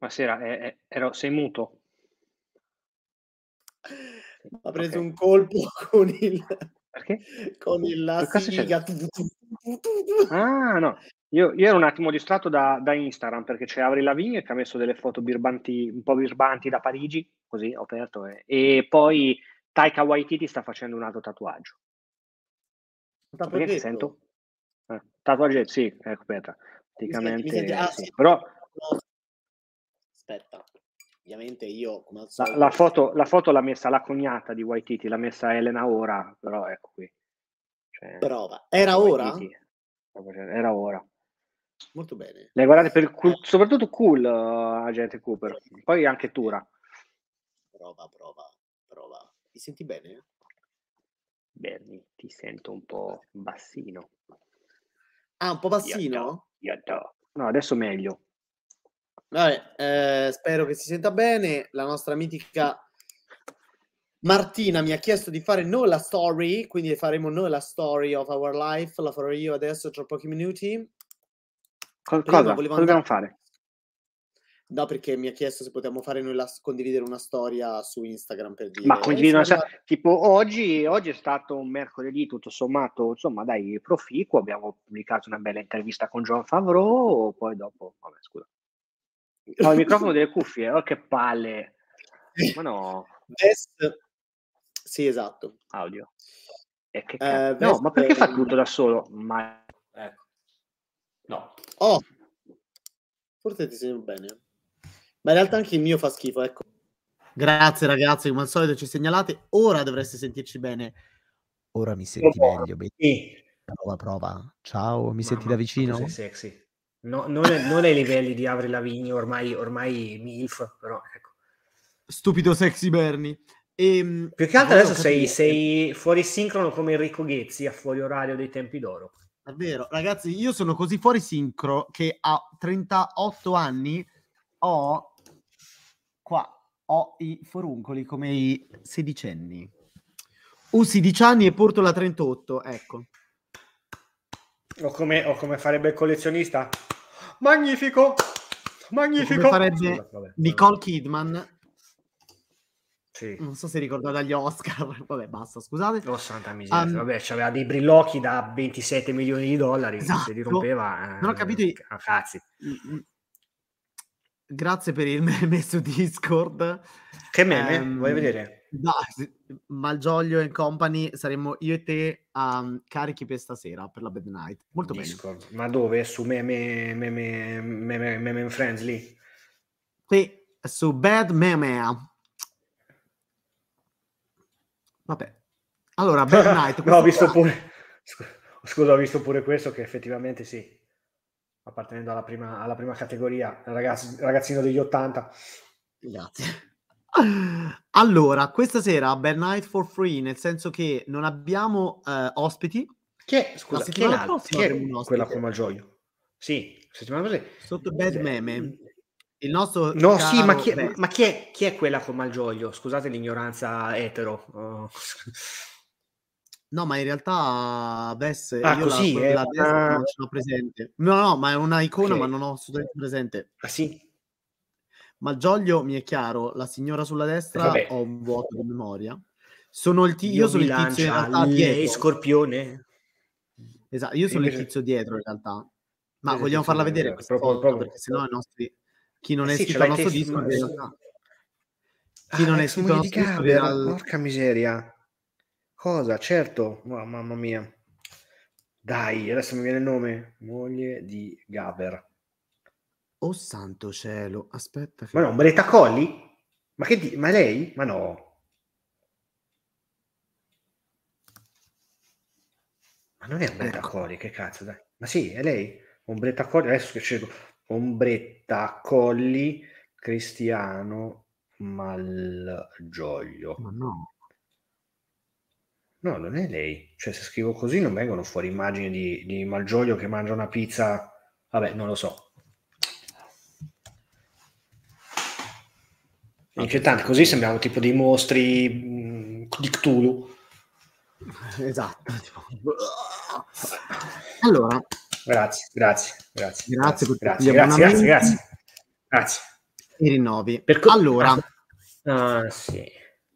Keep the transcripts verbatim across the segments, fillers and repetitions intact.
Buonasera, e e ero sei muto? Ha preso Okay. un colpo con il Perché? con il la Che cosa è successo? siga. Tu, tu, tu, tu, tu. Ah, no. Io io ero un attimo distratto da da Instagram, perché c'è Avril Lavigne che ha messo delle foto birbanti un po' birbanti da Parigi, così ho aperto e e poi Taika Waititi sta facendo un altro tatuaggio. Ma perché che Tatuaggetto? sento? Eh, tatuagge sì, ecco aspetta, Mi senti mi senti? praticamente Ah sì, sì. però No. Aspetta, ovviamente io come al la la solito foto la foto l'ha messa la cognata di Waititi, l'ha messa Elena Ora, però ecco qui. Cioè, Prova. Taika Era ora? Waititi, sta facendo era ora. Molto bene. Le guardate per Eh. cool soprattutto Cool, Agente Cooper, poi anche Tura. Prova, prova, prova. Mi senti bene? Bernie, ti sento un po' bassino. Ah, un po' Yattò, bassino? yattò. No, adesso meglio. Vabbè, ehm, spero che si senta bene. La nostra mitica Martina mi ha chiesto di fare noi la story, quindi faremo noi la story of our life, la farò io adesso tra pochi minuti. Co Prima cosa? volevo Cosa andare dobbiamo fare? No, perché mi ha chiesto se potevamo fare noi la s condividere una storia su Instagram per Ma dire: "Eh, condividi sono una sta arrivati" tipo oggi oggi è stato un mercoledì tutto sommato, insomma dai, proficuo, abbiamo pubblicato una bella intervista con Jon Favreau, poi dopo vabbè scusa. Ho il microfono delle cuffie, oh che palle. Ma no. Best sì, esatto. Audio. E che ca Ehm, no, best ma perché fa tutto da solo? Ma ecco. No. Oh! Forse ti sento bene. Ma in realtà anche il mio fa schifo, ecco. Grazie ragazzi, come al solito ci segnalate. Ora dovreste sentirci bene. Ora mi senti meglio? Be Sì. prova, prova. Ciao, mi senti da Mamma quanto sei vicino? sexy. No, non ai non ai livelli di Avril Lavigne, ormai ormai MILF, però ecco. Stupido sexy Bernie. Ehm, Più che altro volevo adesso sei capire sei fuori sincrono come Enrico Ghezzi a fuori orario dei tempi d'oro. È vero. Ragazzi, io sono così fuori sincro che a trentaotto anni ho qua, ho i foruncoli come i sedicenni. Ho sedici anni e porto la trentotto, ecco. O come o come farebbe il collezionista: "Magnifico, O come magnifico". farebbe Scusa, vabbè, vabbè. Nicole Kidman. Sì. Non so se ricordate agli Oscar, vabbè basta, scusate. Oh santa miseria, Uhm vabbè c'aveva dei brillocchi da ventisette milioni di dollari, se li Esatto. Non ho rompeva, capito ehm, i ca cazzi. mh-mh. Grazie per il meme su Discord. Che meme? Voglio Ehm, vedere. da s Malgioglio and company saremmo io e te, uhm, carichi per stasera, per la bad night. Molto bene. Discord, ma dove? Su meme meme meme meme and friends lì? Sì, su bad meme. Vabbè. Allora, bad night No, ho questa visto sera pure scu scusa, ho visto pure questo che effettivamente sì, appartenendo alla prima alla prima categoria, ragazz ragazzino degli ottanta. Grazie. Allora, questa sera bad night for free, nel senso che non abbiamo, ehm, ospiti. Chi è La scusa, chi è settimana l'al prossima chi avremo un è quella con ospite. Malgioglio? Sì, settimana prosi Sotto bad de meme. mhmm Il nostro no, sì, ma caro chi è Bes ma chi è chi è quella con Malgioglio? Scusate l'ignoranza etero, uhm No, ma in realtà Bes Ah io la così, co è la Bes una non ce l'ho presente. No, no, ma è una icona, ma Okay. non ho assolutamente presente. Ah sì? Malgioglio mi è chiaro, la signora sulla E destra ho vabbè. un vuoto di memoria. Sono il ti io Dio sono il tizio in Bilancia, realtà lei dietro. Scorpione? Esa io E sono il invece tizio dietro in realtà. Ma Invece vogliamo tizio farla dietro, vedere esatto, questa proprio foto? proprio Perché se no i nostri chi Eh non è sì, ce iscritto al l'hai te nostro s Discord ma in s realtà chi Ah, non è l'ex iscritto al moglie di nostro Discord in Gaber, real porca miseria. Cosa? Certo, ma mamma mia. Dai, adesso mi viene il nome. Moglie di Gaber. Oh santo cielo, aspetta Ma che no, Ombretta Colli? Ma che di ma è lei? Ma no. Ma non è Ombretta Eccola. Colli, che cazzo dai. Ma sì, è lei? Ombretta Colli, adesso che cerco. Ombretta Colli Cristiano Malgioglio. Ma no. No, non è lei. Cioè, se scrivo così non vengono fuori immagini di di Malgioglio che mangia una pizza. Vabbè, non lo so. Vabbè, Inquietante, insomma così comunque sembriamo tipo dei mostri, mhmm, di Cthulhu. Esatto, tipo allora Grazie, grazie, grazie, Grazie grazie, per tutti gli grazie, grazie, grazie, abbonamenti. grazie. Grazie. I rinnovi. Per co- allora, ah, sì.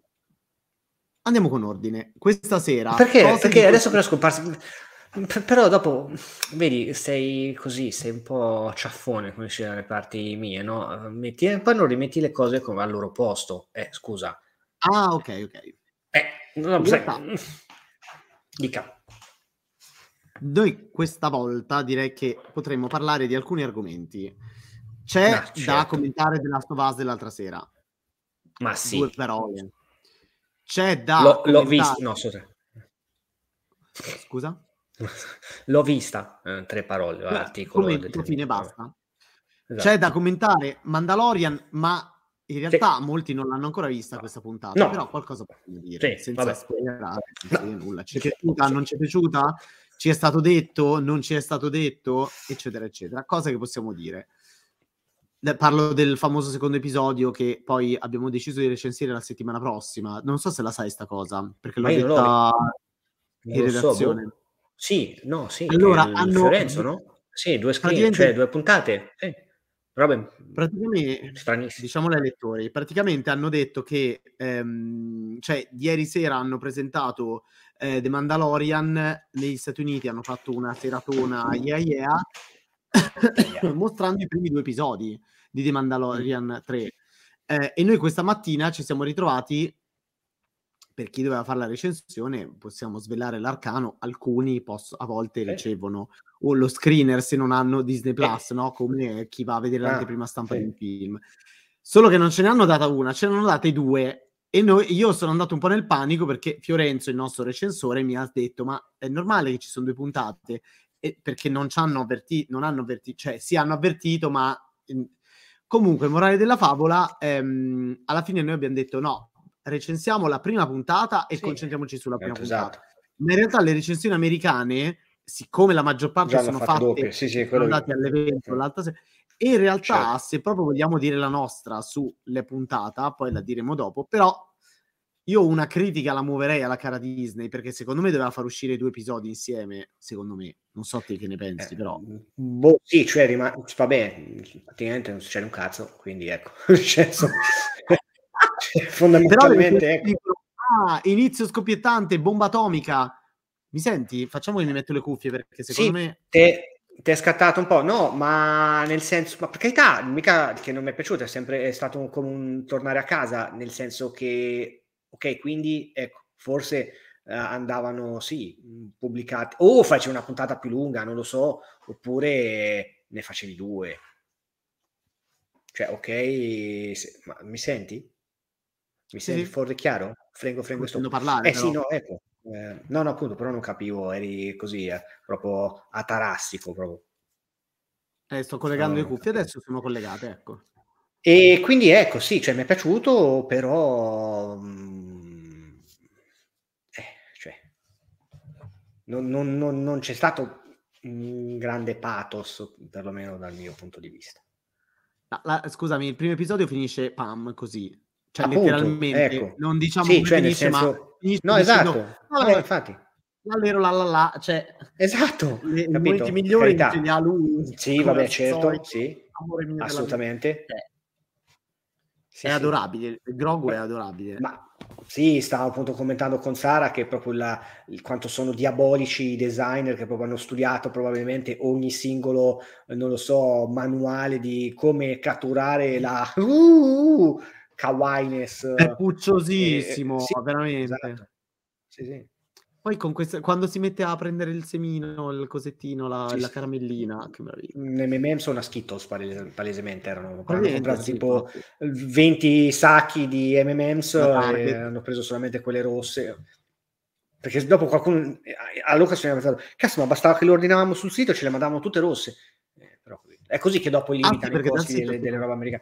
Andiamo con ordine. Questa sera... Perché? Perché di... adesso però è scomparso... Però dopo, vedi, sei così, sei un po' ciaffone, come si dalle parti mie, no? Metti, poi non rimetti le cose come al loro posto. Eh, scusa. Ah, ok, ok. Eh, no, sai... Dica. Noi questa volta direi che potremmo parlare di alcuni argomenti. C'è ah, certo. da commentare The Last of Us dell'altra sera. Ma sì. Due parole. C'è da L'ho, commentare... l'ho visto, no, scusa. Scusa? L'ho vista, eh, tre parole, Beh, articolo. commento, fine, basta. Esatto. C'è da commentare Mandalorian, ma in realtà sì. molti non l'hanno ancora vista no. questa puntata, no. però qualcosa possiamo dire, sì, senza vabbè. spoilerare, senza no. nulla. Ci è piaciuta, non ci è piaciuta? Ci è stato detto, non ci è stato detto, eccetera, eccetera. Cose che possiamo dire. Parlo del famoso secondo episodio che poi abbiamo deciso di recensire la settimana prossima. Non so se la sai sta cosa, perché l'ho detta in redazione. So, boh. Sì, no, sì. Allora, il hanno... Fiorenzo, no? Sì, due screen, praticamente... cioè due puntate. Sì. Robe... Praticamente, diciamolo ai lettori, praticamente hanno detto che ehm, cioè ieri sera hanno presentato eh, The Mandalorian negli Stati Uniti, hanno fatto una seratona yeah yeah, yeah. mostrando i primi due episodi di The Mandalorian tre eh, e noi questa mattina ci siamo ritrovati, per chi doveva fare la recensione possiamo svelare l'arcano, alcuni posso, a volte sì. ricevono o lo screener se non hanno Disney Plus, eh. no? Come chi va a vedere l'anteprima stampa sì. di un film. Solo che non ce ne hanno data una, ce ne hanno date due. E noi, io sono andato un po' nel panico perché Fiorenzo, il nostro recensore, mi ha detto ma è normale che ci sono due puntate? E perché non ci hanno avvertito, non hanno avvertito, cioè sì hanno avvertito, ma ehm, comunque, morale della favola, ehm, alla fine noi abbiamo detto no, recensiamo la prima puntata e sì, concentriamoci sulla prima esatto. puntata. Ma in realtà le recensioni americane, siccome la maggior parte già sono fatte, sì, sì, sono andati all'evento mm. l'altra sera, e in realtà certo. se proprio vogliamo dire la nostra sulle puntata, poi la diremo dopo, però io una critica la muoverei alla cara Disney, perché secondo me doveva far uscire i due episodi insieme, secondo me. Non so te che ne pensi, eh, però. Boh, sì, cioè, rim- vabbè, praticamente non succede un cazzo, quindi ecco. cioè, so, cioè, fondamentalmente, però ecco. Dicono, ah, inizio scoppiettante, bomba atomica. Mi senti? Facciamo che mi metto le cuffie, perché secondo sì, me... Te... ti è scattato un po', no, ma nel senso, ma per carità, mica che non mi è piaciuto, è sempre è stato un, come un tornare a casa, nel senso che, ok, quindi, ecco, forse uh, andavano, sì, pubblicati, o facevi una puntata più lunga, non lo so, oppure ne facevi due. Cioè, ok, se, ma mi senti? Mi sì, senti sì. fuori chiaro? Frengo, frengo, sto. parlare, Eh però. sì, no, ecco. Eh, no, no, appunto, però non capivo, eri così, eh, proprio atarassico, proprio. Eh, sto collegando no, le cuffie, adesso sono collegate, ecco. E quindi ecco, sì, cioè mi è piaciuto, però mh, eh, cioè, non, non, non, non c'è stato un grande pathos, perlomeno dal mio punto di vista. La, la, scusami, il primo episodio finisce pam, così. Cioè, appunto, letteralmente, ecco. non diciamo sì, come cioè finisce, nel senso... ma finisce no, dicendo, esatto, vabbè, no, infatti. L'allero, la la la, cioè... Esatto, le, i capito? momenti migliori Carità. ce li ha lui. Sì, vabbè, certo, solito, sì, amore mio assolutamente. Sì, è sì. adorabile, il Grogu è adorabile. Ma sì, stavo appunto commentando con Sara che proprio la, il, quanto sono diabolici i designer che proprio hanno studiato probabilmente ogni singolo, non lo so, manuale di come catturare la uh, kawaiiness. È pucciosissimo, eh, sì, veramente. Esatto. Sì, sì. Poi con queste, quando si mette a prendere il semino, il cosettino, la, sì, la caramellina, sì. Che meraviglia. M M M sono a Skittles palese, palesemente erano, hanno comprato sì, tipo sì. venti sacchi di M and M's e hanno preso solamente quelle rosse, perché dopo qualcuno a Luca si è pensato, cazzo, ma bastava che le ordinavamo sul sito e ce le mandavamo tutte rosse, eh, però è così che dopo limitano ah, sì, i costi delle, delle robe americane.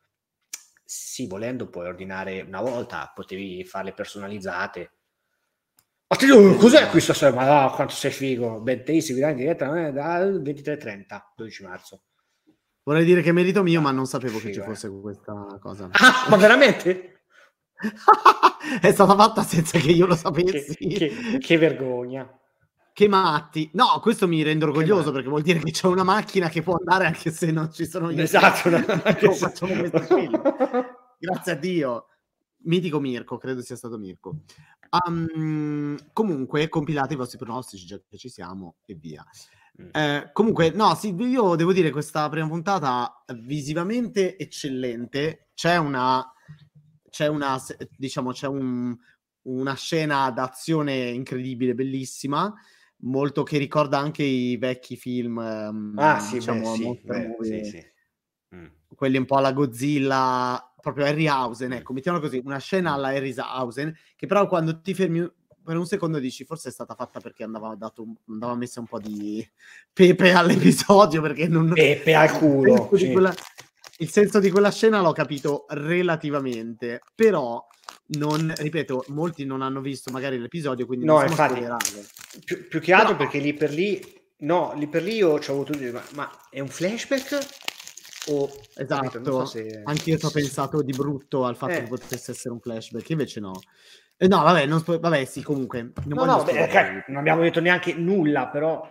Sì, volendo puoi ordinare una volta, potevi farle personalizzate. Ma ti dico, cos'è questo? Ma no, quanto sei figo. Ben Tasty, in diretta, eh, dal ventitré trenta, dodici marzo. Vorrei dire che è merito mio, ah, ma non sapevo figo, che ci fosse eh. questa cosa. Ah, ma veramente? È stata fatta senza che io lo sapessi. Che, che, che vergogna. che matti. No, questo mi rende orgoglioso perché vuol dire che c'è una macchina che può andare anche se non ci sono io. Esatto, no, Ecco, facciamo questi film. Grazie a Dio. Mitico Mirko, credo sia stato Mirko. Um, comunque, compilate i vostri pronostici, già che ci siamo, e via. Eh, comunque, no, sì, io devo dire questa prima puntata visivamente eccellente. C'è una, c'è una, diciamo, c'è un, una scena d'azione incredibile, bellissima, molto che ricorda anche i vecchi film, ah, sì, diciamo, beh, sì, Monster beh, Movie, sì, sì. Mm. quelli un po' alla Godzilla, proprio Harryhausen, ecco, mettiamolo così, una scena alla Harryhausen, che però quando ti fermi per un secondo dici forse è stata fatta perché andava dato andava messa un po' di pepe all'episodio, perché non pepe al culo, il senso, sì. di quella, il senso di quella scena l'ho capito relativamente, però non, ripeto, molti non hanno visto magari l'episodio, quindi no, non si infatti, più, più che altro però, perché lì per lì no, lì per lì io ci ho avuto ma, ma è un flashback? O, esatto, capito, non so se... anche io ci ho pensato di brutto al fatto eh. che potesse essere un flashback, invece no. Eh, no, vabbè, non spo- vabbè, sì, comunque. Non no, no, beh, spoiler, non abbiamo detto neanche nulla, però...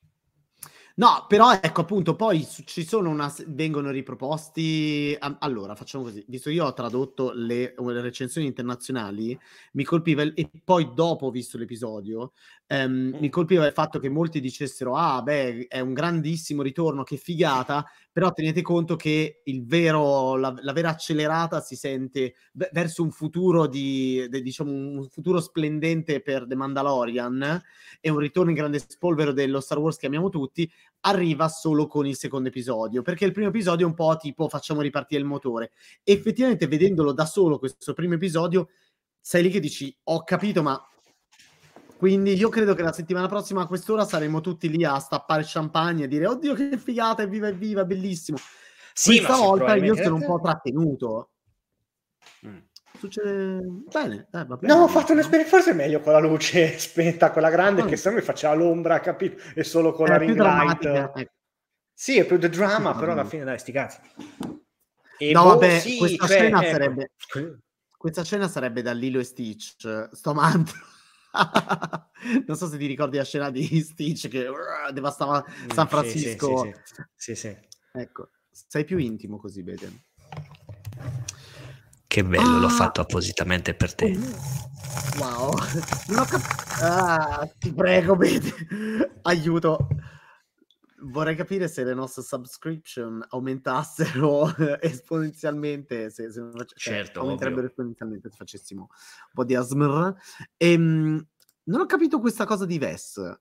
No, però ecco appunto, poi ci sono una, vengono riproposti. Allora, facciamo così, visto che io ho tradotto le, le recensioni internazionali, mi colpiva, e poi dopo ho visto l'episodio, ehm, mm. mi colpiva il fatto che molti dicessero, ah beh, è un grandissimo ritorno, che figata, però tenete conto che il vero, la, la vera accelerata si sente verso un futuro di, de, diciamo, un futuro splendente per The Mandalorian, e un ritorno in grande spolvero dello Star Wars che amiamo tutti, arriva solo con il secondo episodio, perché il primo episodio è un po' tipo facciamo ripartire il motore. Effettivamente, vedendolo da solo questo primo episodio, sei lì che dici ho capito, ma quindi io credo che la settimana prossima a quest'ora saremo tutti lì a stappare champagne e dire oddio che figata, evviva evviva, bellissimo. Sì, questa volta io sono un po' trattenuto. Mm. Succede bene, eh, va bene. No, ho fatto un'esperienza, forse è meglio con la luce spenta, quella grande, ah, che se no mi faceva l'ombra, capito? E solo con è la ring light. Ecco. Sì, è più the drama, sì, però alla fine dai, sti cazzi. E no, boh, vabbè, sì, questa cioè, scena ecco. sarebbe questa scena sarebbe da Lilo e Stitch, sto amando. Non so se ti ricordi la scena di Stitch che uh, devastava San Francisco. Sì, sì, sì, sì, sì. Ecco, sei più intimo così, Bede. Che bello, ah, l'ho fatto appositamente per te. Wow, non ho cap- ah, ti prego, Bede, aiuto. Vorrei capire se le nostre subscription aumentassero esponenzialmente, se, se cioè, certo, aumenterebbero ovvio. esponenzialmente se facessimo un po' di A S M R. Ehm, non ho capito questa cosa di Vess.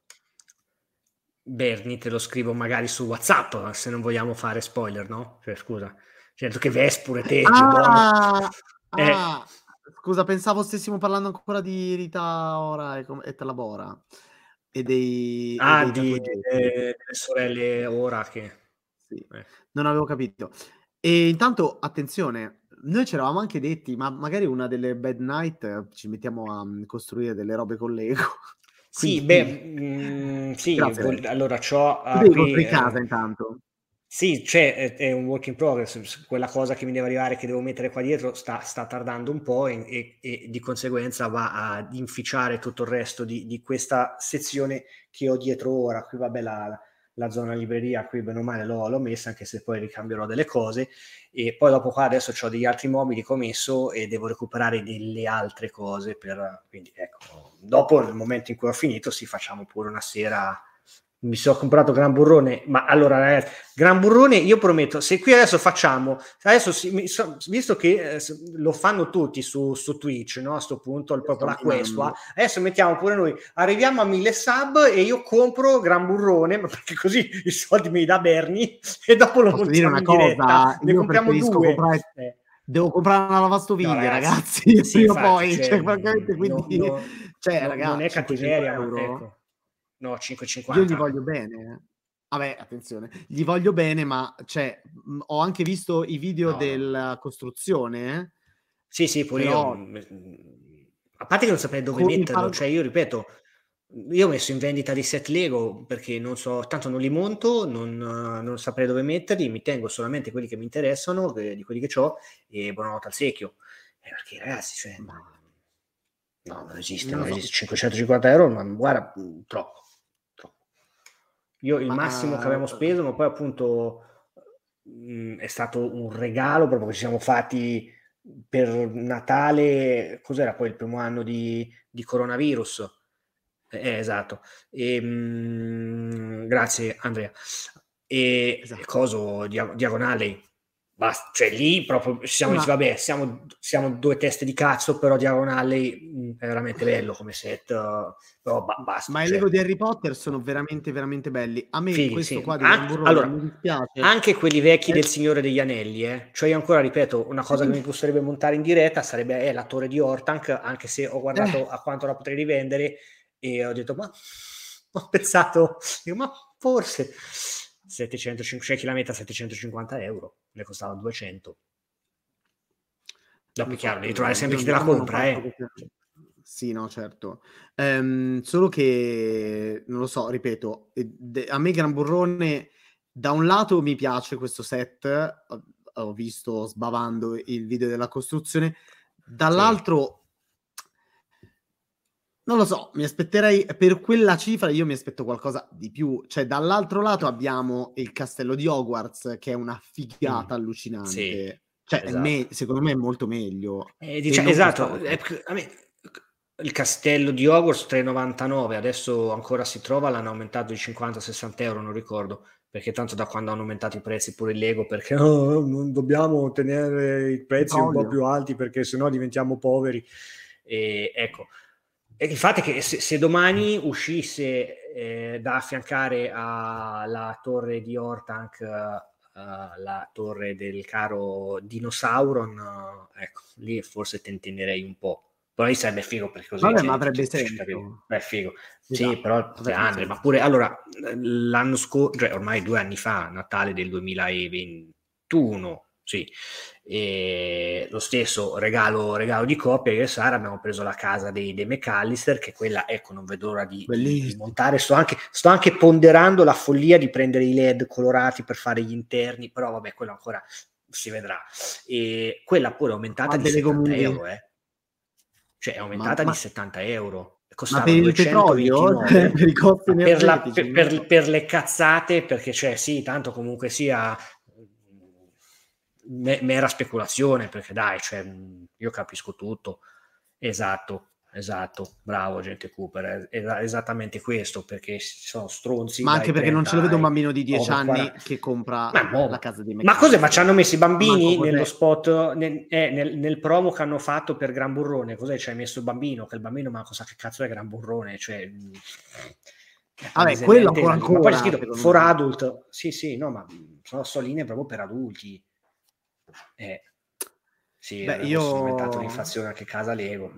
Berni, te lo scrivo magari su WhatsApp, se non vogliamo fare spoiler, no? Cioè, scusa. Certo che Vess pure te, ah, eh. ah, scusa, pensavo stessimo parlando ancora di Rita Ora e, e Talabora. E dei, ah, e dei di, de, delle sorelle Ora che... Sì, eh. Non avevo capito. E intanto, attenzione, noi ci eravamo anche detti, ma magari una delle Bad Night ci mettiamo a costruire delle robe con Lego. Sì, Quindi... beh, mh, sì, vol- allora c'ho tu devi qui, costruire casa eh, intanto. Sì, c'è, è, è un work in progress, quella cosa che mi deve arrivare, che devo mettere qua dietro, sta, sta tardando un po' e, e, e di conseguenza va ad inficiare tutto il resto di, di questa sezione che ho dietro ora. Qui vabbè la, la zona libreria, qui bene o male l'ho, l'ho messa, anche se poi ricambierò delle cose, e poi dopo qua adesso ho degli altri mobili che ho messo e devo recuperare delle altre cose, per, quindi ecco, dopo nel momento in cui ho finito si facciamo pure una sera... Mi sono comprato Gran Burrone, ma allora ragazzi, Gran Burrone, io prometto, se qui adesso facciamo, adesso si, so, visto che eh, lo fanno tutti su, su Twitch, no? A sto punto, il, proprio la questua, adesso mettiamo pure noi, arriviamo a mille sub e io compro Gran Burrone, perché così i soldi me li dà Berni e dopo lo Posso dire una in cosa? diretta, ne io compriamo due. Comprare... Eh. Devo comprare una lavastoviglie, no, ragazzi, ragazzi, sì, prima infatti, poi, cioè, cioè, francamente, quindi, no, no, cioè, no, ragazzi, non è cattiveria, euro, ma ecco. No, cinque e cinquanta. Io gli voglio bene. Vabbè, attenzione, gli voglio bene, ma cioè, mh, ho anche visto i video no, della no. costruzione. Eh? Sì, sì, pure Però... io. A parte che non saprei dove metterlo, par- cioè io ripeto, io ho messo in vendita dei set Lego perché non so, tanto non li monto, non, non saprei dove metterli, mi tengo solamente quelli che mi interessano, di quelli che ho, e buonanotte al secchio. Eh, perché ragazzi, cioè, no, non esiste, non, non esiste. So. cinquecentocinquanta euro, ma guarda, troppo. Io il Ma- massimo che abbiamo speso, ma poi appunto mh, è stato un regalo proprio che ci siamo fatti per Natale. Cos'era poi il primo anno di, di coronavirus? Eh, esatto. E, mh, grazie Andrea. E, Esatto. e coso dia- diagonale, basta, cioè lì proprio ci siamo Una- detti, vabbè, siamo, siamo due teste di cazzo, però diagonale mh, è veramente bello come set, uh, però ba- basta. Ma i cioè, Lego di Harry Potter sono veramente, veramente belli. A me fighi, questo sì. qua di An- Gran Burrone allora, mi dispiace. anche quelli vecchi Eh, del Signore degli Anelli, eh. Cioè io ancora ripeto, una cosa che mi piacerebbe montare in diretta sarebbe eh, la torre di Hortank, anche se ho guardato Eh. a quanto la potrei rivendere e ho detto, ma ho pensato, dico, ma forse settecentocinquanta chilometri a settecentocinquanta euro, ne costava duecento. Dopo è Non so, chiaro, devi trovare io sempre chi te non la non ho compra, fatto eh. queste- Sì, no, certo. Ehm, solo che, non lo so, ripeto, eh, de- a me Gran Burrone, da un lato mi piace questo set, ho, ho visto sbavando il video della costruzione, dall'altro, non lo so, mi aspetterei, per quella cifra io mi aspetto qualcosa di più. Cioè, dall'altro lato abbiamo il castello di Hogwarts, che è una figata Mm. allucinante. Sì, Cioè, è esatto. me- secondo me è molto meglio. Eh, E dicia- non esatto, costava eh, tanto. a me- il castello di Hogwarts tre virgola novantanove, adesso ancora si trova, l'hanno aumentato di cinquanta sessanta euro, non ricordo, perché tanto da quando hanno aumentato i prezzi pure il Lego, perché oh, non dobbiamo tenere i prezzi un po' Petrolio. più alti perché sennò diventiamo poveri. E, ecco, e il fatto è che se, se domani uscisse eh, da affiancare alla torre di Hortank Uh, la torre del caro Dinosauron, uh, ecco, lì forse tentenderei un po'. Però lì sarebbe figo perché così Vabbè, ma tieni tutti avrebbe i cittadini. senso. Beh, figo. Esatto, Sì, però avrebbe Andre, senso. ma pure allora l'anno scorso, cioè ormai due anni fa, Natale del duemilaventuno, sì, e lo stesso regalo, regalo di coppia, io e Sara abbiamo preso la casa dei, dei McAllister, che quella, ecco, non vedo l'ora di, di, di montare. Sto anche, sto anche ponderando la follia di prendere i L E D colorati per fare gli interni, però vabbè, quello ancora si vedrà. E quella pure è aumentata Ma di delle settanta comuni- euro, eh. Cioè è aumentata ma, di settanta euro. ma Costava per il petrolio? duecentoventinove Per i costi ma per, la, energetici? per, No? per le cazzate, perché cioè sì, tanto comunque sia me- mera speculazione, perché dai, cioè, io capisco tutto. Esatto, esatto, bravo gente Cooper, è, è esattamente questo, perché ci sono stronzi Ma anche dai perché non ce lo vedo un trenta bambino di dieci ai anni quaranta. che compra Ma, no. la casa dei Ma cos'è? Ma ci hanno messo i Ma manco bambini cos'è. nello spot, nel, eh, nel, nel promo che hanno fatto per Gran Burrone? Cos'è? Ci hai messo il bambino? Che il bambino, ma cosa che cazzo è Gran Burrone? Cioè, vabbè, quello ancora ma poi c'è ancora, scritto secondo for me. adult. Sì, sì, no, ma sono soline proprio per adulti. Eh, sì, Beh, adesso io... è diventato l'inflazione anche casa Lego.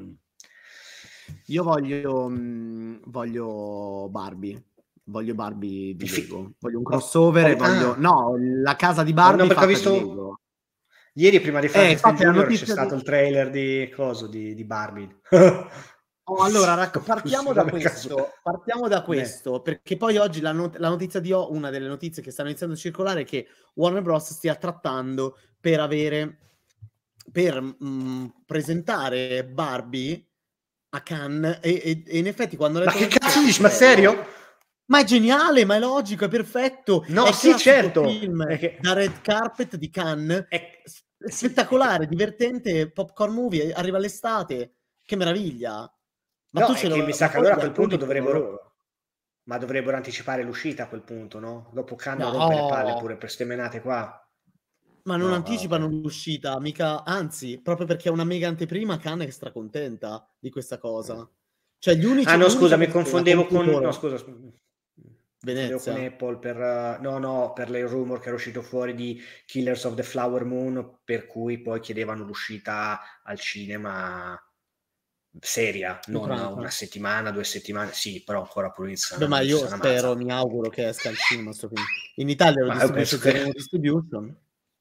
Io voglio, mh, voglio Barbie. Voglio Barbie di Fi- Lego. Voglio un Oh, crossover e oh, voglio... ah. No, la casa di No, Barbie no, perché ho fatta visto di Lego. ieri prima di Eh, Frankenstein infatti la Junior c'è notizia stato di... il trailer di coso di, di Barbie. Oh, allora, racc- partiamo da Vabbè, cazzo. questo, partiamo da Beh. questo, perché poi oggi la, not- la notizia di O, una delle notizie che stanno iniziando a circolare è che Warner Bros. Stia trattando per avere, per mh, presentare Barbie a Cannes e, e- e in effetti quando ho Ma letto che la cazzo notizia ho dici? detto, Ma serio? bello. Ma è geniale, ma è logico, è perfetto, No, è sì, classico certo. film È che... da red carpet di Cannes, è... s- sì, spettacolare, è che... divertente, popcorn movie, arriva l'estate, che meraviglia. Ma No, tu è ce che lo, mi sa ma che poi allora a gli quel punto attori sono dovrebbero... loro. Ma dovrebbero anticipare l'uscita a quel punto, no? Dopo Cannes No, rompe le palle pure per ste menate qua. ma non No, anticipano ok. l'uscita, mica, anzi, proprio perché è una mega anteprima, Cannes è stracontenta di questa cosa. Cioè, gli unici, Ah no, l'unica scusa, mi persona confondevo con con... cui No, loro... scusa, scusa. Mi confondevo con Venezia. Apple per... uh, no, no, per il rumor che era uscito fuori di Killers of the Flower Moon, per cui poi chiedevano l'uscita al cinema seria, non Ucraina. una settimana, due settimane. Sì, però ancora pure Beh, ma io spero, mi auguro che esca al cinema sto film. In Italia lo Ma io distribuisce penso che... Zero Distribution.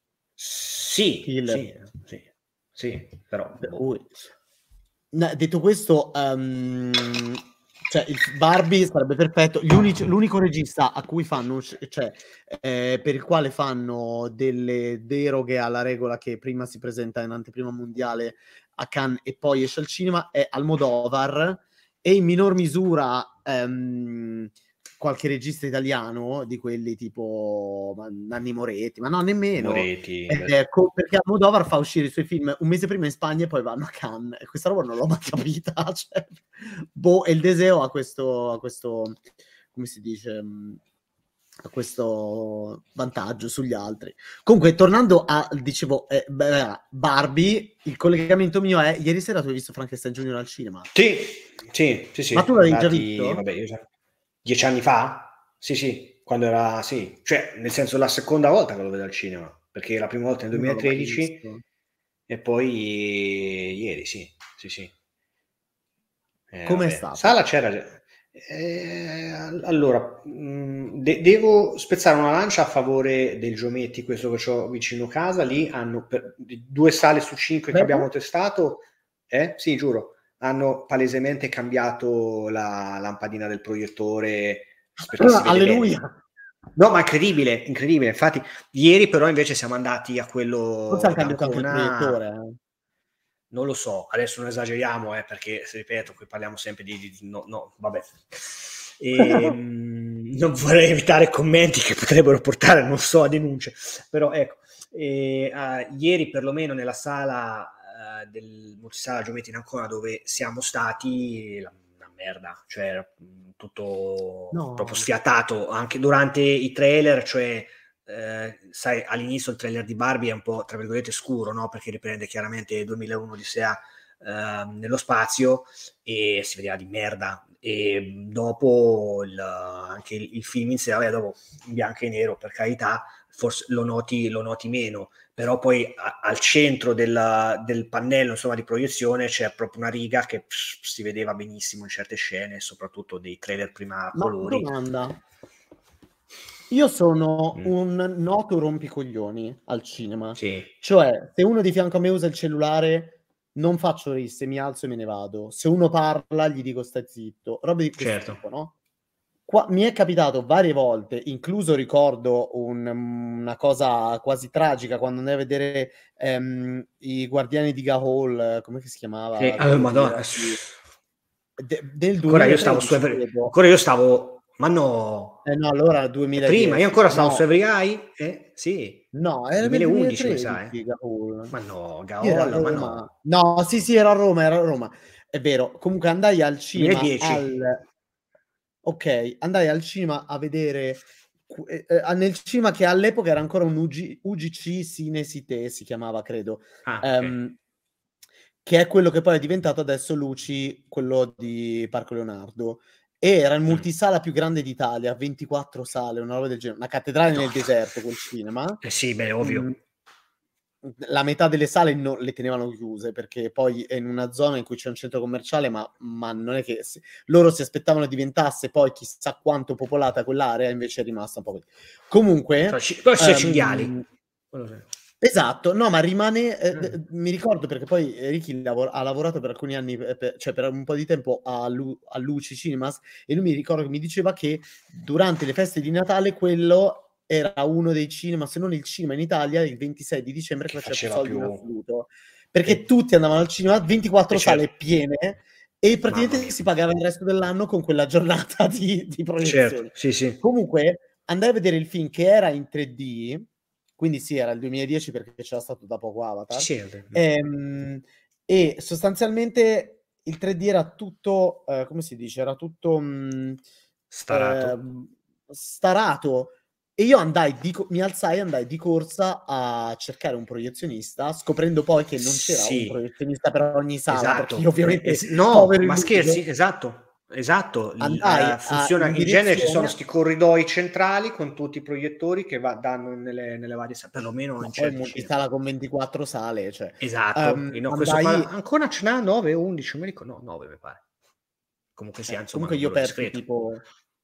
Sì, Killer. sì, sì, sì, però... Per boh. cui- No, detto questo, um, cioè il Barbie sarebbe perfetto. Gli unici, l'unico regista a cui fanno, cioè eh, per il quale fanno delle deroghe alla regola che prima si presenta in anteprima mondiale a Cannes e poi esce al cinema è Almodovar, e in minor misura um, qualche regista italiano di quelli tipo Nanni Moretti, ma no, nemmeno. Moretti, eh, co- perché Almodovar fa uscire i suoi film un mese prima in Spagna e poi vanno a Cannes, e questa roba non l'ho mai capita. Cioè, boh, e il Deseo ha questo, ha questo, come si dice, a questo vantaggio sugli altri. Comunque, tornando a, dicevo, eh, Barbie, il collegamento mio è, ieri sera tu hai visto Frankenstein Junior al cinema? Sì, sì, sì, sì. Ma tu l'avevi andati, già visto? Vabbè, io già... Dieci anni fa? Sì, sì, quando era, sì, cioè, nel senso la seconda volta che lo vedo al cinema, perché la prima volta nel duemilatredici e poi ieri, sì, sì, sì. Eh, Com'è stato? Sala c'era già. Eh, allora, mh, de- devo spezzare una lancia a favore del Giometti, questo che ho vicino casa. Lì hanno per, due sale su cinque Beh, che abbiamo testato, eh? Sì, giuro, hanno palesemente cambiato la lampadina del proiettore perché si vede alleluia bene. No, ma incredibile, incredibile. Infatti, ieri però invece siamo andati a quello Forse hanno cambiato anche il proiettore, eh. Non lo so, adesso non esageriamo, eh, perché, se ripeto, qui parliamo sempre di... di no, no, vabbè. E, mh, non vorrei evitare commenti che potrebbero portare, non so, a denunce. Però, ecco, e, uh, ieri perlomeno nella sala uh, del multisala Giometti in Ancona dove siamo stati, la, una merda, cioè tutto no. proprio sfiatato, anche durante i trailer, cioè... Eh, sai, all'inizio il trailer di Barbie è un po' tra virgolette scuro, no? Perché riprende chiaramente duemilauno Odissea eh, nello spazio e si vedeva di merda, e dopo il, anche il, il film in sé, vabbè, dopo in bianco e nero, per carità, forse lo noti, lo noti meno, però poi a, al centro del, del pannello, insomma, di proiezione c'è proprio una riga che pff, si vedeva benissimo in certe scene, soprattutto dei trailer prima a colori. Ma domanda, io sono mm. un noto rompicoglioni al cinema, sì. Cioè se uno di fianco a me usa il cellulare non faccio risse, mi alzo e me ne vado. Se uno parla gli dico stai zitto, robe di questo certo. tipo, no? Qua, mi è capitato varie volte, incluso ricordo un, una cosa quasi tragica quando andai a vedere um, i Guardiani di Gahul, come si chiamava? Sì, oh, Madonna. De, del ancora io stavo su Every... ancora io stavo ma no eh no allora duemiladieci prima io ancora stavo no. su Every Eye eh sì no era duemilaundici mi sa eh. ma no Gaol ma no no sì sì era a Roma era a Roma è vero comunque andai al cinema duemiladieci al ok andai al cinema a vedere eh, eh, nel cinema che all'epoca era ancora un U G, U G C Cinesite si chiamava credo ah, okay. um, che è quello che poi è diventato adesso Luci, quello di Parco Leonardo, e era il multisala più grande d'Italia, ventiquattro sale, una roba del genere, una cattedrale no. nel deserto quel cinema. Eh sì, beh, ovvio. Mm, la metà delle sale non le tenevano chiuse, perché poi è in una zona in cui c'è un centro commerciale, ma, ma non è che... Si, loro si aspettavano diventasse poi chissà quanto popolata quell'area, invece è rimasta un po' così. Comunque... Poi ci sono um, cinghiali. Esatto, no, ma rimane, eh, mm. mi ricordo perché poi Ricky lavora, ha lavorato per alcuni anni, per, cioè per un po' di tempo a, Lu, a Luci Cinemas, e lui mi ricordo che mi diceva che durante le feste di Natale quello era uno dei cinema, se non il cinema in Italia, il ventisei di dicembre che, che faceva più soldi più... in assoluto, perché e... tutti andavano al cinema, ventiquattro e sale certo. piene, e praticamente si pagava il resto dell'anno con quella giornata di, di proiezioni. Certo. Sì, sì. Comunque andai a vedere il film che era in tre D, quindi sì, era il duemiladieci perché c'era stato da poco Avatar, sì, ehm, e sostanzialmente il tre D era tutto, eh, come si dice, era tutto mh, starato. Eh, starato, e io andai, di, mi alzai e andai di corsa a cercare un proiezionista, scoprendo poi che non c'era sì. un proiezionista per ogni sala, esatto. perché io ovviamente... Es- no, ma scherzi, esatto. Esatto, Andai uh, funziona in, in genere ci sono questi corridoi centrali con tutti i proiettori che va, danno nelle, nelle varie sale, perlomeno in poi multisala con ventiquattro sale, cioè. Esatto, um, no, andai... questo ancora ce n'ha nove o undici, mi ricordo, no, nove mi pare. Comunque sia, eh, insomma, comunque io persi discreto. tipo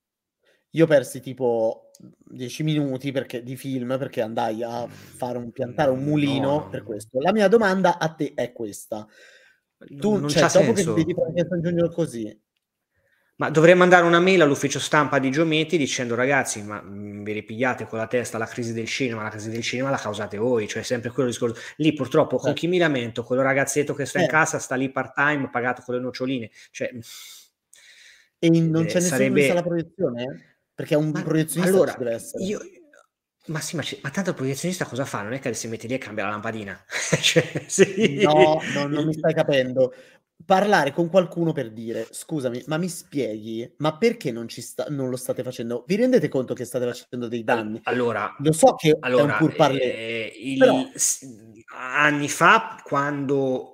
io persi tipo dieci minuti perché, di film perché andai a fare un piantare un mulino no, no, per questo. La mia domanda a te è questa. Tu, non cioè, c'ha dopo senso. che vedi Frankenstein Junior così, ma dovrei mandare una mail all'ufficio stampa di Giometti dicendo ragazzi ma mh, vi ripigliate con la testa la crisi del cinema, la crisi del cinema la causate voi, cioè sempre quello discorso lì purtroppo, eh. con chi mi lamento? Quello ragazzetto che sta eh. in casa, sta lì part time pagato con le noccioline, cioè e non c'è eh, nessuno sarebbe... in sala proiezione? perché è un Ma, proiezionista allora, ci deve essere. io, ma sì, ma, c- ma tanto il proiezionista cosa fa? Non è che si mette lì e cambia la lampadina. Cioè, sì, No, no, non mi il- stai capendo. Parlare con qualcuno per dire, scusami, ma mi spieghi, ma perché non ci sta, non lo state facendo? Vi rendete conto che state facendo dei All- danni? allora, Lo so che è un allora pourparlers, eh, però il- s- anni fa, quando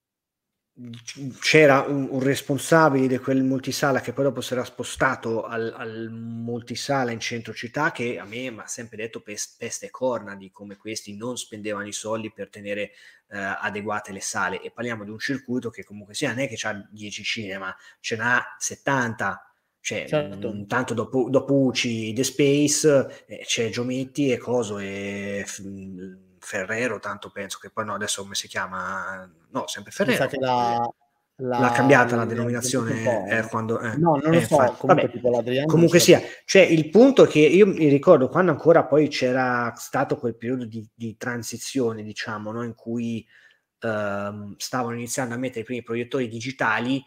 c'era un, un responsabile di quel multisala che poi dopo si era spostato al, al multisala in centro città, che a me mi ha sempre detto pes- peste e corna di come questi non spendevano i soldi per tenere eh, adeguate le sale, e parliamo di un circuito che comunque sia non è che c'ha dieci cinema, ce n'ha settanta. Cioè, certo, mh, tanto dopo, dopo U C I, The Space, eh, c'è Giometti e Coso e f- Ferrero, tanto penso che poi no, adesso come si chiama? No, sempre mi sa Ferrero che comunque. la, L'ha la, cambiata la le ha venduto un denominazione po'. eh, quando... Eh, No, non eh, lo so, infatti, comunque vabbè, tipo l'Adriano non comunque ce sia, l'ha. cioè il punto è che io mi ricordo quando ancora poi c'era stato quel periodo di, di transizione, diciamo, no, in cui ehm, stavano iniziando a mettere i primi proiettori digitali,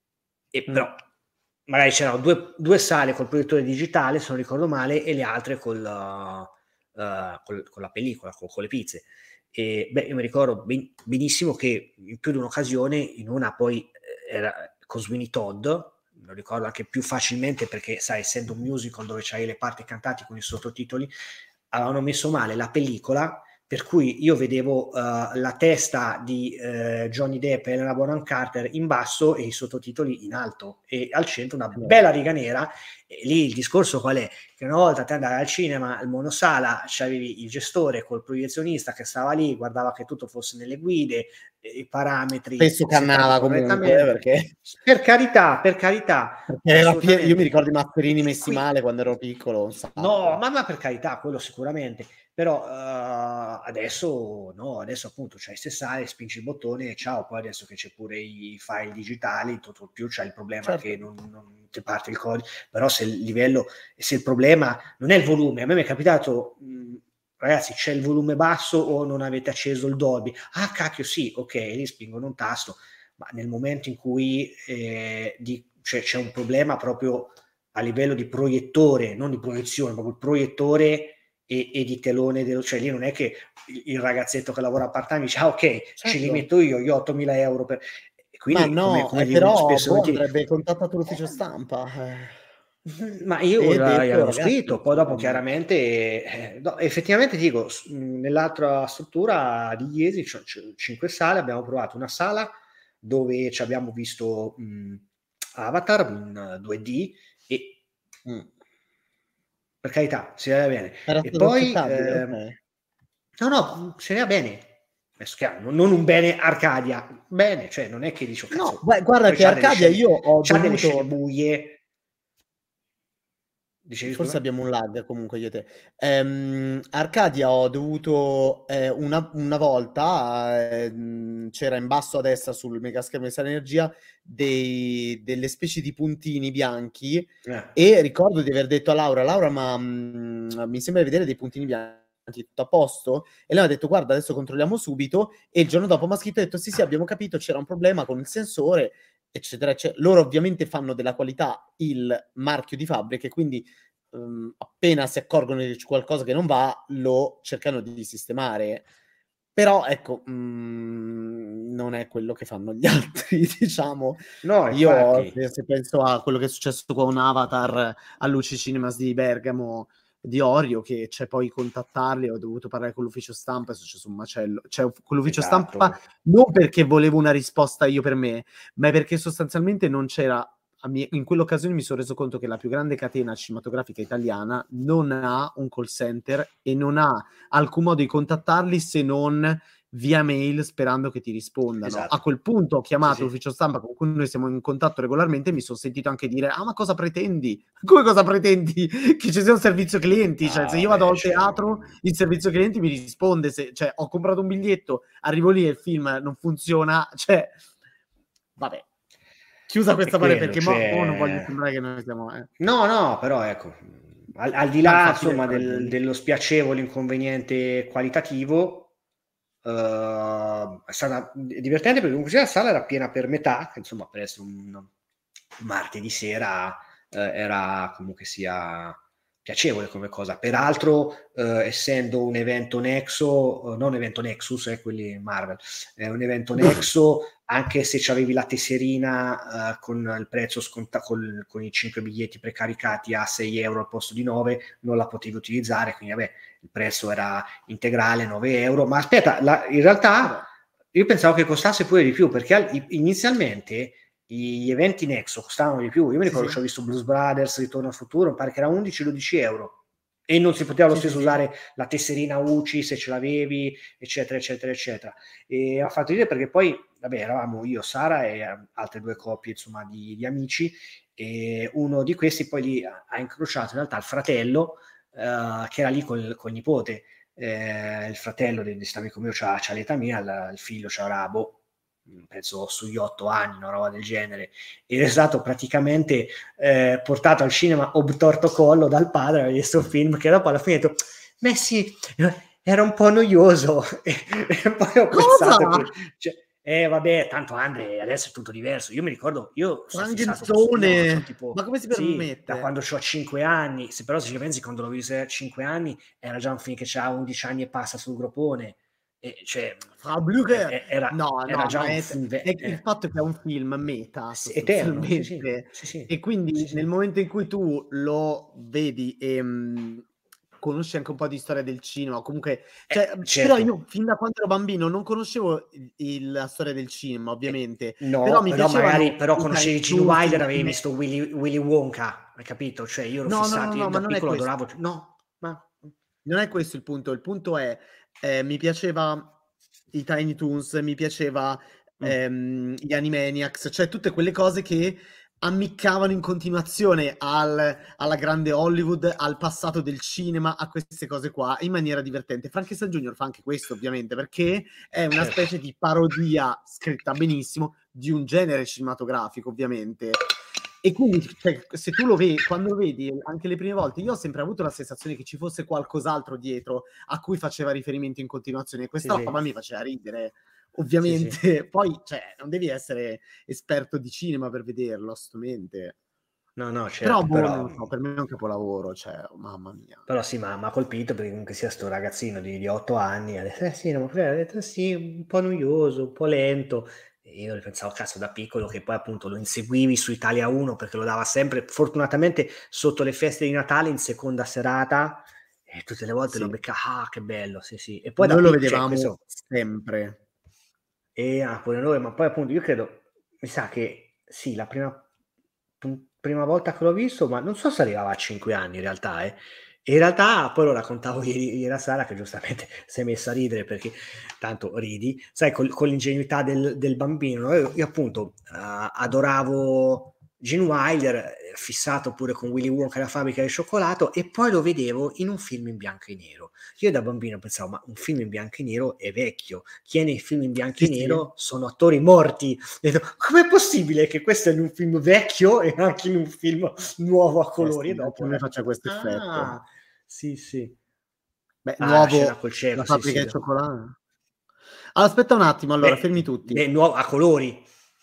e Mm. però magari c'erano due, due sale col proiettore digitale, se non ricordo male, e le altre col, uh, uh, col, con la pellicola, con, con le pizze. E, beh, io mi ricordo ben, benissimo che in più di un'occasione, in una poi era con Sweeney Todd, lo ricordo anche più facilmente perché, sai, essendo un musical dove c'hai le parti cantate con i sottotitoli, avevano messo male la pellicola, per cui io vedevo uh, la testa di uh, Johnny Depp e Helena Bonham Carter in basso e i sottotitoli in alto, e al centro una bella riga nera. E lì il discorso qual è? Che una volta te andavi al cinema, al monosala, c'avevi il gestore col proiezionista che stava lì, guardava che tutto fosse nelle guide, i parametri Spesso cannava comunque, eh, perché, per carità, per carità, perché era pie- io mi assolutamente. ricordo i mascherini E messi qui, male quando ero piccolo, un sacco. no, ma, ma per carità, quello sicuramente, però uh, adesso no, adesso appunto c'hai ste sale, spingi il bottone e ciao, poi adesso che c'è pure i file digitali, tutto più c'è il problema Certo. che non, non ti parte il codice, però se il livello, se il problema non è il volume, a me mi è capitato, mh, ragazzi, c'è il volume basso o non avete acceso il Dolby, ah cacchio sì, ok, lì spingono un tasto, ma nel momento in cui eh, di, cioè, c'è un problema proprio a livello di proiettore, non di proiezione, proprio il proiettore e, e di telone, dello, cioè lì non è che il, il ragazzetto che lavora a part-time dice, ah ok, certo. ce li metto io, io ottomila euro per... E quindi, ma no, come, come eh, dico però spesso, boh, andrebbe contattato l'ufficio stampa. Eh. ma io E detto, l'avevo ragazzi, scritto, poi dopo insomma, chiaramente, eh, no, effettivamente dico, nell'altra struttura di Iesi, cioè, cinque sale, abbiamo provato una sala dove ci abbiamo visto mh, Avatar in due D e mm. per carità, si vedeva bene. Era E stato poi, accettabile, eh, ok. no, no, si vedeva bene. Adesso chiaro, non un bene Arcadia, bene, cioè non è che dico cazzo. No, beh, guarda poi che c'ha delle Arcadia scene, io ho c'ha delle dovuto... scene buie. Dicevi, Forse scusa? abbiamo un lag comunque io e te. Ehm, Arcadia ho dovuto eh, una, una volta ehm, c'era in basso a destra sul megaschermo di Sala Energia dei, delle specie di puntini bianchi Eh. e ricordo di aver detto a Laura, Laura ma mh, mi sembra di vedere dei puntini bianchi, tutto a posto? E lei mi ha detto guarda adesso controlliamo subito, e il giorno dopo mi ha scritto e ha detto sì sì abbiamo capito, c'era un problema con il sensore eccetera eccetera. Loro ovviamente fanno della qualità il marchio di fabbrica e quindi um, appena si accorgono che c'è qualcosa che non va lo cercano di sistemare, però ecco mh, non è quello che fanno gli altri, diciamo. No, Io infatti. se, se penso a quello che è successo con Avatar all'U C Cinemas di Bergamo di Orio, che c'è poi contattarli, ho dovuto parlare con l'ufficio stampa, è successo un macello, cioè con l'ufficio Esatto. stampa non perché volevo una risposta io per me, ma è perché sostanzialmente non c'era, in quell'occasione mi sono reso conto che la più grande catena cinematografica italiana non ha un call center e non ha alcun modo di contattarli se non via mail sperando che ti rispondano. Esatto. A quel punto ho chiamato Sì, sì. l'ufficio stampa con cui noi siamo in contatto regolarmente e mi sono sentito anche dire ah ma cosa pretendi? Come cosa pretendi? Che ci sia un servizio clienti? Cioè Ah, se io vado beh, al cioè... teatro il servizio clienti mi risponde, se, cioè ho comprato un biglietto, arrivo lì e il film non funziona, cioè vabbè. Chiusa questa parte perché cioè... mo, mo non voglio sembrare che noi siamo... Eh. No, no, però ecco, al, al di là insomma del, dello spiacevole inconveniente qualitativo, Uh, è stata divertente perché comunque la sala era piena per metà, che insomma per essere un martedì sera uh, era comunque sia piacevole come cosa. Peraltro, eh, essendo un evento Nexo, eh, non evento Nexus, eh, quelli Marvel, è un evento Nexo, anche se c'avevi la tesserina eh, con il prezzo scontato, con, con i cinque biglietti precaricati a sei euro al posto di nove, non la potevi utilizzare, quindi vabbè, il prezzo era integrale, nove euro. Ma aspetta, la, in realtà io pensavo che costasse pure di più, perché inizialmente gli eventi Nexo costavano di più. Io mi ricordo che sì, ho visto Blues Brothers, Ritorno al futuro, mi pare che era undici dodici euro, e non si poteva lo sì, stesso sì, usare la tesserina U C I se ce l'avevi, eccetera eccetera eccetera. E ha fatto ridere perché poi vabbè, eravamo io, Sara e altre due coppie insomma di, di amici, e uno di questi poi lì ha, ha incrociato in realtà il fratello uh, che era lì col, col nipote. Eh, il fratello di questo amico mio c'ha, c'ha l'età mia, il, il figlio c'avrà boh, penso sugli otto anni, una roba del genere, ed è stato praticamente eh, portato al cinema obtorto collo dal padre a questo film, che dopo alla fine ha detto beh sì, era un po' noioso e, e poi ho cosa? pensato che cioè, eh vabbè, tanto Andre adesso è tutto diverso. Io mi ricordo, io sono fissato sul cinema, so, tipo, ma come si sì, permette? da quando ho cinque anni, se però se ci pensi quando l'ho visto a cinque anni era già un film che c'ha undici anni e passa sul groppone. E cioè, Fra Blue era, no, era no, già ma un è, film è eh. il fatto che è un film meta eterno, sì, sostanzialmente, sì, sì, sì, e quindi sì, sì. nel momento in cui tu lo vedi e mh, conosci anche un po' di storia del cinema, comunque, cioè, eh, certo. però io fin da quando ero bambino non conoscevo il, il, la storia del cinema, ovviamente, eh, no, però mi però piacevano magari però i conoscevi Tiny Gene Toons, Wilder, gli avevi anime. visto Willy, Willy Wonka, hai capito? Cioè io ero No, no, no, fissato, no, io ma da non è piccolo questo. adoravo, no, ma Non è questo il punto, il punto è, eh, mi piaceva i Tiny Toons, mi piaceva mm. ehm, gli Animaniacs, cioè tutte quelle cose che ammiccavano in continuazione al, alla grande Hollywood, al passato del cinema, a queste cose qua, in maniera divertente. Frankenstein Junior fa anche questo, ovviamente, perché è una certo. specie di parodia scritta benissimo di un genere cinematografico, ovviamente. E quindi, cioè, se tu lo vedi, quando lo vedi anche le prime volte, io ho sempre avuto la sensazione che ci fosse qualcos'altro dietro a cui faceva riferimento in continuazione. Questa Sì, roba sì. mi faceva ridere, ovviamente. Sì, sì. Poi, cioè, non devi essere esperto di cinema per vederlo, assolutamente. No, no, Però, certo, boh, però, non so, per me è un capolavoro, cioè, mamma mia. però sì, ma mi ha colpito perché comunque sia sto ragazzino di, di otto anni, ha detto, eh sì, no, ma ha detto sì, un po' noioso, un po' lento. E io pensavo, cazzo, da piccolo, che poi appunto lo inseguivi su Italia uno perché lo dava sempre, fortunatamente sotto le feste di Natale in seconda serata, e tutte le volte Sì. lo beccava, ah, che bello, sì, sì. E poi Noi da lo piccolo, vedevamo cioè, questo... sempre. E ah, pure noi, ma poi appunto io credo, mi sa che sì, la prima, prima volta che l'ho visto, ma non so se arrivava a cinque anni in realtà, eh. E in realtà poi lo raccontavo ieri, ieri a Sara, che giustamente si è messa a ridere perché tanto ridi, sai, col, con l'ingenuità del, del bambino, no? io, io appunto uh, adoravo Gene Wilder, fissato pure con Willy Wonka e la fabbrica del cioccolato, e poi lo vedevo in un film in bianco e nero. Io da bambino pensavo, ma un film in bianco e nero è vecchio, chi è nei film in bianco Sì, e sì. nero sono attori morti. Com'è possibile che questo è in un film vecchio e anche in un film nuovo a colori? Eh sì, e dopo anche a me faccia questo effetto. ah, sì, sì. Beh, Ah, la scena nuovo, col cieco, la sì, fabbrica sì. di cioccolato. Aspetta un attimo, allora, Beh, fermi tutti. beh, nuovo a colori.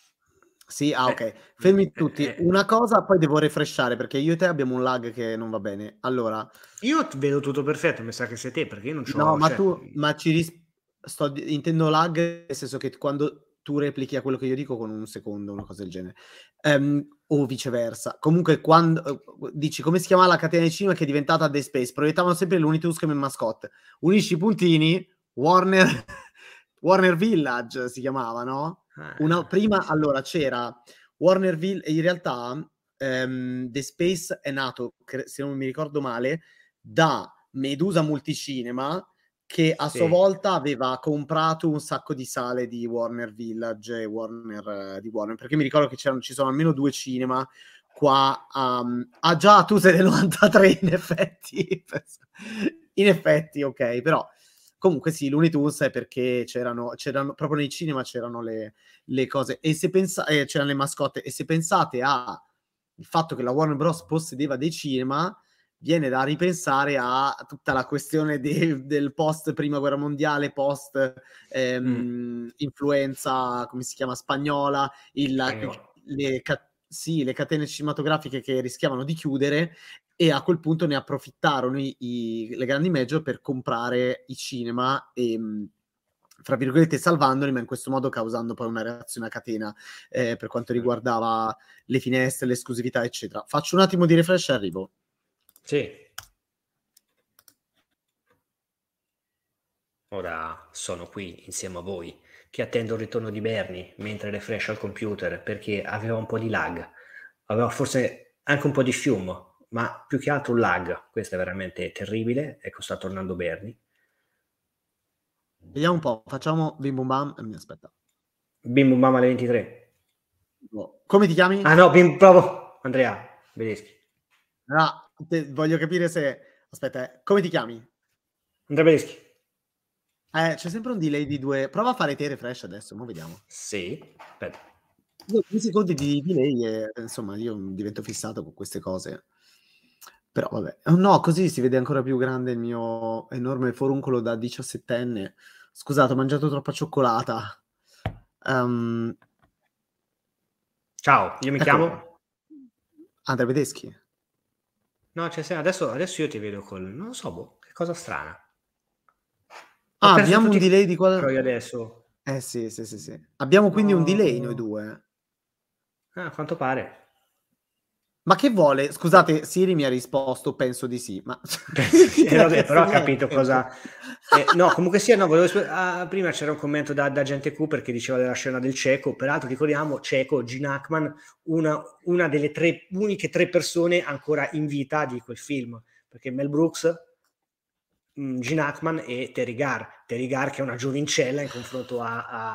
Sì, ah, Eh, ok. Fermi eh, tutti. eh. Una cosa, poi devo refreshare perché io e te abbiamo un lag che non va bene. Allora, Io vedo tutto perfetto, mi sa che sei te, perché io non no, c'ho... ma Cioè... tu, ma ci ris- sto di- intendo lag nel senso che quando tu replichi a quello che io dico con un secondo, una cosa del genere, Ehm, o viceversa. Comunque, quando eh, dici come si chiama la catena di cinema che è diventata The Space, proiettavano sempre Looney Tunes come mascotte. Unisci i puntini, Warner, Warner Village si chiamava, no? Una, Ah, prima, sì, sì. allora, c'era Warner Village, in realtà ehm, The Space è nato, cre- se non mi ricordo male, da Medusa Multicinema, che a sua Sì. volta aveva comprato un sacco di sale di Warner Village e Warner, eh, di Warner, perché mi ricordo che c'erano, ci sono almeno due cinema qua. Um, ah già, tu sei del novantatré, in effetti. In effetti, ok, però comunque sì, Looney Tunes è perché c'erano, c'erano proprio nei cinema c'erano le, le cose, e se pensate, eh, c'erano le mascotte, e se pensate a il fatto che la Warner Bros. Possedeva dei cinema, viene da ripensare a tutta la questione de- del post prima guerra mondiale, post ehm, mm. influenza, come si chiama, spagnola, il, Spagnolo. le, sì, le catene cinematografiche che rischiavano di chiudere, e a quel punto ne approfittarono i, i, le grandi major per comprare i cinema e, fra virgolette, salvandoli, ma in questo modo causando poi una reazione a catena eh, per quanto riguardava le finestre, l'esclusività, eccetera. Faccio un attimo di refresh e arrivo. Sì. Ora sono qui insieme a voi che attendo il ritorno di Bernie mentre refresh al computer, perché aveva un po' di lag, aveva forse anche un po' di fiume, ma più che altro un lag. Questo è veramente terribile. Ecco, sta tornando Bernie. Vediamo un po', facciamo bim bum bam. Mi aspetta. Bim bum bam alle ventitré. No. Come ti chiami? Ah no, bim, bravo, Andrea Bedeschi. No, te, voglio capire se... Aspetta, eh. Come ti chiami? Andrea Bedeschi. Eh, c'è sempre un delay di due... Prova a fare te refresh adesso, mo vediamo. Sì, aspetta. Due secondi di delay e, insomma, io divento fissato con queste cose. Però vabbè. No, così si vede ancora più grande il mio enorme foruncolo da diciassettenne. Scusate, ho mangiato troppa cioccolata. Um... Ciao, io mi ecco. chiamo Andrea Bedeschi. No, cioè, adesso, adesso io ti vedo col... Non lo so, boh, che cosa strana. Ah, abbiamo un delay di qua. Però io adesso... Eh sì, sì, sì, sì. Abbiamo quindi no. un delay noi due. Ah, a quanto pare. Ma che vuole? Scusate, Siri mi ha risposto, penso di sì. Ma... eh, vabbè, però ha capito cosa... Eh, no, comunque sia, no, volevo... ah, prima c'era un commento da, da Gente Q perché diceva della scena del cieco. Peraltro ricordiamo, cieco, Gene Hackman, una, una delle tre, uniche tre persone ancora in vita di quel film. Perché Mel Brooks... Gene Hackman e Terry Garr. Terry Garr che è una giovincella in confronto a, a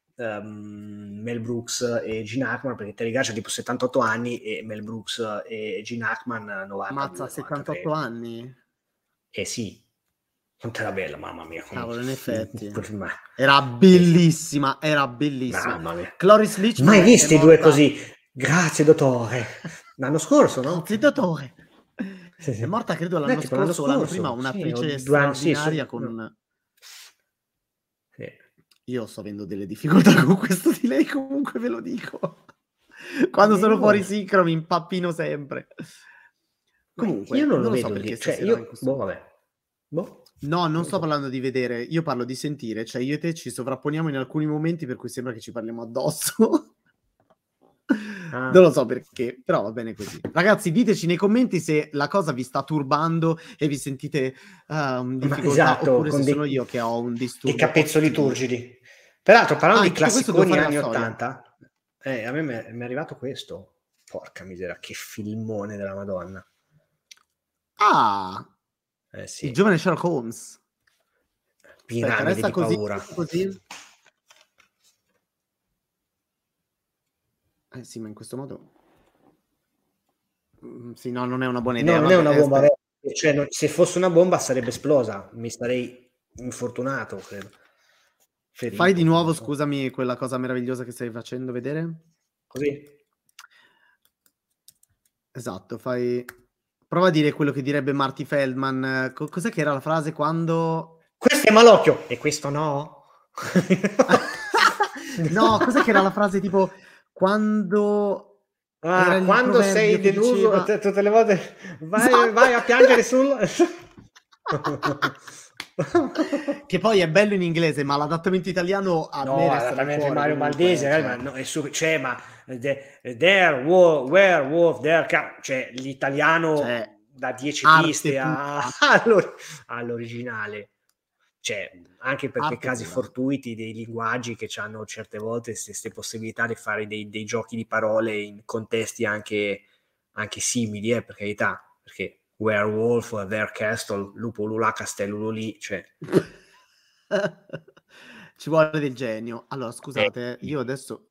um, Mel Brooks e Gene Hackman, perché Terry Garr ha tipo settantotto anni e Mel Brooks e Gene Hackman novanta. Mazza, settantotto anni? Eh sì, quanto era bella, mamma mia. Cavolo, in effetti. Ma... Era bellissima, era bellissima. Mamma mia. Cloris Leachman. Mai visti due così? Grazie, dottore. L'anno scorso, no? Grazie, dottore. Sì, sì. È morta credo l'anno, Beh, scorso, l'anno scorso l'anno prima, un'attrice sì, straordinaria sì, con... No. Sì. Io sto avendo delle difficoltà con questo di lei, comunque ve lo dico. Quando eh, sono no. fuori sincro mi impappino sempre. Comunque, io non, non lo vedo so perché di... cioè, io... questo... boh, vabbè. Boh. No, non, non sto so. parlando di vedere, io parlo di sentire, cioè io e te ci sovrapponiamo in alcuni momenti per cui sembra che ci parliamo addosso. Ah. Non lo so perché, però va bene così. Ragazzi, diteci nei commenti se la cosa vi sta turbando e vi sentite um, difficoltà, esatto, oppure se dei, sono io che ho un disturbo. I capezzoli turgidi. Peraltro, parlando ah, di classiconi anni ottanta, eh, a me mi è arrivato questo. Porca misera, che filmone della Madonna. Ah! Eh, sì. Il giovane Sherlock Holmes. Piramide Aspetta, di così, paura. Così. Eh sì, ma in questo modo... Mm, sì, no, non è una buona idea. No, non vabbè, è una bomba. aspetta. Cioè, non, se fosse una bomba sarebbe esplosa. Mi starei infortunato, credo. Ferito, Fai di nuovo, so. Scusami, quella cosa meravigliosa che stai facendo vedere. Così? Esatto, fai... Prova a dire quello che direbbe Marty Feldman. Cos'è che era la frase quando... Questo è malocchio! E questo no? No, cos'è che era la frase tipo... Quando... Ah, quando sei deluso diceva... tutte le volte vai, esatto. vai a piangere sul... Che poi è bello in inglese, ma l'adattamento italiano a no, me resta l'adattamento di Mario Maldese, cioè. ma no, è su, cioè, ma there, wolf, werewolf, there, cioè l'italiano cioè, da dieci piste a, all'or- all'originale, cioè anche per quei casi pura. fortuiti dei linguaggi che hanno certe volte queste possibilità di fare dei, dei giochi di parole in contesti anche, anche simili, eh, per carità, perché werewolf, there castle, lupo lula, castello lulì, cioè ci vuole del genio. Allora scusate, io adesso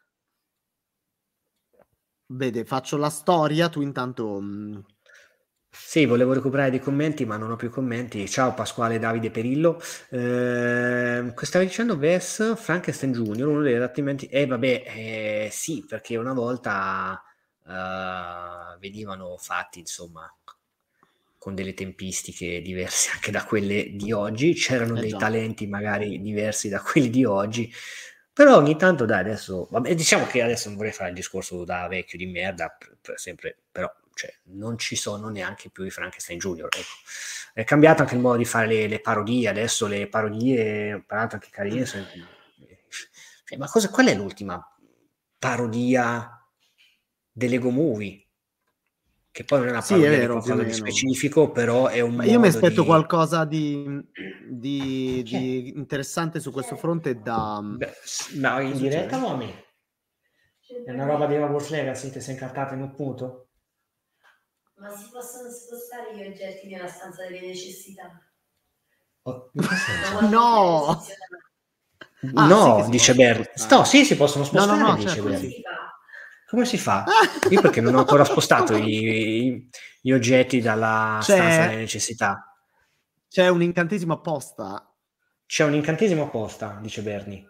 vede, faccio la storia, tu intanto mh... Sì, volevo recuperare dei commenti, ma non ho più commenti. Ciao Pasquale Davide Perillo. Eh, stavi dicendo Wes Frankenstein Junior, uno degli adattamenti. Eh, vabbè, eh, sì, perché una volta uh, venivano fatti, insomma, con delle tempistiche diverse anche da quelle di oggi. C'erano eh dei già. talenti magari diversi da quelli di oggi. Però ogni tanto dai, adesso vabbè, diciamo che adesso non vorrei fare il discorso da vecchio di merda per, per sempre, però cioè, non ci sono neanche più i Frankenstein Junior, ecco. È cambiato anche il modo di fare le, le parodie, adesso le parodie, tra l'altro anche carine, sono- cioè, ma cosa, qual è l'ultima parodia dell'Ego Movie? Che poi non è una Sì, parodia è di vero, più o qualcosa di meno. specifico, però è un Ma io mi modo aspetto di... qualcosa di, di- Chi è? di interessante su questo fronte da... Beh, s- ma in Che diretta succede? o a me? È una roba di Hogwarts Legacy, ti sei incartato in un punto? Ma si possono spostare gli oggetti nella stanza delle necessità? Oh, in che senso? Ma No! guarda che funziona. Ah, no, sì che si dice possono Bernie. spostare. No, sì, si possono No, spostare, no, no, dice certo, Bernie. sì. Si fa. Come si fa? Io perché non ho ancora spostato i- i- gli oggetti dalla C'è- stanza delle necessità. C'è un incantesimo apposta. C'è un incantesimo apposta, dice Bernie.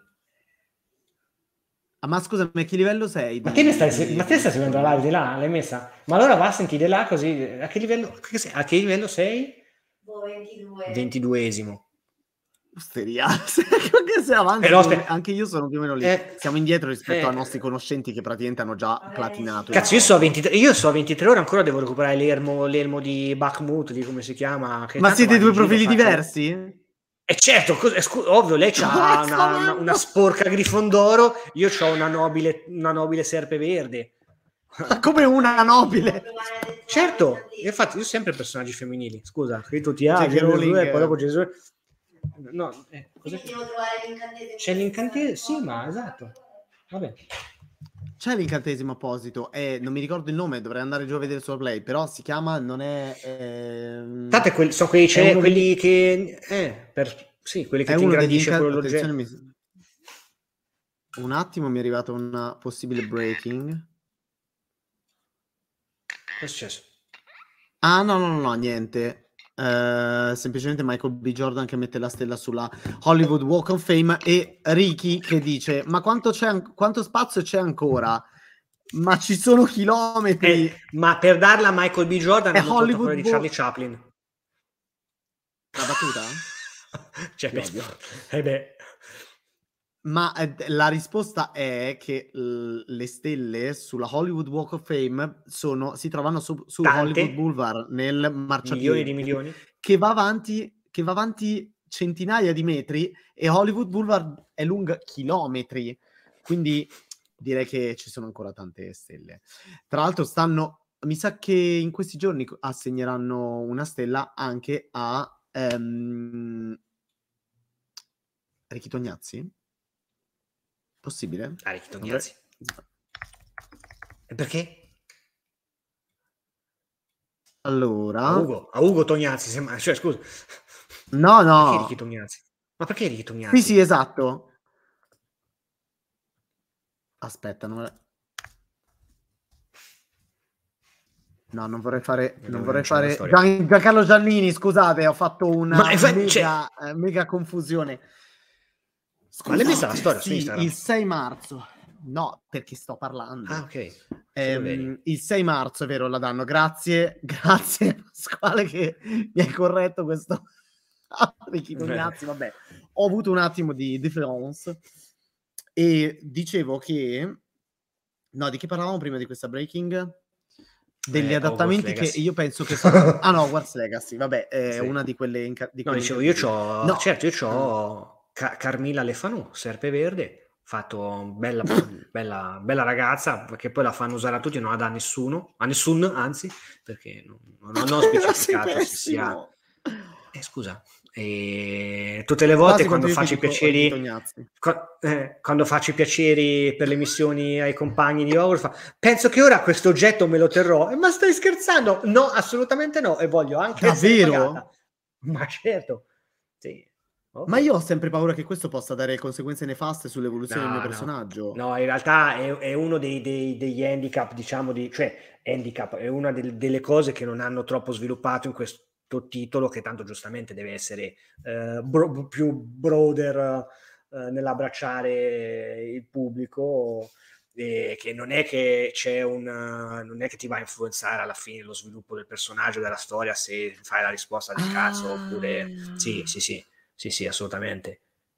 Ah, ma scusami, a che livello sei? Ma di- te ne stai, di- ma te stai seguendo la live di là? L'hai messa? Ma allora va a sentire là così. A che livello, che sei? A che livello sei? Boh, ventidue. ventiduesimo. Osteria. Anche se avanti, Però, come- aspetta. anche io sono più o meno lì. Eh, Siamo indietro rispetto eh. ai nostri conoscenti che praticamente hanno già platinato. Cazzo, io so a ventitré, io so a ventitré ore ancora devo recuperare l'elmo, l'elmo di Bakhmut, di come si chiama. Che Ma tanto siete va due in giro, profili faccio- diversi? E certo, cos- è scu- ovvio, lei Cosa ha sto una, una, amando? una sporca Grifondoro, io ho una nobile, una nobile serpe verde. Come una nobile. Certo, infatti io ho sempre personaggi femminili. Scusa, qui tutti ah, Cioè, che che Gesù Rowling- e poi dopo Gesù. No, eh, cos'è? Quindi devo trovare l'incantesimo. C'è l'incantesimo? Sì, ma esatto. Vabbè. C'è l'incantesimo apposito e non mi ricordo il nome, dovrei andare giù a vedere il suo play, però si chiama, non è... ehm, Tanto è quelli, sono quei, È c'è, uno quelli degli- che... Eh, per, sì, quelli che è ti uno degli ingrandisce inca- quello l'oggetto. attenzione, mi- un attimo mi è arrivata una possibile breaking. Cosa è successo? Ah no no no, no niente. Eh, semplicemente Michael B. Jordan che mette la stella sulla Hollywood Walk of Fame e Ricky che dice ma quanto, c'è an- quanto spazio c'è ancora? Ma ci sono chilometri. Eh, ma per darla a Michael B. Jordan È hanno tolto Hollywood quella di Bo- Charlie Chaplin. La battuta? Cioè, Ti beh, odio. eh beh. Ma eh, la risposta è che l- le stelle sulla Hollywood Walk of Fame sono, si trovano su, su Tante. Hollywood Boulevard nel marciapiede Milioni di milioni. che va avanti che va avanti centinaia di metri e Hollywood Boulevard è lunga chilometri, quindi direi che ci sono ancora tante stelle. Tra l'altro stanno, mi sa che in questi giorni assegneranno una stella anche a ehm, Ricky Tognazzi? Possibile? Ah, Ricky Tognazzi. E perché? Allora, A Ugo, a Ugo Tognazzi, sembra, cioè scusa. no, Perché no, Ricky Tognazzi? Ma perché Ricky Tognazzi? sì, sì, esatto. Aspetta, non... no, non vorrei fare, Devo non vorrei rinunciare alla fare storia. Gian- Giancarlo Giannini, scusate, ho fatto una Ma, infatti, mega, cioè- eh, mega confusione. Ma l'hai messa la storia su sì, Instagram? il sei marzo. No, perché sto parlando. Ah, ok. Ehm, il sei marzo, è vero, la danno. Grazie, grazie Pasquale che mi hai corretto questo. Ricky Tognazzi, vabbè. Ho avuto un attimo di difference e dicevo che no, di che parlavamo prima di questa breaking? Degli Eh, adattamenti Hogwarts che Legacy. io penso che sono... ah no, Hogwarts Legacy, vabbè, è Sì. una di quelle inca- di No, quelle dicevo, io incredibili. c'ho, No. certo, io c'ho Ca- Carmilla Lefanù, Serpe Verde, fatto bella, bella, bella ragazza, perché poi la fanno usare a tutti, non la dà a nessuno, a nessun, anzi, perché non, non ho Sei specificato se sia... pessimo. Eh, scusa, e tutte le volte Quasi quando quanto io faccio i ti dico piaceri... Ricky Tognazzi. Qua- eh, quando faccio i piaceri per le missioni ai compagni di Hogwarts, fa, penso che ora questo oggetto me lo terrò. Eh, ma stai scherzando? No, assolutamente no. E voglio anche essere Davvero? pagata. Ma certo. Sì. Ok. Ma io ho sempre paura che questo possa dare conseguenze nefaste sull'evoluzione No, del mio no. personaggio. No, in realtà è, è uno dei, dei- degli handicap, diciamo, di, cioè handicap è una del- delle cose che non hanno troppo sviluppato in questo titolo, che tanto giustamente deve essere eh, bro- più broader eh, nell'abbracciare il pubblico, e che non è che c'è un non è che ti va a influenzare alla fine lo sviluppo del personaggio, della storia, se fai la risposta del cazzo, oppure sì, sì, sì, sì, sì, assolutamente.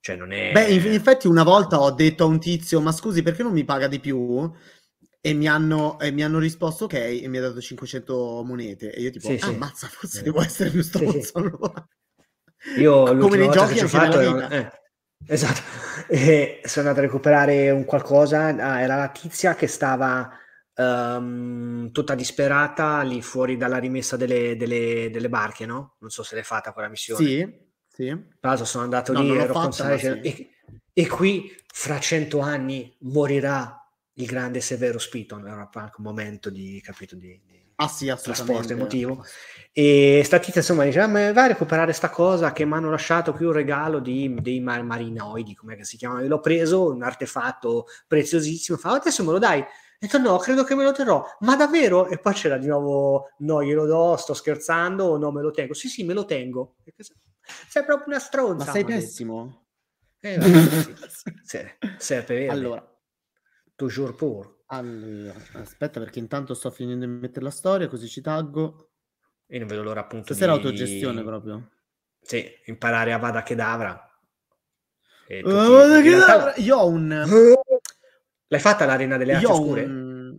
Cioè non è... Beh, in, in effetti una volta ho detto a un tizio, ma scusi, perché non mi paga di più? E mi hanno, e mi hanno risposto ok, e mi ha dato cinquecento monete. E io tipo, Sì, ah, sì. ammazza, forse Eh. devo essere più Sì, sì. stronzo allora. Io Come l'ultima nei volta giochi che ci ho anche fatto nella era- vita. eh, esatto. E sono andato a recuperare un qualcosa. Ah, era la tizia che stava ehm, tutta disperata lì fuori dalla rimessa delle, delle- delle barche, no? Non so se l'hai fatta quella missione. Sì, sì. Tra l'altro sono andato No, lì, non l'ho ero con fatta, ma Sare, sì. e, e qui fra cento anni morirà il grande Severo Spiton. Era anche un momento di, capito, di, di Ah sì, trasporto assolutamente. emotivo. E sta tizia insomma dice, ah, ma vai a recuperare sta cosa che mi hanno lasciato qui un regalo di, dei mar- marinoidi, come si chiamano, io l'ho preso, un artefatto preziosissimo, fa, adesso me lo dai? Ho detto no, credo che me lo terrò, ma davvero? E poi c'era di nuovo, no, glielo do, sto scherzando, no, me lo tengo, sì sì, me lo tengo. Sei proprio una stronza, Ma sei m'ha detto. pessimo. Eh, vabbè, sì. Se- Serpe verde. Allora, Toujours pour. allora, aspetta perché intanto sto finendo di mettere la storia, così ci taggo. Io non vedo l'ora appunto Stasera di... autogestione proprio. Sì, imparare a Vada Kedavra. E tutti... Uh, in che realtà- da- Io ho un... L'hai fatta l'arena delle arti Io ho oscure? un...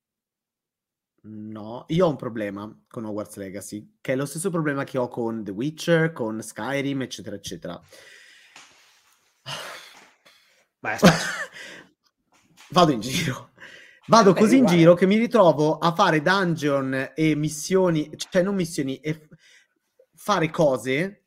No, io ho un problema con Hogwarts Legacy, che è lo stesso problema che ho con The Witcher, con Skyrim, eccetera, eccetera. Vai, spazio. Vado in giro. Vado Vabbè, così in uguale. giro che mi ritrovo a fare dungeon e missioni, cioè non missioni, e f- fare cose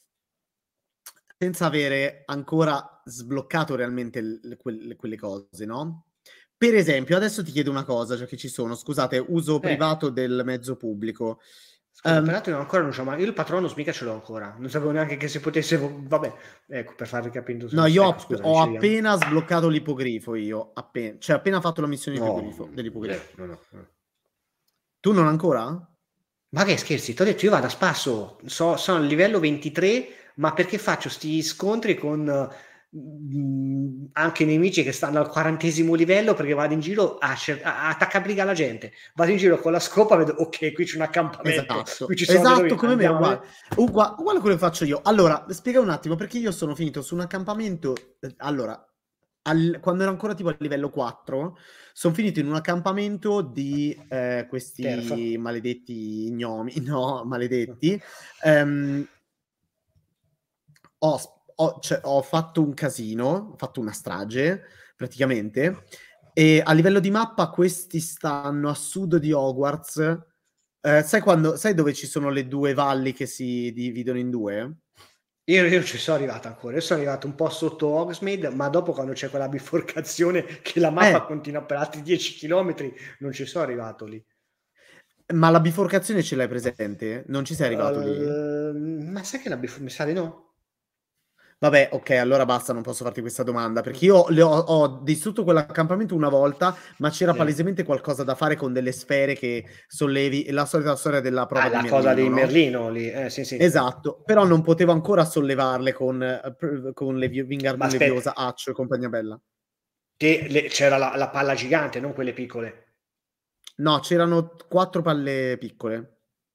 senza avere ancora sbloccato realmente l- quelle, quelle cose, no? Per esempio, adesso ti chiedo una cosa, già che ci sono, scusate, uso Eh. privato del mezzo pubblico. Scusa, Ehm, peraltro io ancora non c'ho mai... Io il Patronus mica ce l'ho ancora. Non sapevo neanche che si potesse... Vabbè, ecco, per farvi capire... No, io ho, ecco, scusa, ho dicevi, appena sbloccato l'ipogrifo io, appena, cioè appena fatto la missione No, dell'ipogrifo, dell'ipogrifo. eh, no, no, no. Tu non ancora? Ma che scherzi, ti ho detto io vado a spasso, so, sono al livello ventitré, ma perché faccio sti scontri con mm, anche nemici che stanno al quarantesimo livello, perché vado in giro a, cer- a attaccabriga alla gente, vado in giro con la scopa, vedo ok, qui c'è un accampamento, Esatto, qui ci sono esatto, dei- come me, andiamo, uguale. eh. Ugua- uguale a quello che faccio io. Allora, spiega un attimo, perché io sono finito su un accampamento, eh, allora, al- quando ero ancora tipo a livello quattro, sono finito in un accampamento di eh, questi Terfa. maledetti gnomi, no, maledetti. Ehm, ho, sp- ho- cioè, ho fatto un casino, ho fatto una strage, praticamente, e a livello di mappa questi stanno a sud di Hogwarts. Eh, sai quando, sai dove ci sono le due valli che si dividono in due? Io, io non ci sono arrivato ancora, io sono arrivato un po' sotto Hogsmeade, ma dopo quando c'è quella biforcazione che la mappa Eh. continua per altri dieci chilometri, non ci sono arrivato lì. Ma la biforcazione ce l'hai presente? Non ci sei arrivato lì? Uh, ma sai che la bif- mi sa di no? Vabbè, ok, allora basta, non posso farti questa domanda, perché io le ho, ho distrutto quell'accampamento una volta, ma c'era Sì. palesemente qualcosa da fare con delle sfere che sollevi, la solita storia della prova Ah, di la Merlino, cosa di no? Merlino lì, eh, sì, sì. Esatto, però non potevo ancora sollevarle con, eh, pr- con le Vingardium Ma aspetta. Leviosa, Accio e compagnia bella. Che le- c'era la, la palla gigante, non quelle piccole. No, c'erano quattro palle piccole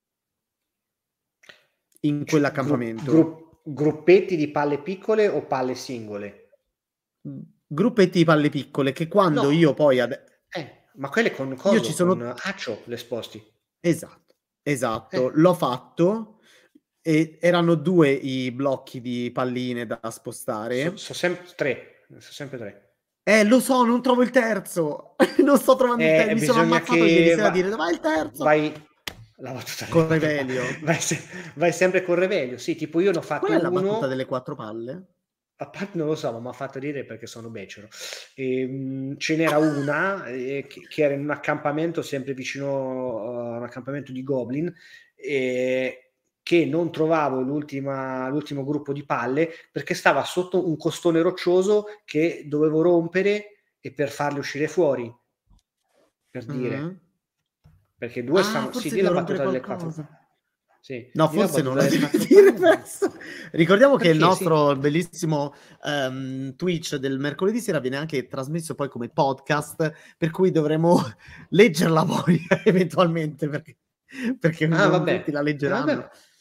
in quell'accampamento. Gru- gru- gruppetti di palle piccole o palle singole? Gruppetti di palle piccole che quando No. io poi... Ad... Eh, ma quelle con coso, Io ci sono... con accio le sposti. Esatto, esatto. Eh. L'ho fatto e erano due i blocchi di palline da spostare. Sono so sempre tre, sono sempre tre. Eh, lo so, non trovo il terzo. Non sto trovando Eh, il terzo. Mi sono bisogna ammazzato che ieri sera va- a dire dov'è il terzo? Vai... La battuta Con delle- Revelio. Vai, se- vai sempre con Revelio. Sì, tipo io ne ho fatto Qual è la uno... battuta delle quattro palle? A parte non lo so, ma mi ha fatto dire perché sono becero. E, mh, ce n'era una eh, che, che era in un accampamento sempre vicino uh, a un accampamento di Goblin, eh, che non trovavo l'ultima, l'ultimo gruppo di palle perché stava sotto un costone roccioso che dovevo rompere e per farli uscire fuori, per dire. Mm. Perché due Ah, stanno... forse Sì, di devo la rompere battuta delle qualcosa. quattro. Sì, No, di la forse non la battuta delle devi quattro dire palle. questo. Ricordiamo che il Perché nostro bellissimo ehm, Twitch del mercoledì sera viene anche trasmesso poi come podcast, per cui dovremo leggerla poi eventualmente, perché, perché Ah, non vabbè. tutti la Eh, leggeranno. vabbè.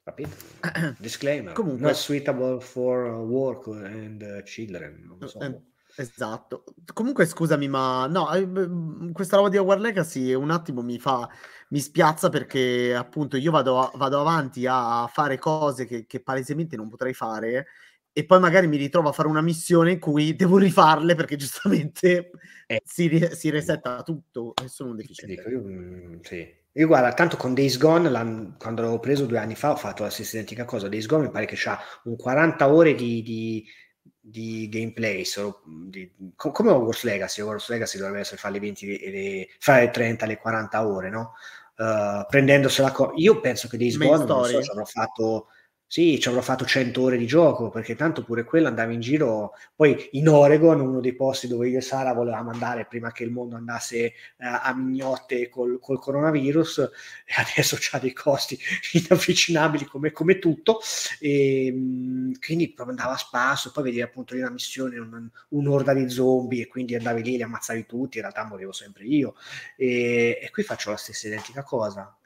capito? Disclaimer. Comunque, Not suitable for work and uh, children. Non so. eh, esatto. Comunque, scusami, ma no, eh, beh, questa roba di Hogwarts Legacy un attimo mi fa, mi spiazza perché appunto io vado, a- vado avanti a fare cose che, che palesemente non potrei fare e poi magari mi ritrovo a fare una missione in cui devo rifarle perché giustamente Eh. si, ri- si resetta tutto e sono un Ti deficiente. dico, io, mm, sì. Io guarda, tanto con Days Gone, l'han- quando l'avevo preso due anni fa, ho fatto la stessa identica cosa. Days Gone mi pare che c'ha un quaranta ore di, di, di gameplay, solo, di, co- come Hogwarts Legacy. Hogwarts Legacy dovrebbe essere fra le venti e le, fra le trenta e le quaranta ore, no? Uh, prendendosela co- io penso che Days Main Gone, non lo so, story? ci avrò fatto sì, ci avrò fatto cento ore di gioco, perché tanto pure quello andava in giro, poi in Oregon, uno dei posti dove io e Sara volevamo andare prima che il mondo andasse eh, a mignotte col, col coronavirus, e adesso c'ha dei costi inavvicinabili come, come tutto, e mh, quindi proprio andava a spasso, poi vedevi appunto lì una missione, un, un'orda di zombie, e quindi andavi lì, li ammazzavi tutti, in realtà morivo sempre io, e, e qui faccio la stessa identica cosa.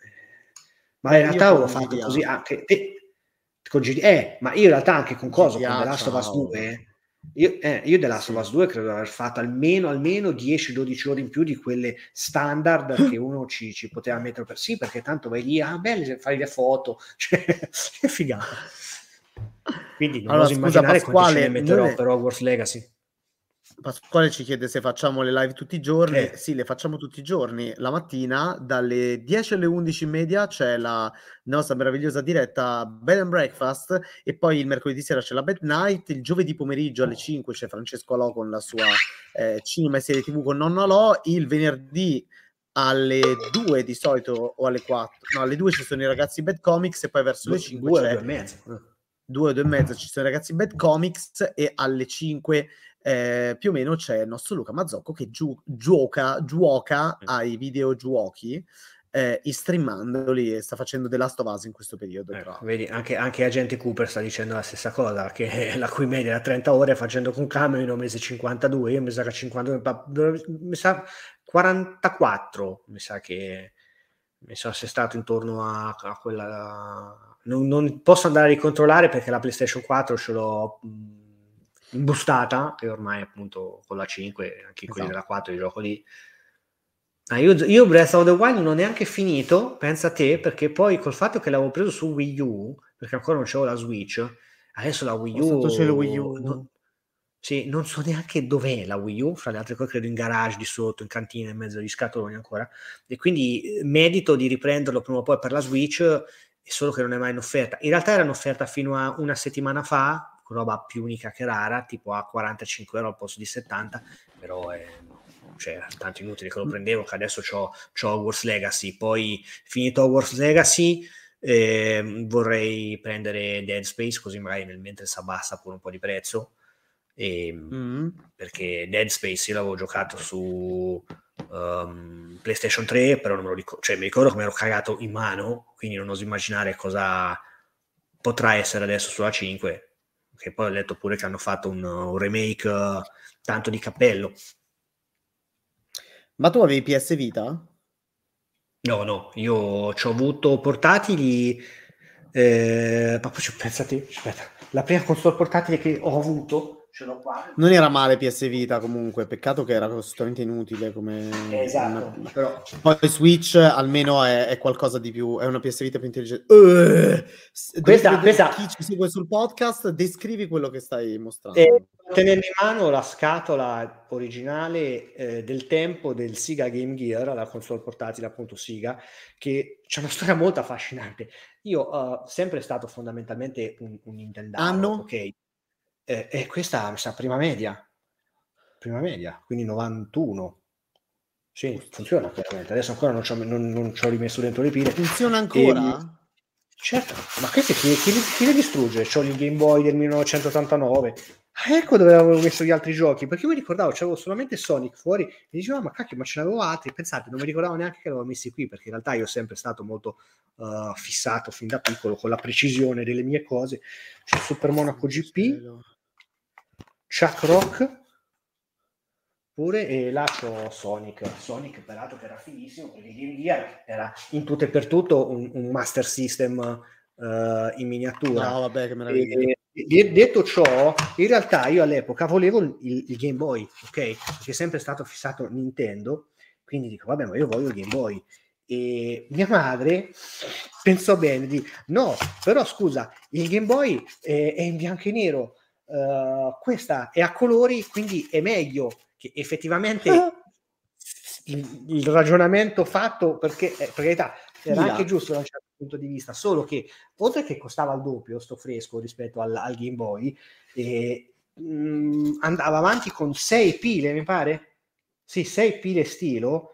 Ma Beh, in io realtà con avevo fatto G D A. così anche eh, con G D A, eh, ma io in realtà anche con coso, con G D A, The Last of Us ciao. due, io, eh, io The Last Sì. of Us due credo di aver fatto almeno, almeno dieci dodici ore in più di quelle standard che uno ci, ci poteva mettere per sì, perché tanto vai lì, ah belle, fai le foto, cioè, è figata. Quindi non Allora, oso scusa, immaginare quanti ce ne Pasquale, metterò noi le- per Hogwarts Legacy. Pasquale ci chiede se facciamo le live tutti i giorni. Eh. Sì, le facciamo tutti i giorni. La mattina dalle dieci alle undici e media c'è la nostra meravigliosa diretta Bed and Breakfast e poi il mercoledì sera c'è la Bed Night. Il giovedì pomeriggio alle cinque c'è Francesco Alò con la sua eh, cinema e serie tivù con Nonno Alò. Il venerdì alle due di solito o alle quattro, no, alle due ci sono i ragazzi Bad Comics e poi verso le cinque Due o c'è due e mezza. due o due e mezza ci sono i ragazzi Bad Comics e alle cinque eh, più o meno c'è il nostro Luca Mazzocco che giu- gioca, gioca ai videogiochi eh, streamandoli e sta facendo The Last of Us in questo periodo. Ecco, Tra... vedi, anche, anche Agente Cooper sta dicendo la stessa cosa, che la cui media era trenta ore facendo con Cameo ne ho mese cinquantadue, io mi sa che cinquantadue, mi sa quarantaquattro, mi sa che mi sono assestato intorno a, a quella... Non, non posso andare a ricontrollare perché la PlayStation quattro ce l'ho mh, imbustata e ormai appunto con la cinque, anche quelli Esatto. della quattro li gioco lì. Ah, io, io Breath of the Wild non ho neanche finito, pensa a te, perché poi col fatto che l'avevo preso su Wii U, perché ancora non c'avevo la Switch, adesso la Wii Oh, santo cielo, U, Wii U. non, sì, non so neanche dov'è la Wii U, fra le altre cose credo in garage di sotto, in cantina, in mezzo agli scatoloni ancora, e quindi eh, medito di riprenderlo prima o poi per la Switch, è solo che non è mai in offerta. In realtà era in offerta fino a una settimana fa, roba più unica che rara, tipo a quarantacinque euro al posto di settanta, però è... cioè tanto inutile che lo prendevo, che adesso c'ho, c'ho Hogwarts Legacy, poi finito Hogwarts Legacy eh, vorrei prendere Dead Space, così magari nel mentre si abbassa pure un po' di prezzo, e, Mm. perché Dead Space io l'avevo giocato su um, PlayStation tre, però non me lo ricordo, cioè mi ricordo che mi ero cagato in mano, quindi non oso immaginare cosa potrà essere adesso sulla cinque, che poi ho letto pure che hanno fatto un, un remake uh, tanto di cappello. Ma tu avevi P S Vita? No, no, io ci ho avuto portatili, eh, ma poi ci pensate, aspetta, la prima console portatile che ho avuto, ce l'ho qua. Non era male P S Vita comunque, peccato che era assolutamente inutile come... Esatto, una... però... Poi Switch almeno è, è qualcosa di più, è una P S Vita più intelligente. Uh, Questa, vedere, questa... chi ci segue sul podcast, descrivi quello che stai mostrando. E tenendo in mano la scatola originale eh, del tempo del Sega Game Gear, la console portatile appunto Sega, che c'è una storia molto affascinante. Io ho uh, sempre stato fondamentalmente un, un Nintendaro, Anno? ok? Eh, e questa mi sa prima media, prima media, quindi novantuno. Sì, Ustia. funziona chiaramente. Adesso ancora non ci ho, non, non ci ho rimesso dentro le pile. Funziona ancora? E, certo, ma questi chi, chi, chi le distrugge? C'ho il Game Boy del millenovecentottantanove. Ah, ecco dove avevo messo gli altri giochi, perché io mi ricordavo, c'avevo solamente Sonic fuori e dicevo, ah, ma cacchio, ma ce n'avevo altri. Pensate, non mi ricordavo neanche che l'avevo messi qui, perché in realtà io sono sempre stato molto uh, fissato fin da piccolo con la precisione delle mie cose. C'è Super Monaco G P, Chuck Rock, pure, e là c'ho Sonic Sonic peraltro che era finissimo perché Game Gear era in tutto e per tutto un, un Master System uh, in miniatura. No, vabbè, che meraviglia. E, e, detto ciò, in realtà io all'epoca volevo il, il Game Boy, ok? Perché è sempre stato fissato Nintendo, quindi dico, vabbè, ma io voglio il Game Boy. E mia madre pensò bene di no, però scusa, il Game Boy è, è in bianco e nero, uh, questa è a colori, quindi è meglio, che effettivamente il, il ragionamento fatto, perché eh, per carità era anche giusto da un certo punto di vista, solo che oltre che costava il doppio sto fresco rispetto al, al Game Boy, eh, mh, andava avanti con sei pile, mi pare, sì, sei pile stilo,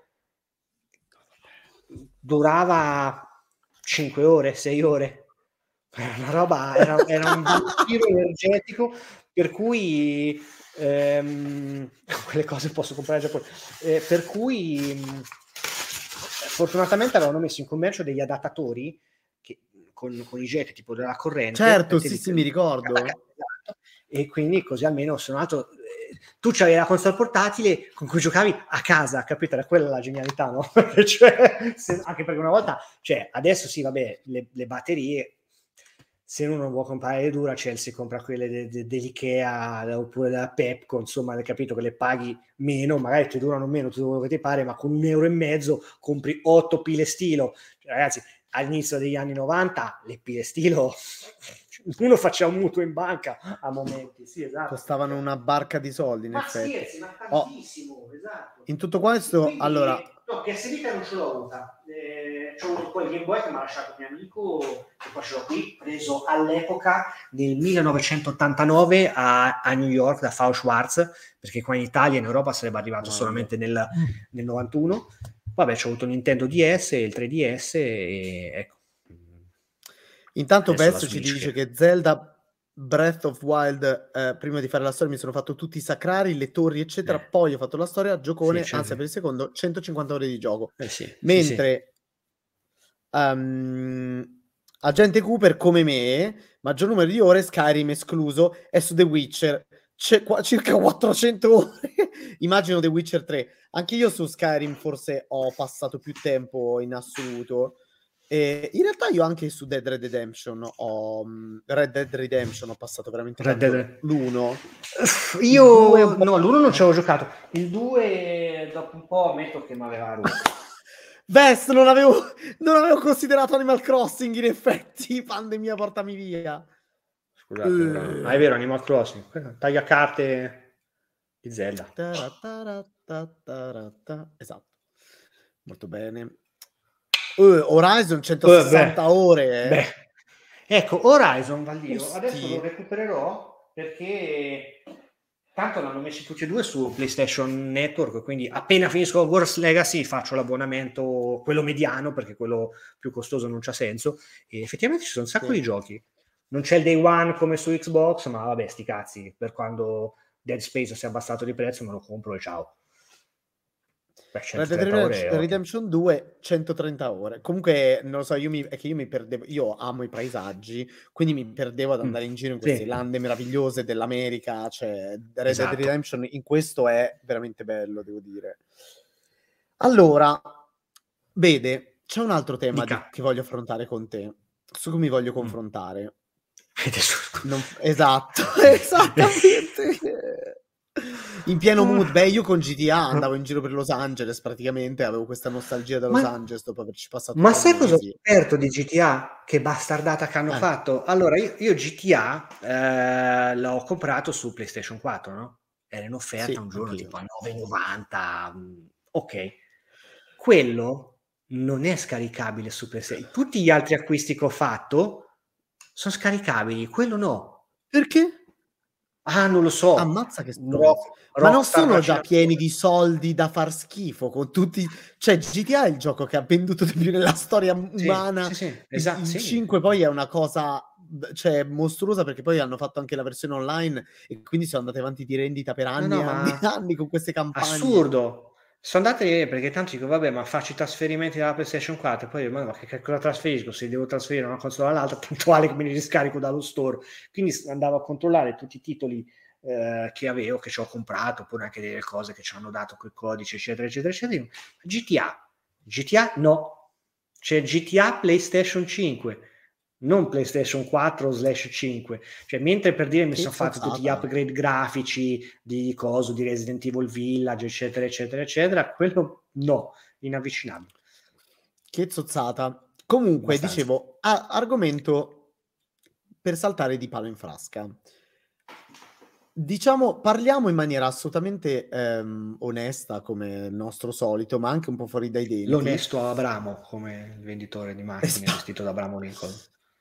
durava cinque ore, sei ore, una roba, era, era un tiro energetico, per cui ehm, quelle cose posso comprare già poi, eh, per cui mh, fortunatamente avevano messo in commercio degli adattatori che, con, con i jet tipo della corrente, certo, sì, sì, mi ricordo, e quindi così almeno sono nato, eh, tu c'avevi la console portatile con cui giocavi a casa, capito? Era quella la genialità, no? Cioè, se, anche perché una volta, cioè adesso sì, vabbè, le, le batterie, se uno non vuole comprare le Duracell si compra quelle de, de, dell'Ikea oppure della Pepco, insomma, hai capito che le paghi meno, magari ti durano meno, tutto quello che ti pare, ma con un euro e mezzo compri otto pile stilo. Cioè, ragazzi, all'inizio degli anni novanta le pile stilo uno faceva un mutuo in banca a momenti, sì, esatto, costavano una barca di soldi in ma effetti. scherzi, ma tantissimo, oh, esatto. In tutto questo, quindi, allora no, P S Vita non ce l'ho avuta, eh, c'ho avuto poi il Game Boy che mi ha lasciato mio amico, che poi ce l'ho qui, preso all'epoca nel millenovecentottantanove a, a New York da Fau Schwarz, perché qua in Italia e in Europa sarebbe arrivato no, solamente nel, nel novantuno. Vabbè, c'ho avuto il Nintendo D S, il tre D S e ecco. Intanto Vesto ci dice che... che Zelda Breath of Wild, eh, prima di fare la storia mi sono fatto tutti i sacrari, le torri eccetera, eh. poi ho fatto la storia, giocone, sì, anzi per il secondo centocinquanta ore di gioco, eh sì, mentre sì, sì. Um, Agente Cooper come me, maggior numero di ore, Skyrim escluso, è su The Witcher, c'è qua, circa quattrocento ore, immagino The Witcher tre, anche io su Skyrim forse ho passato più tempo in assoluto. E in realtà io anche su Dead Red Redemption ho Red Dead Redemption ho passato veramente Red Dead. l'uno. Io no, l'uno non ci avevo giocato. Il due dopo un po' ammetto che mi aveva rotto. Vest, non avevo non avevo considerato Animal Crossing in effetti, pandemia portami via. Scusate, uh. ah, è vero, Animal Crossing, taglia carte di Zelda. Esatto. Molto bene. Uh, Horizon centosessanta uh, ore. Eh. Beh. Ecco, Horizon Valdio, adesso lo recupererò perché tanto l'hanno messi tutti e due su PlayStation Network, quindi appena finisco Hogwarts Legacy faccio l'abbonamento, quello mediano, perché quello più costoso non c'ha senso, e effettivamente ci sono un sacco sì. di giochi. Non c'è il Day One come su Xbox, ma vabbè, sti cazzi, per quando Dead Space si è abbassato di prezzo me lo compro e ciao. Red Dead Redemption, Redemption due centotrenta ore. Comunque non lo so, io mi, è che io mi perdevo, io amo i paesaggi, quindi mi perdevo ad andare in giro in queste sì. lande meravigliose dell'America, cioè Red esatto. Dead Redemption in questo è veramente bello, devo dire. Allora, vede, c'è un altro tema di, che voglio affrontare con te, su cui mi voglio mm. confrontare. Non, esatto, esattamente. In pieno mood, beh, io con G T A andavo in giro per Los Angeles praticamente, avevo questa nostalgia da Los ma, Angeles dopo averci passato. Ma sai cosa ho scoperto di G T A? Che bastardata che hanno eh. fatto? Allora, io, io G T A eh, l'ho comprato su PlayStation quattro, no? Era in offerta sì, un giorno anch'io. Tipo a nove e novanta. Ok. Quello non è scaricabile su PlayStation. Tutti gli altri acquisti che ho fatto sono scaricabili, quello no. Perché? Ah, non lo so. Ammazza che no, ma non sono già pieni di soldi da far schifo con tutti, cioè G T A è il gioco che ha venduto di più nella storia umana. Sì, sì, sì, esatto, il sì. cinque poi è una cosa cioè mostruosa perché poi hanno fatto anche la versione online e quindi sono andate avanti di rendita per anni e no, no, anni e anni con queste campagne. Assurdo. Sono andate perché tanto dico vabbè, ma faccio i trasferimenti dalla PlayStation quattro e poi ma, ma che cosa trasferisco? Se devo trasferire una console all'altra, puntuale che me li riscarico dallo store. Quindi andavo a controllare tutti i titoli eh, che avevo, che ci ho comprato, oppure anche delle cose che ci hanno dato quel codice, eccetera, eccetera, eccetera. G T A. G T A no. C'è G T A PlayStation cinque. non PlayStation quattro slash cinque, cioè mentre per dire mi Che sono fatti tutti gli forzata. upgrade grafici di coso, di Resident Evil Village, eccetera, eccetera, eccetera, quello no, inavvicinabile. Che zozzata. Comunque, Abbastanza. dicevo, a- argomento per saltare di palo in frasca. Diciamo, parliamo in maniera assolutamente ehm, onesta, come il nostro solito, ma anche un po' fuori dai denti. L'onesto Abramo, come il venditore di macchine Esatto. vestito da Abramo Lincoln.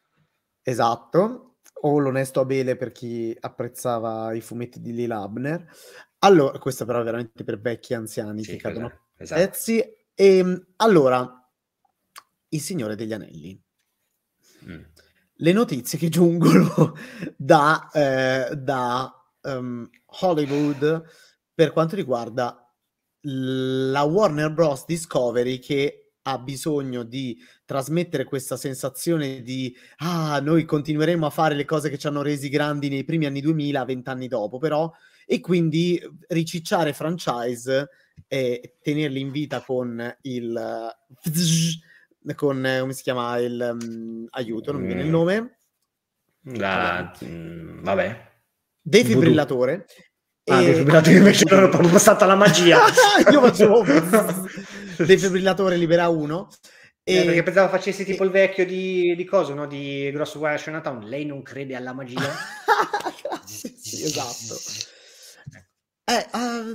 Esatto, o l'onesto Abele per chi apprezzava i fumetti di Lila Abner. Allora, questo però è veramente per vecchi anziani Sì, che cadono a esatto. pezzi. E, allora, Il Signore degli Anelli. Mm. Le notizie che giungono da, eh, da um, Hollywood per quanto riguarda la Warner Bros. Discovery, che ha bisogno di trasmettere questa sensazione di ah, noi continueremo a fare le cose che ci hanno resi grandi nei primi anni duemila, vent'anni dopo, però, e quindi ricicciare franchise e tenerli in vita con il con, eh, come si chiama, il um, aiuto, non mi viene il nome. La, mh, vabbè. Defibrillatore. Ah, e defibrillatore invece non ho proprio passato alla magia. Io facevo defibrillatore libera uno. Eh, e... perché pensavo facessi tipo il vecchio di, di cosa, no? Di Grosso Guai a Chinatown. Lei non crede alla magia? sì, sì, esatto. Eh,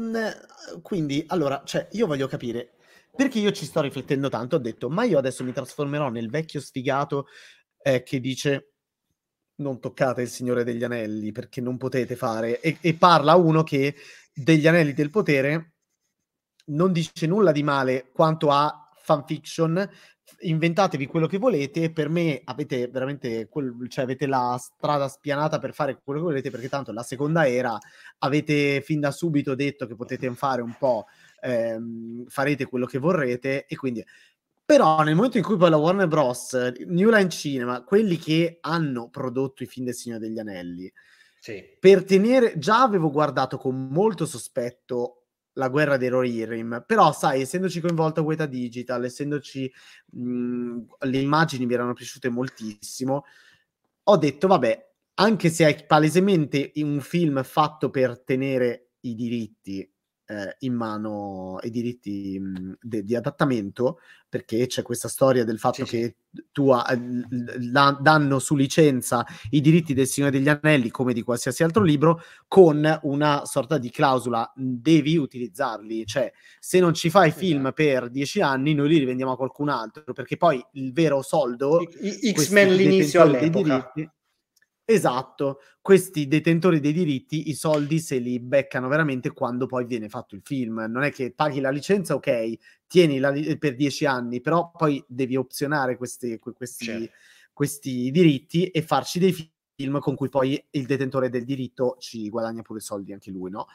um, quindi, allora, cioè, io voglio capire, perché io ci sto riflettendo tanto, ho detto, ma io adesso mi trasformerò nel vecchio sfigato eh, che dice non toccate il Signore degli Anelli perché non potete fare, e, e parla uno che degli Anelli del Potere non dice nulla di male quanto a fanfiction. Inventatevi quello che volete, per me avete veramente quel, cioè avete la strada spianata per fare quello che volete, perché tanto la seconda era, avete fin da subito detto che potete fare un po', ehm, farete quello che vorrete, e quindi però nel momento in cui poi la Warner Bros, New Line Cinema, quelli che hanno prodotto i film del Signore degli Anelli, sì. per tenere, già avevo guardato con molto sospetto La guerra dei Rohirrim, però sai, essendoci coinvolta Weta Digital, essendoci mh, le immagini mi erano piaciute moltissimo, ho detto vabbè, anche se è palesemente un film fatto per tenere i diritti eh, in mano, i diritti mh, de- di adattamento, perché c'è questa storia del fatto Sì, che sì. tu ha, la, danno su licenza i diritti del Signore degli Anelli come di qualsiasi altro libro, con una sorta di clausola: devi utilizzarli, cioè se non ci fai film Esatto. per dieci anni noi li rivendiamo a qualcun altro, perché poi il vero soldo, I, I, questi X-Men l'inizio detentori dei all'epoca. diritti, esatto, questi detentori dei diritti i soldi se li beccano veramente quando poi viene fatto il film. Non è che paghi la licenza, ok, tieni la, per dieci anni, però poi devi opzionare questi, questi, Certo. questi diritti e farci dei film con cui poi il detentore del diritto ci guadagna pure soldi anche lui, no?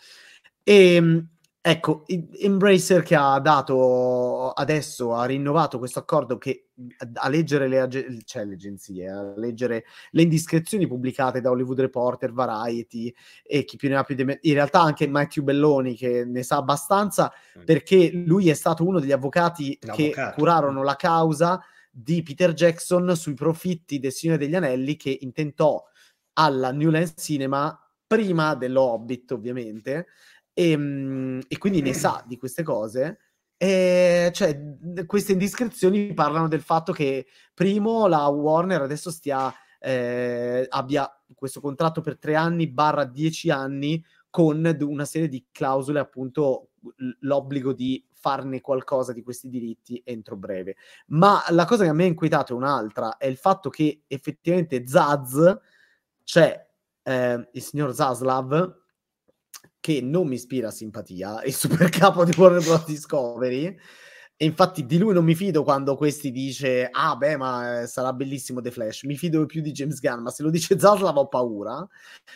E ecco, Embracer, che ha dato adesso, ha rinnovato questo accordo, che a leggere le, ag- cioè, le agenzie, a leggere le indiscrezioni pubblicate da Hollywood Reporter, Variety e chi più ne ha più di me, in realtà anche Matthew Belloni, che ne sa abbastanza, perché lui è stato uno degli avvocati L'avvocato. che curarono la causa di Peter Jackson sui profitti del Signore degli Anelli, che intentò alla New Line Cinema prima dello Hobbit, ovviamente, e, e quindi ne sa di queste cose. E cioè, queste indiscrezioni parlano del fatto che primo la Warner adesso stia eh, abbia questo contratto per tre anni barra dieci anni con una serie di clausole, appunto l'obbligo di farne qualcosa di questi diritti entro breve. Ma la cosa che a me ha inquietato è un'altra, è il fatto che effettivamente Zaz, cioè eh, il signor Zaslav, che non mi ispira simpatia, il super capo di Warner Bros. Discovery, e infatti di lui non mi fido quando questi dice ah beh ma eh, sarà bellissimo The Flash, mi fido più di James Gunn, ma se lo dice Zaslav ho paura.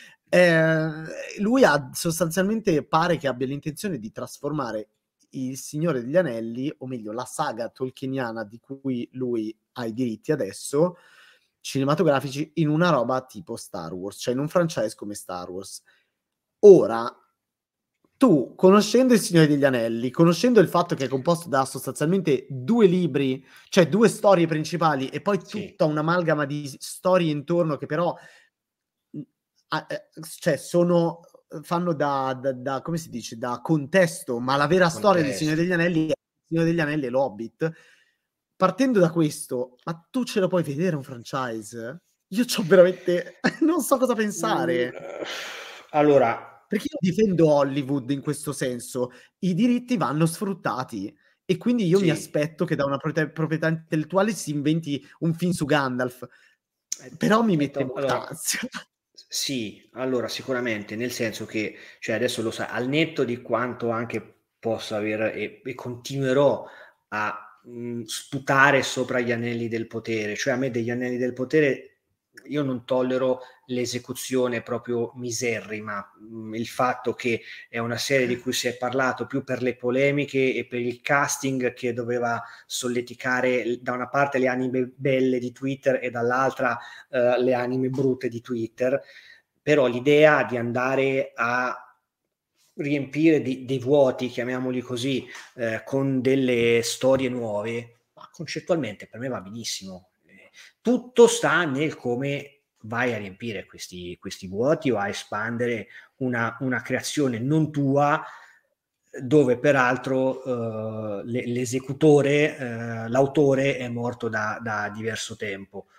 Eh, lui ha sostanzialmente, pare che abbia l'intenzione di trasformare Il Signore degli Anelli, o meglio la saga tolkieniana di cui lui ha i diritti adesso, cinematografici, in una roba tipo Star Wars, cioè in un franchise come Star Wars. Ora, tu, conoscendo Il Signore degli Anelli, conoscendo il fatto che è composto da sostanzialmente due libri, cioè due storie principali e poi Sì. tutta un'amalgama di storie intorno che però mh, a- eh, cioè sono fanno da, da- da- come si dice, da contesto, ma la vera storia del Signore degli Anelli è Il Signore degli Anelli e l'Hobbit. Partendo da questo, ma tu ce lo puoi vedere un franchise? Io c'ho veramente non so cosa pensare. Mm, allora, Perché io difendo Hollywood in questo senso, i diritti vanno sfruttati e quindi io mi sì. aspetto che da una prote- proprietà intellettuale si inventi un film su Gandalf, però mi mette molta Allora, ansia. sì, allora sicuramente, nel senso che, cioè adesso lo sai, al netto di quanto anche possa avere e, e continuerò a mh, sputare sopra gli anelli del potere, cioè a me degli anelli del potere io non tollero l'esecuzione proprio miserrima, mh, il fatto che è una serie di cui si è parlato più per le polemiche e per il casting che doveva solleticare da una parte le anime belle di Twitter e dall'altra uh, le anime brutte di Twitter, però l'idea di andare a riempire di, dei vuoti, chiamiamoli così, eh, con delle storie nuove, ma concettualmente per me va benissimo. Eh, tutto sta nel come vai a riempire questi, questi vuoti o a espandere una, una creazione non tua, dove peraltro eh, l'esecutore, eh, l'autore è morto da, da diverso tempo.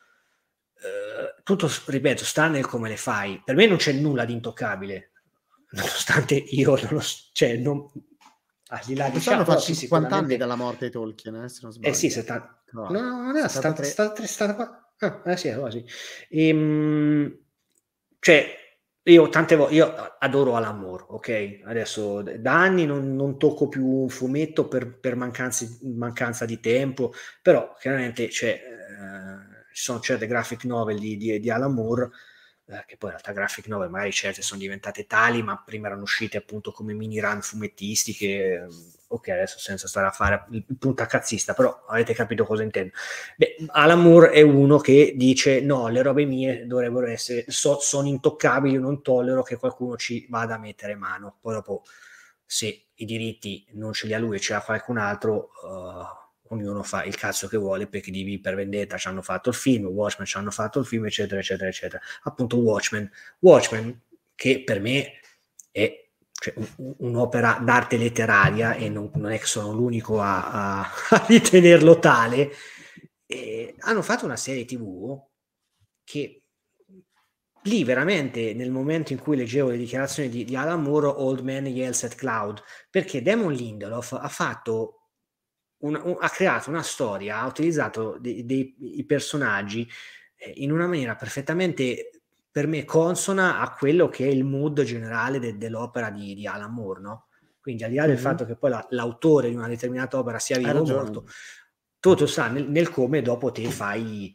Uh, tutto, ripeto, sta nel come le fai. Per me non c'è nulla di intoccabile, nonostante io non lo, cioè, non, al di là di Quest'anno fa ciò, sì, cinquanta anni sicuramente dalla morte di Tolkien, eh, se non sbaglio. eh sì, settanta No, no, no, non era settantatré. settantatré ah, eh sì, quasi. Ehm, cioè io tante volte io adoro Alan Moore, ok? Adesso da anni non, non tocco più un fumetto per, per mancanza, mancanza di tempo, però chiaramente c'è, eh, ci sono certe graphic novel di, di, di Alan Moore, eh, che poi in realtà graphic novel magari certe sono diventate tali, ma prima erano uscite appunto come mini run fumettistiche, ok, adesso senza stare a fare il puntacazzista, però avete capito cosa intendo. Beh, Alan Moore è uno che dice no, le robe mie dovrebbero essere, so, sono intoccabili, non tollero che qualcuno ci vada a mettere mano. Poi dopo, se i diritti non ce li ha lui e ce li ha qualcun altro, uh, ognuno fa il cazzo che vuole, perché di V per Vendetta ci hanno fatto il film, Watchmen ci hanno fatto il film, eccetera, eccetera, eccetera. Appunto Watchmen. Watchmen, che per me è cioè, un, un'opera d'arte letteraria e non, non è che sono l'unico a, a, a ritenerlo tale, e hanno fatto una serie tivù che lì veramente nel momento in cui leggevo le dichiarazioni di, di Alan Moore, Old Man Yells at Cloud, perché Damon Lindelof ha fatto un, un, ha creato una storia, ha utilizzato dei, dei i personaggi eh, in una maniera perfettamente per me consona a quello che è il mood generale de, dell'opera di, di Alan Moore, no? Quindi al di là del mm-hmm. fatto che poi la, l'autore di una determinata opera sia vivo o morto, tutto sta nel, nel come dopo te fai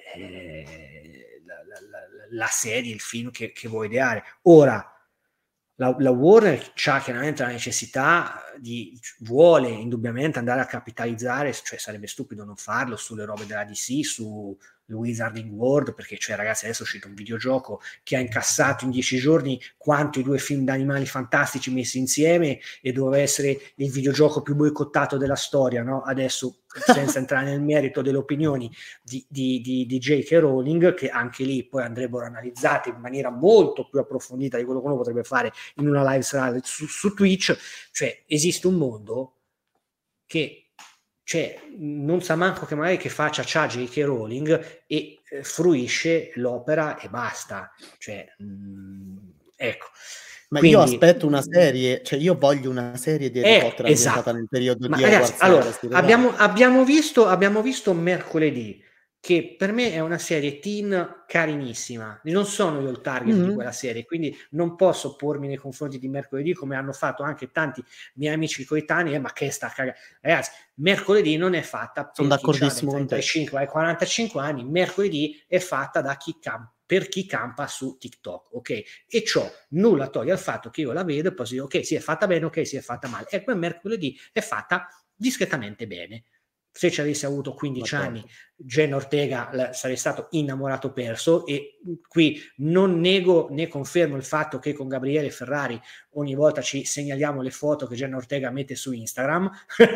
eh, la, la, la, la serie, il film che, che vuoi ideare. Ora la, la Warner ha chiaramente la necessità di, vuole indubbiamente andare a capitalizzare, cioè sarebbe stupido non farlo, sulle robe della D C, su Wizarding World, perché cioè ragazzi adesso è uscito un videogioco che ha incassato in dieci giorni quanto i due film d'animali fantastici messi insieme e doveva essere il videogioco più boicottato della storia, no? Adesso senza entrare nel merito delle opinioni di, di, di, di J K Rowling, che anche lì poi andrebbero analizzate in maniera molto più approfondita di quello che uno potrebbe fare in una live su, su Twitch, cioè esiste un mondo che cioè, non sa manco che magari che faccia c'ha J K Rowling e eh, fruisce l'opera e basta, cioè mh, ecco. Ma quindi, io aspetto una serie, cioè io voglio una serie di Harry eh, Potter esatto. ambientata nel periodo Ma di ragazzi, Hogwarts. allora, abbiamo, abbiamo, visto, abbiamo visto mercoledì, che per me è una serie teen carinissima, non sono io il target mm-hmm. di quella serie, quindi non posso pormi nei confronti di mercoledì come hanno fatto anche tanti miei amici coetanei, eh, ma che sta cagando, ragazzi, mercoledì non è fatta per sono d'accordissimo chi ha dai trentacinque ai quarantacinque anni, mercoledì è fatta da chi campa, per chi campa su TikTok, ok? E ciò nulla toglie al fatto che io la vedo e poi dico ok, si è fatta bene, ok, si è fatta male, e poi mercoledì è fatta discretamente bene. se ci avessi avuto quindici anni, Jenna Ortega la, sarei stato innamorato perso, e qui non nego né confermo il fatto che con Gabriele Ferrari ogni volta ci segnaliamo le foto che Jenna Ortega mette su Instagram.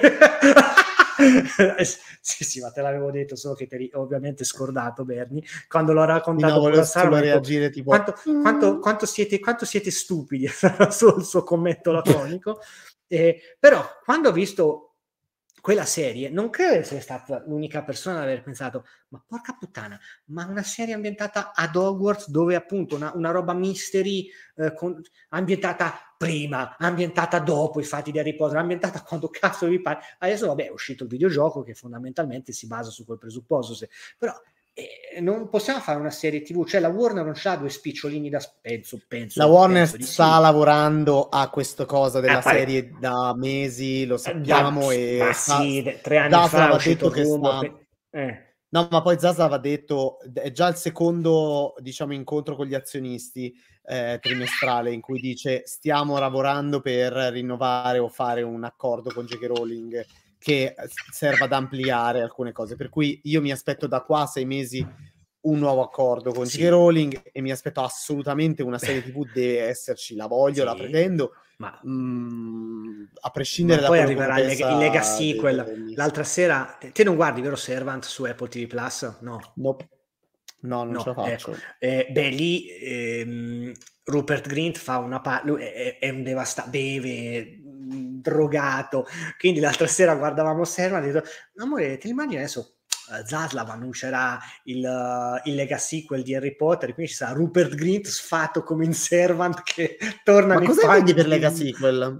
sì sì ma te l'avevo detto, solo che te eri ovviamente scordato, Berni, quando l'ho raccontato. No, volevo solo reagire tipo quanto, quanto, quanto, siete, quanto siete stupidi sul suo commento laconico. Eh, però quando ho visto quella serie non credo di essere stata l'unica persona ad aver pensato, ma porca puttana, ma una serie ambientata ad Hogwarts, dove appunto una, una roba mystery eh, con, ambientata prima, ambientata dopo i fatti di Harry Potter, ambientata quando cazzo vi pare. Adesso vabbè è uscito il videogioco che fondamentalmente si basa su quel presupposto, se, però eh, non possiamo fare una serie tv, cioè la Warner non c'ha due spicciolini da penso, penso la Warner penso sta sì. lavorando a questa cosa della eh, pare... serie da mesi, lo sappiamo, da, e ma sta, sì, tre anni Zaslav fa ha detto che sta... pe... eh. no, ma poi Zaslav ha detto, è già il secondo, diciamo, incontro con gli azionisti eh, trimestrale, in cui dice stiamo lavorando per rinnovare o fare un accordo con J K Rowling che serva ad ampliare alcune cose, per cui io mi aspetto da qua a sei mesi un nuovo accordo con sì. J K Rowling, e mi aspetto assolutamente una serie tv, deve esserci, la voglio, sì. la pretendo, ma mm, a prescindere ma da poi quello arriverà il lega, il lega sequel. De, de l'altra sera te, te non guardi, vero, Servant su Apple T V Plus? No, nope. no, non no, ce la faccio. Ecco. Eh, beh, lì ehm, Rupert Grint fa una parte, lui è, è un devasta, beve, mh, drogato, quindi l'altra sera guardavamo Servant e ho detto, amore, ti immagini adesso Zaslav annuncerà il, uh, il lega sequel di Harry Potter, quindi ci sarà Rupert Grint sfatto come in Servant che torna. Ma cosa vedi per lega sequel?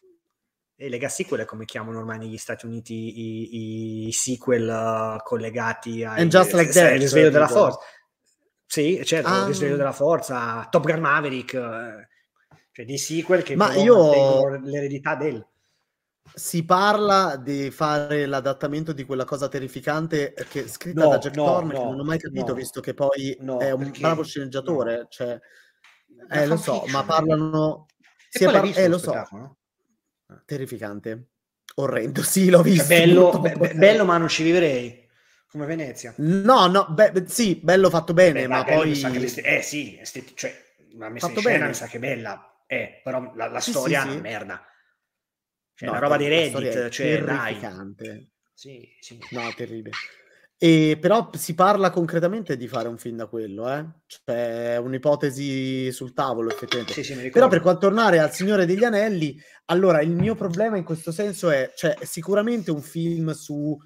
E lega sequel è come chiamano ormai negli Stati Uniti i, i sequel uh, collegati al like risveglio della forza. Sì, certo, ah. il risveglio della forza, Top Gun Maverick, eh, cioè dei sequel che Ma però io... mantengono l'eredità del... Si parla di fare l'adattamento di quella cosa terrificante che è scritta no, da Jack no, Thorne, no, che non ho mai capito, no, visto che poi no, è un perché, bravo sceneggiatore, no. cioè, eh, lo so, ma parlano... E si poi par- l'hai visto eh, lo lo so, spettacolo? Terrificante, orrendo, sì, l'ho visto. Cioè, bello, be- be- bello, ma non ci vivrei, come Venezia. No, no, be- sì, bello fatto bene, Beh, ma bello, poi... mi sa che le st- eh sì, st- cioè, la messa fatto in scena bene. mi sa che è bella, eh, però la, la sì, storia sì, è sì. una merda. Cioè, No, la roba ter- dei la Reddit, cioè, terrificante. Dai. Sì, sì. No, terribile. E però si parla concretamente di fare un film da quello, eh? Cioè, un'ipotesi sul tavolo, effettivamente. Sì, sì, mi però per quanto tornare al Signore degli Anelli, allora il mio problema in questo senso è, cioè, sicuramente un film su...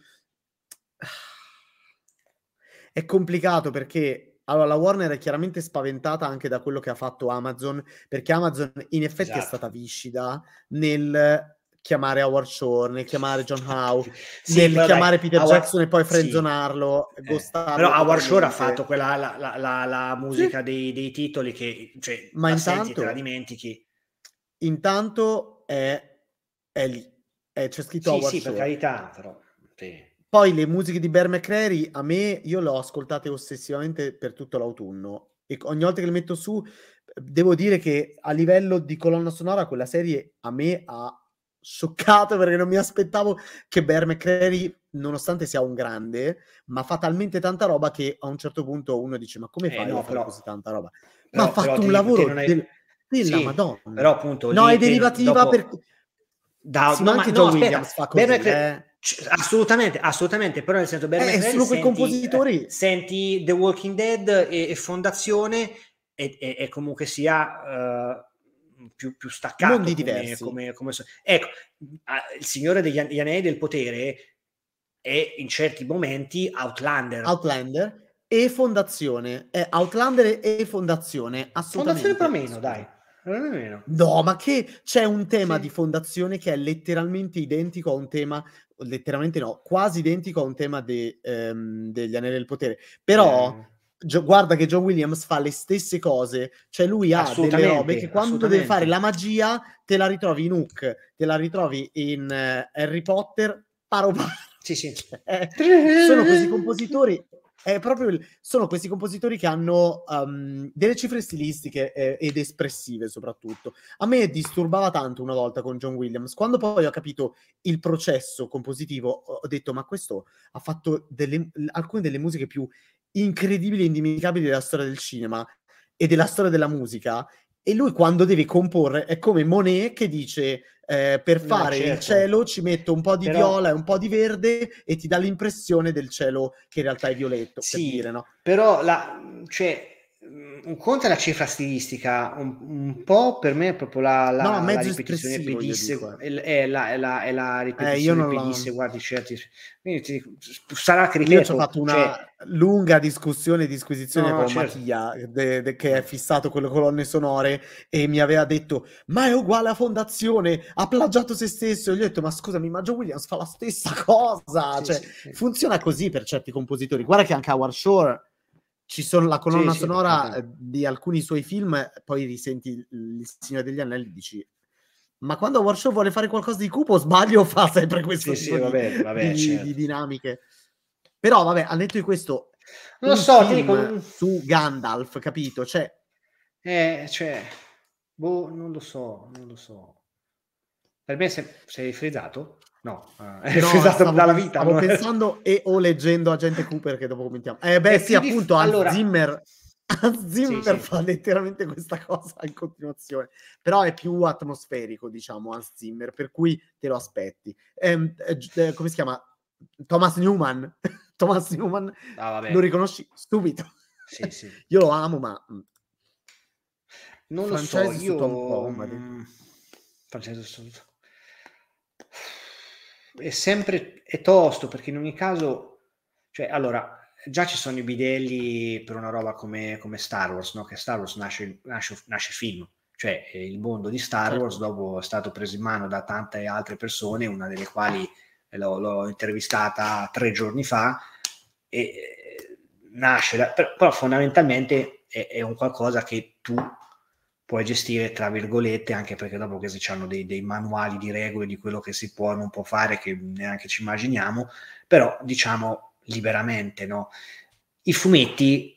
È complicato perché allora la Warner è chiaramente spaventata anche da quello che ha fatto Amazon, perché Amazon in effetti esatto. è stata viscida nel chiamare Howard Shore, nel chiamare John Howe, sì, nel chiamare dai, Peter Howard... Jackson e poi frenzonarlo, sì. ghostarlo. Eh, però Howard totalmente. Shore ha fatto quella la, la, la, la musica sì. dei, dei titoli che, cioè, ma la intanto senti e te la dimentichi. Intanto è, è lì, è, c'è scritto sì, Howard sì, Shore. per carità, però. Sì. Poi le musiche di Bear McCreary, a me, io l'ho ascoltate ossessivamente per tutto l'autunno e ogni volta che le metto su devo dire che a livello di colonna sonora quella serie a me ha scioccato, perché non mi aspettavo che Bear McCreary, nonostante sia un grande, ma fa talmente tanta roba che a un certo punto uno dice ma come fai eh, no, a fare però, così tanta roba? però, ma ha fatto però, un te, lavoro te hai... del, della sì, Madonna. però appunto no, lì è derivativa dopo... per... Da, sì, no, ma anche ma, John no, Williams aspetta, fa così, McCreary, eh. assolutamente, assolutamente, però nel senso Bear eh, McCreary sono quei senti, compositori, eh, senti The Walking Dead e, e Fondazione e, e, e comunque sia uh, più, più staccato mondi come, diversi. come, come so. Ecco, il Signore degli Anelli del Potere è in certi momenti Outlander. Outlander e Fondazione, è Outlander e Fondazione, assolutamente. Fondazione però meno, dai. Non è meno. No, ma che c'è un tema sì. di Fondazione che è letteralmente identico a un tema, letteralmente no, quasi identico a un tema de, um, degli Anelli del Potere. Però eh. gio, guarda che John Williams fa le stesse cose, cioè lui ha delle robe che quando deve fare la magia te la ritrovi in Hook, te la ritrovi in uh, Harry Potter, paro paro. Sì, sì. Eh, sono questi compositori è proprio il, sono questi compositori che hanno um, delle cifre stilistiche eh, ed espressive soprattutto. A me disturbava tanto una volta con John Williams, quando poi ho capito il processo compositivo, ho detto ma questo ha fatto delle, alcune delle musiche più incredibili e indimenticabili della storia del cinema e della storia della musica, e lui quando deve comporre è come Monet che dice eh, per No, fare certo. il cielo ci metto un po' di Però- viola e un po' di verde e ti dà l'impressione del cielo che in realtà è violetto, Sì, per dire, no? però la, cioè, un conto è la cifra stilistica, un, un po' per me è proprio la, la, No, la mezzo ripetizione espressivo, io pedisse, dico, è, è la, è, la, è la Eh, io ripetizione non la- pedisse, guardi certi, quindi ti dico, sarà che Io ripeto, ci ho fatto una cioè, lunga discussione e disquisizione No, no, con certo. Mattia, de- de- che è fissato con le colonne sonore, e mi aveva detto ma è uguale a Fondazione, ha plagiato se stesso, e gli ho detto ma scusami, ma John Williams fa la stessa cosa, Sì, cioè sì, sì. funziona così per certi compositori. Guarda che anche Howard Shore ci sono la colonna Sì, sì, sonora perfetto. eh, di alcuni suoi film, poi risenti il il Signore degli Anelli e dici ma quando Howard Shore vuole fare qualcosa di cupo sbaglio, fa sempre questo Sì, tipo sì, di, vabbè, vabbè, di- certo. di dinamiche. Però vabbè, al netto di questo, Non lo un so, ti film dico, un- su Gandalf, capito? Cioè, eh, cioè, boh, non lo so, non lo so. Per me sei, sei frizzato? No, eh, è no, frizzato stavo, dalla pens- vita. stavo no? pensando e o leggendo Agente Cooper che dopo commentiamo. Eh beh, È sì, più dif- appunto, Hans allora- Zimmer, Hans Zimmer Sì, sì. fa letteralmente questa cosa in continuazione, però è più atmosferico, diciamo, Hans Zimmer, per cui te lo aspetti. Ehm, eh, eh, come si chiama? Thomas Newman. Thomas Newman, Ah, vabbè. lo riconosci subito. Sì, sì. Io lo amo, ma mm, Non lo so, francesi su io... Tom Comedy. mm, francese su... È sempre... è tosto, perché in ogni caso... Cioè, allora, già ci sono i bidelli per una roba come, come Star Wars, no? Che Star Wars nasce, nasce, nasce film. Cioè, il mondo di Star Certo. Wars dopo è stato preso in mano da tante altre persone, una delle quali l'ho, l'ho intervistata tre giorni fa, e eh, nasce, da, però, però fondamentalmente è, è un qualcosa che tu puoi gestire tra virgolette, anche perché dopo che si hanno dei, dei manuali di regole di quello che si può o non può fare, che neanche ci immaginiamo, però diciamo liberamente, no? I fumetti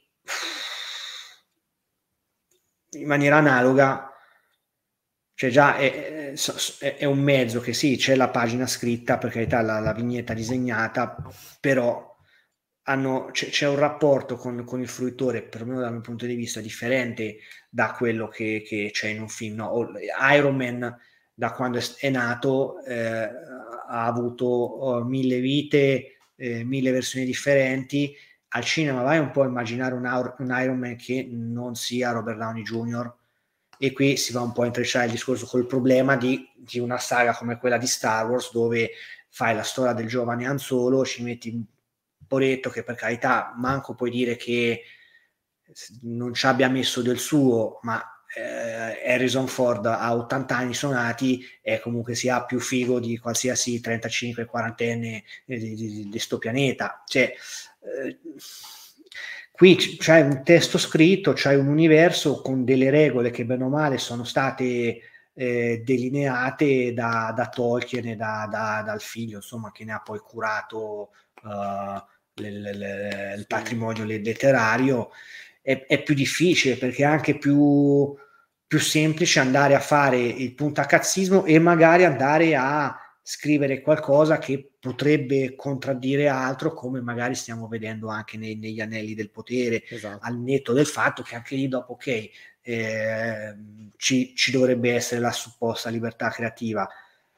in maniera analoga, cioè già è, è, è un mezzo che sì, c'è la pagina scritta, per carità, la, la vignetta disegnata, però hanno, c'è, c'è un rapporto con, con il fruitore, perlomeno dal mio punto di vista, differente da quello che, che c'è in un film. No? Iron Man, da quando è, è nato, eh, ha avuto oh, mille vite, eh, mille versioni differenti. Al cinema vai un po' a immaginare un, un Iron Man che non sia Robert Downey junior, e qui si va un po' a intrecciare il discorso col problema di, di una saga come quella di Star Wars, dove fai la storia del giovane Han Solo, ci metti un poretto che per carità manco puoi dire che non ci abbia messo del suo, ma eh, Harrison Ford a ottanta anni suonati e comunque sia più figo di qualsiasi trentacinque quarantenne di, di, di sto pianeta. Cioè, eh, qui c'hai un testo scritto, c'hai un universo con delle regole che bene o male sono state eh, delineate da, da Tolkien e da, da, dal figlio, insomma, che ne ha poi curato uh, le, le, le, il patrimonio letterario. È, è più difficile perché è anche più, più semplice andare a fare il puntacazzismo e magari andare a scrivere qualcosa che potrebbe contraddire altro, come magari stiamo vedendo anche nei, negli Anelli del Potere, esatto. Al netto del fatto che anche lì dopo ok eh, ci, ci dovrebbe essere la supposta libertà creativa.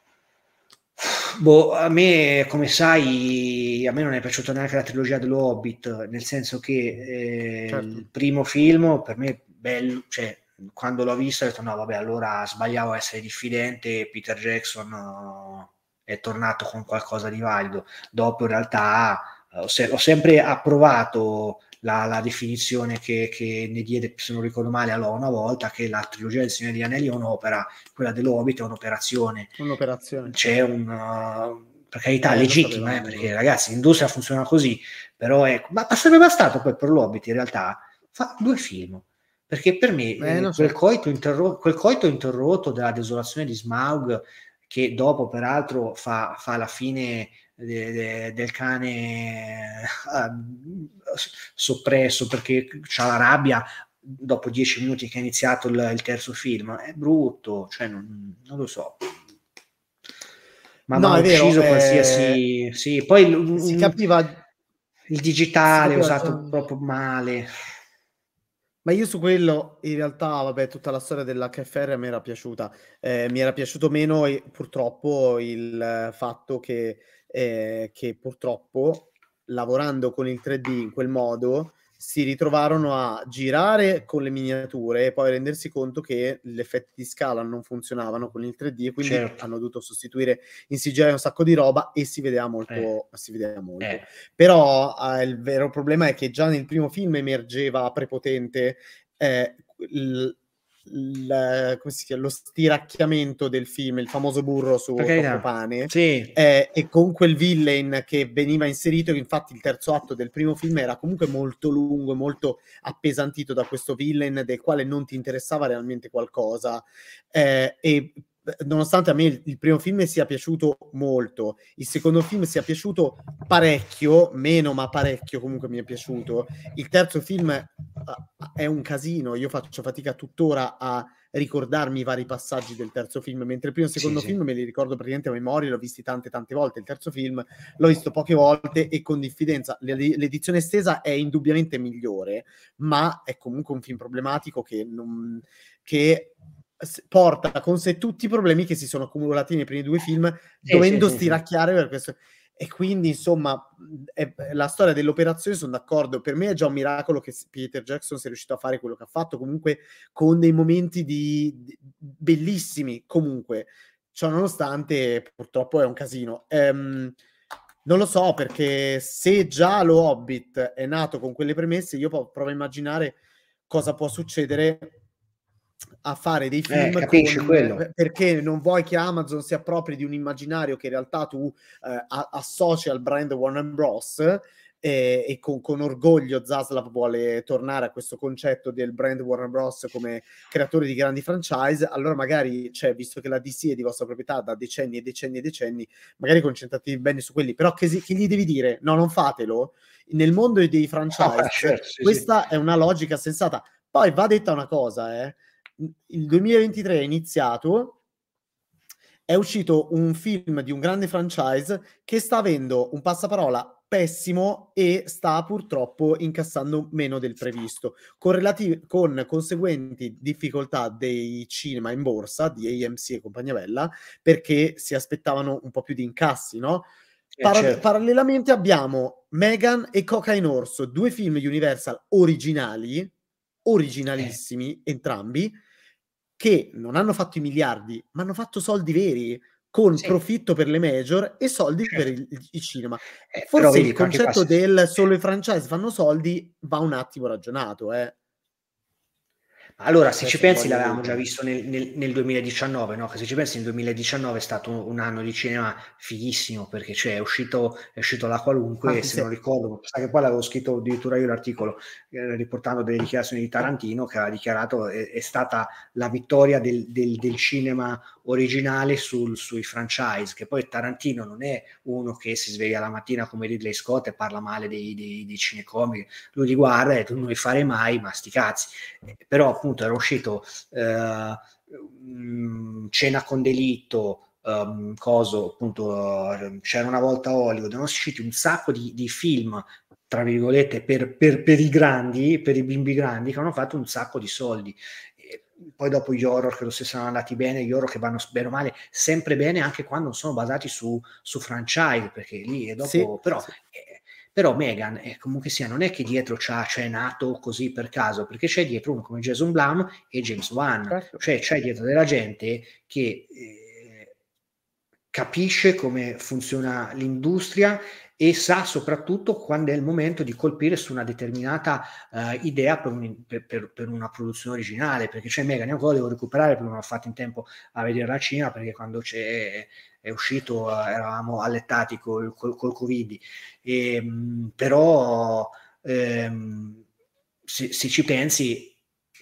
Boh, a me, come sai, a me non è piaciuta neanche la trilogia dello Hobbit, nel senso che eh, certo. Il primo film per me bello, cioè quando l'ho visto ho detto no vabbè, allora sbagliavo a essere diffidente, Peter Jackson uh, è tornato con qualcosa di valido. Dopo in realtà uh, ho, se- ho sempre approvato la, la definizione che, che ne diede, se non ricordo male, allora una volta, che la trilogia del Signore degli Anelli è un'opera, quella dell'Hobbit è un'operazione. Un'operazione. C'è un... Uh, per carità, eh, legittima, eh, perché ragazzi, l'industria funziona così, però ecco, ma, ma sarebbe bastato poi per l'Hobbit in realtà fa due film. Perché per me eh, eh, quel, so. coito interro- quel coito interrotto della desolazione di Smaug, che dopo peraltro fa, fa la fine de, de, del cane uh, soppresso perché c'ha la rabbia dopo dieci minuti che è iniziato il, il terzo film, è brutto, cioè non, non lo so. Ma no, ha ucciso vero, qualsiasi... eh, Sì, poi il, si capiva... il digitale si è capiva usato già... proprio male. Ma io su quello, in realtà, vabbè, tutta la storia dell'H F R mi era piaciuta. Eh, mi era piaciuto meno, e, purtroppo, il fatto che, eh, che purtroppo, lavorando con il tre D in quel modo, si ritrovarono a girare con le miniature e poi rendersi conto che gli effetti di scala non funzionavano con il tre D, quindi Certo. hanno dovuto sostituire in C G I un sacco di roba e si vedeva molto. Eh. Si vedeva molto. Eh. Però eh, il vero problema è che già nel primo film emergeva prepotente eh, il, il, come si chiama? Lo stiracchiamento del film, il famoso burro su troppo pane, sì. eh, e con quel villain che veniva inserito, che infatti il terzo atto del primo film era comunque molto lungo e molto appesantito da questo villain del quale non ti interessava realmente qualcosa, eh, e nonostante a me il, il primo film sia piaciuto molto, il secondo film sia piaciuto parecchio, meno ma parecchio comunque mi è piaciuto, il terzo film uh, è un casino, io faccio fatica tuttora a ricordarmi i vari passaggi del terzo film, mentre il primo e il secondo sì, film sì. me li ricordo praticamente a memoria, l'ho visti tante tante volte, il terzo film l'ho visto poche volte e con diffidenza. L'edizione estesa è indubbiamente migliore, ma è comunque un film problematico che non... che porta con sé tutti i problemi che si sono accumulati nei primi due film, sì, dovendo sì, stiracchiare sì. per questo. E quindi, insomma, è, è la storia dell'operazione, sono d'accordo. Per me è già un miracolo che Peter Jackson sia riuscito a fare quello che ha fatto, comunque con dei momenti di, di bellissimi, comunque. Ciò nonostante, purtroppo è un casino. Ehm, non lo so, perché se già lo Hobbit è nato con quelle premesse, io provo a immaginare cosa può succedere a fare dei film eh, capisci, con, quello. perché non vuoi che Amazon si appropri di un immaginario che in realtà tu eh, associ al brand Warner Bros. E, e con, con orgoglio Zaslav vuole tornare a questo concetto del brand Warner Bros. Come creatore di grandi franchise. Allora magari, cioè, visto che la D C è di vostra proprietà da decenni e decenni e decenni, magari concentratevi bene su quelli, però che, che gli devi dire? No, non fatelo. Nel mondo dei franchise oh, certo, sì, questa sì. è una logica sensata. Poi va detta una cosa, eh il duemilaventitré è iniziato, è uscito un film di un grande franchise che sta avendo un passaparola pessimo e sta purtroppo incassando meno del previsto, con, relati- con conseguenti difficoltà dei cinema in borsa, di A M C e compagnia bella, perché si aspettavano un po' più di incassi, no? Para- certo. Parallelamente abbiamo Megan e Cocaine Orso, due film Universal originali, originalissimi eh. entrambi, che non hanno fatto i miliardi, ma hanno fatto soldi veri, con sì. profitto per le major e soldi certo. per il, il cinema. Eh, Forse il concetto del solo i franchise fanno soldi va un attimo ragionato, eh. Allora, se ci pensi, l'avevamo già visto nel, nel, nel duemiladiciannove, no? Che se ci pensi, nel duemiladiciannove è stato un, un anno di cinema fighissimo, perché cioè, è uscito, è uscito la qualunque, ah, se sì. non ricordo, sa che poi l'avevo scritto addirittura io l'articolo, eh, riportando delle dichiarazioni di Tarantino, che aveva dichiarato è, è stata la vittoria del, del, del cinema originale sul, sui franchise, che poi Tarantino non è uno che si sveglia la mattina come Ridley Scott e parla male dei, dei, dei cinecomici, lui li guarda e tu non li farei mai, ma sti cazzi. Eh, però appunto era uscito eh, Cena con delitto, um, coso, appunto uh, c'era una volta Hollywood, erano usciti un sacco di, di film tra virgolette per, per, per i grandi, per i bimbi grandi, che hanno fatto un sacco di soldi. E poi dopo gli horror che lo stesso sono andati bene, gli horror che vanno bene o male sempre bene anche quando non sono basati su, su franchise, perché lì e dopo sì, però sì. Eh, Però Megan, eh, comunque sia, non è che dietro c'è, c'è nato così per caso, perché c'è dietro uno come Jason Blum e James Wan, certo. Cioè c'è dietro della gente che eh, capisce come funziona l'industria e sa soprattutto quando è il momento di colpire su una determinata uh, idea per, un, per, per, per una produzione originale, perché c'è Megan, io ancora devo recuperare perché non ho fatto in tempo a vedere la Cina, perché quando c'è... è uscito, uh, eravamo allettati col, col, col Covid, e, mh, però ehm, se, se ci pensi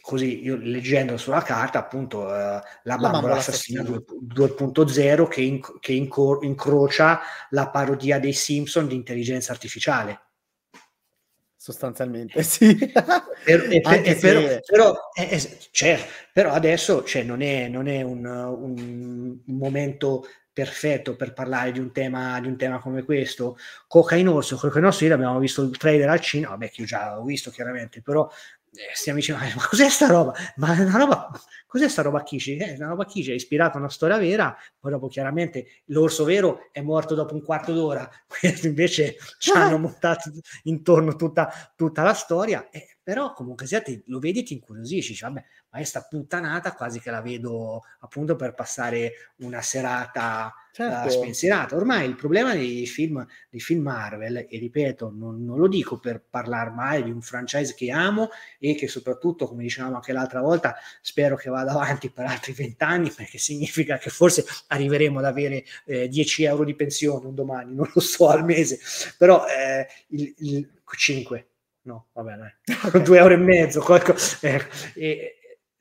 così io leggendo sulla carta appunto uh, la, la bambola, bambola assassina, assassina due punto zero che, in, che inco- incrocia la parodia dei Simpson di intelligenza artificiale. Sostanzialmente sì. per, e, per, e però, se... però, eh, certo, però adesso cioè, non è, non è un, un, un momento perfetto per parlare di un tema di un tema come questo. Cocaine Orso, Cocaine Orso, ieri abbiamo visto il trailer al cinema, vabbè che io già l'avevo visto chiaramente, però eh, stiamo dicendo ma cos'è sta roba? Ma una roba cos'è sta roba Kishi? Eh, una roba Kishi è ispirata a una storia vera, poi dopo chiaramente l'orso vero è morto dopo un quarto d'ora, questo invece ci hanno montato intorno tutta, tutta la storia, eh, però comunque sia te lo vedi e ti incuriosisci, dici, vabbè, ma è sta puttanata quasi che la vedo appunto per passare una serata certo. uh, spensierata. Ormai il problema dei film, dei film Marvel, e ripeto, non, non lo dico per parlare mai di un franchise che amo e che soprattutto, come dicevamo anche l'altra volta, spero che vada avanti per altri vent'anni, perché significa che forse arriveremo ad avere eh, dieci euro di pensione un domani, non lo so, al mese, però eh, il, il cinque no, va bene, okay. due euro e mezzo, qualcosa. Eh, eh,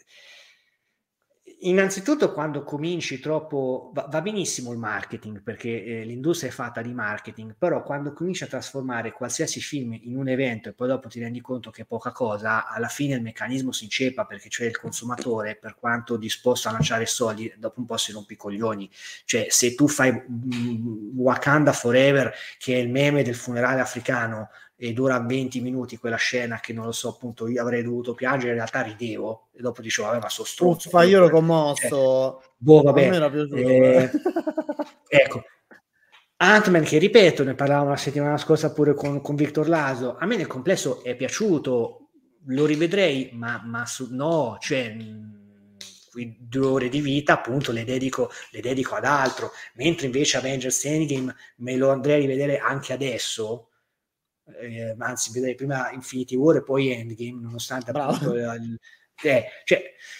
innanzitutto quando cominci troppo, va, va benissimo il marketing, perché eh, l'industria è fatta di marketing, però quando cominci a trasformare qualsiasi film in un evento e poi dopo ti rendi conto che è poca cosa, alla fine il meccanismo si inceppa, perché cioè il consumatore, per quanto disposto a lanciare soldi, dopo un po' si rompe i coglioni. Cioè se tu fai mm, Wakanda Forever, che è il meme del funerale africano, e dura venti minuti quella scena che non lo so, appunto io avrei dovuto piangere, in realtà ridevo e dopo dicevo vabbè ma sono stronzo, Uffa, io l'ho commosso, cioè, boh vabbè, a me era piaciuto, eh, ecco Ant-Man, che ripeto, ne parlavamo la settimana scorsa pure con, con Victor Laso, a me nel complesso è piaciuto, lo rivedrei, ma, ma su, no, cioè mh, due ore di vita appunto le dedico, le dedico ad altro, mentre invece Avengers Endgame me lo andrei a rivedere anche adesso. Eh, anzi vedrei prima Infinity War e poi Endgame, nonostante Bravo. appunto il, eh, cioè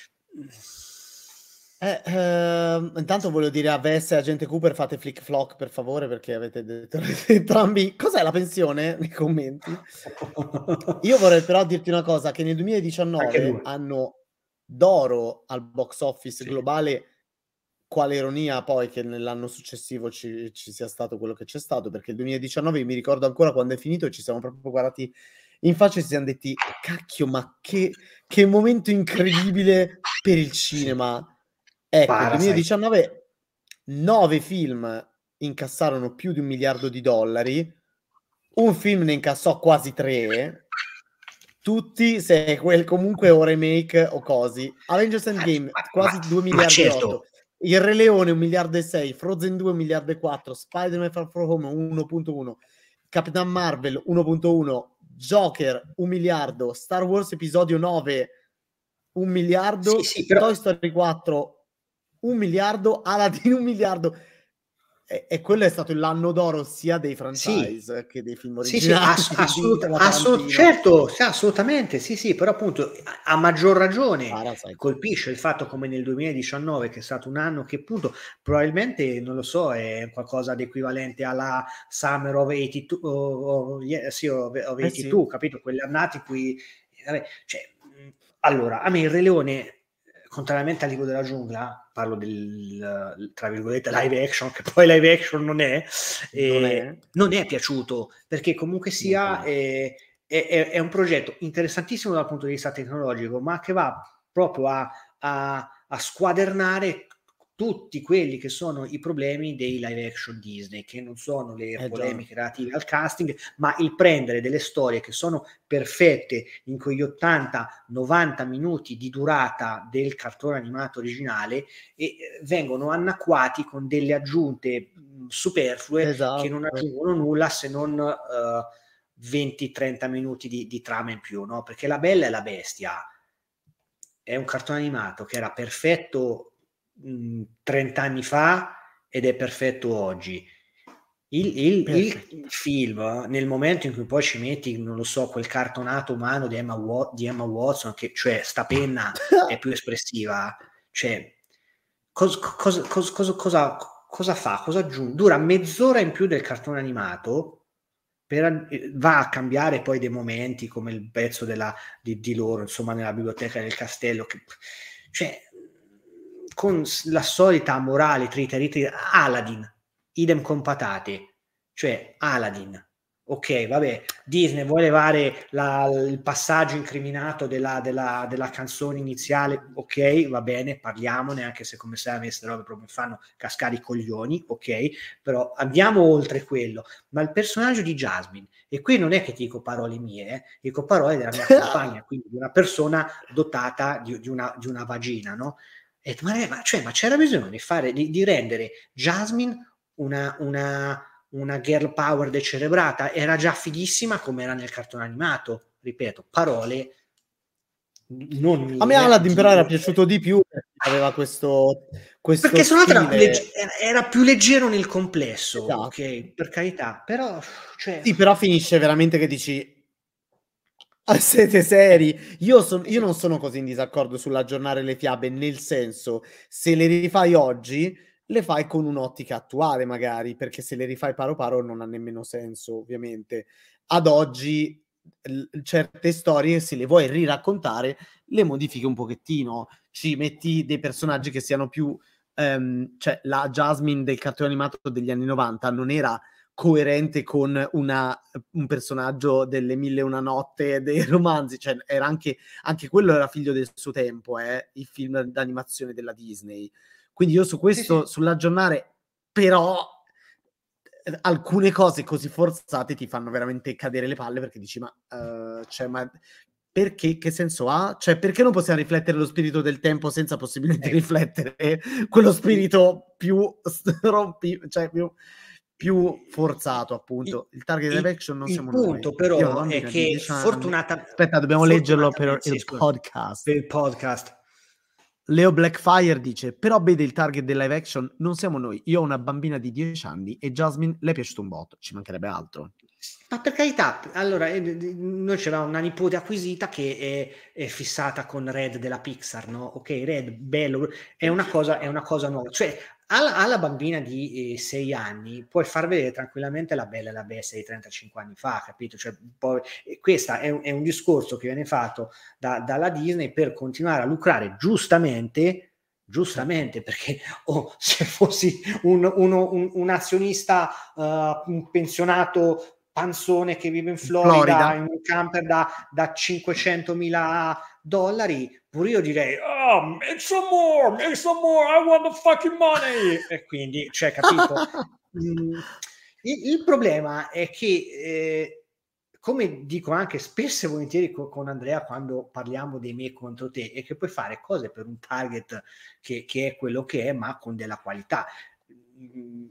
eh, eh, intanto voglio dire a Vess e a Agente Cooper, fate flick flock per favore, perché avete detto entrambi cos'è la pensione nei commenti. Io vorrei però dirti una cosa, che nel duemiladiciannove hanno d'oro al box office sì. globale. Quale ironia poi che nell'anno successivo ci, ci sia stato quello che c'è stato, perché il duemiladiciannove mi ricordo ancora quando è finito e ci siamo proprio guardati in faccia e ci siamo detti cacchio ma che, che momento incredibile per il cinema. Ecco, nel duemiladiciannove nove film incassarono più di un miliardo di dollari, un film ne incassò quasi tre, tutti se quel comunque o remake o cosi. Avengers Endgame quasi due miliardi e certo. otto. Il Re Leone un miliardo e sei, Frozen due un miliardo e quattro, Spider-Man Far From Home uno virgola uno, Capitan Marvel uno virgola uno, Joker un miliardo, Star Wars episodio nove un miliardo, sì, sì, però... Toy Story quattro un miliardo, Aladdin un miliardo. E, e quello è stato l'anno d'oro sia dei franchise sì. che dei film originali. Sì, sì, ass- assolut- assolut- certo, sì, assolutamente, sì, sì, però appunto a, a maggior ragione Parasite. Colpisce il fatto come nel duemiladiciannove, che è stato un anno che appunto probabilmente, non lo so, è qualcosa di equivalente alla Summer of ottantadue, oh, oh, yeah, sì, of ottantadue, eh sì. capito? Quelle annate in cui, vabbè, cioè, allora, a me il Re Leone, contrariamente al Libro della Giungla, parlo del, tra virgolette, live action, che poi live action non è, non, eh, è. non è piaciuto, perché comunque sia è, è, è un progetto interessantissimo dal punto di vista tecnologico, ma che va proprio a, a, a squadernare tutti quelli che sono i problemi dei live action Disney, che non sono le eh polemiche già. relative al casting, ma il prendere delle storie che sono perfette in quegli ottanta novanta minuti di durata del cartone animato originale e vengono annacquati con delle aggiunte mh, superflue esatto. che non aggiungono nulla se non uh, venti trenta minuti di, di trama in più, no? Perché La Bella e la Bestia è un cartone animato che era perfetto trenta anni fa ed è perfetto oggi. Il, il, il film, nel momento in cui poi ci metti, non lo so, quel cartonato umano di Emma, di Emma Watson, che cioè sta penna è più espressiva, cioè cosa, cosa, cosa, cosa, cosa fa? Cosa aggiunge? Dura mezz'ora in più del cartone animato, per, va a cambiare poi dei momenti come il pezzo della, di, di loro, insomma, nella biblioteca del castello, che, cioè, con la solita morale trita, trita, Aladdin, idem con patate, cioè Aladdin. Ok, vabbè, Disney vuole levare la, il passaggio incriminato della, della, della canzone iniziale, ok, va bene, parliamone, anche se come sai a me queste robe proprio mi fanno cascare i coglioni, ok, però andiamo oltre quello. Ma il personaggio di Jasmine, e qui non è che ti dico parole mie, eh, dico parole della mia compagna, quindi di una persona dotata di, di, una, di una vagina, no? E, ma, ma, cioè, ma c'era bisogno di, fare, di, di rendere Jasmine una... una una girl power decelebrata, era già fighissima come era nel cartone animato, ripeto, parole non mie. A me Aladdin però era piaciuto di più perché aveva questo, questo perché sono stile... era, più legge- era più leggero nel complesso, esatto. Ok, per carità, però cioè... sì, però finisce veramente che dici ah, siete seri? Io, son, io non sono così in disaccordo sull'aggiornare le fiabe, nel senso, se le rifai oggi le fai con un'ottica attuale magari, perché se le rifai paro paro non ha nemmeno senso, ovviamente. Ad oggi l- certe storie, se le vuoi riraccontare, le modifichi un pochettino, ci metti dei personaggi che siano più... Um, cioè la Jasmine del cartone animato degli anni novanta non era coerente con una, un personaggio delle Mille e una notte dei romanzi, cioè era anche, anche quello era figlio del suo tempo, eh, i film d'animazione della Disney. Quindi io su questo, sì, sì. sull'aggiornare, però eh, alcune cose così forzate ti fanno veramente cadere le palle, perché dici, ma, uh, cioè, ma perché, che senso ha? Cioè, perché non possiamo riflettere lo spirito del tempo senza possibilmente ecco. riflettere quello spirito più rompi, cioè più, più forzato, appunto. Il target live action non il siamo punto noi. però è che fortunata... Aspetta, dobbiamo leggerlo per sì, il podcast. Per il podcast. Leo Blackfire dice, però vede il target del live action non siamo noi, io ho una bambina di dieci anni e Jasmine le è piaciuto un botto, ci mancherebbe altro. Ma per carità, allora noi c'era una nipote acquisita che è, è fissata con Red della Pixar, no? Ok, Red, bello, è una cosa, è una cosa nuova, cioè alla, alla bambina di sei eh, anni puoi far vedere tranquillamente La Bella e la Bestia di trentacinque anni fa, capito? Cioè, poi, questo è un, è un discorso che viene fatto da, dalla Disney per continuare a lucrare giustamente, giustamente, perché oh, se fossi un, uno, un, un azionista, uh, un pensionato panzone che vive in Florida, Florida. in un camper da, da cinquecentomila dollari, pure io direi oh, make some more, make some more, I want the fucking money. E quindi, cioè, capito? mm, il, il problema è che eh, come dico anche spesso e volentieri con, con Andrea quando parliamo dei me contro te, è che puoi fare cose per un target che, che è quello che è, ma con della qualità. Mm,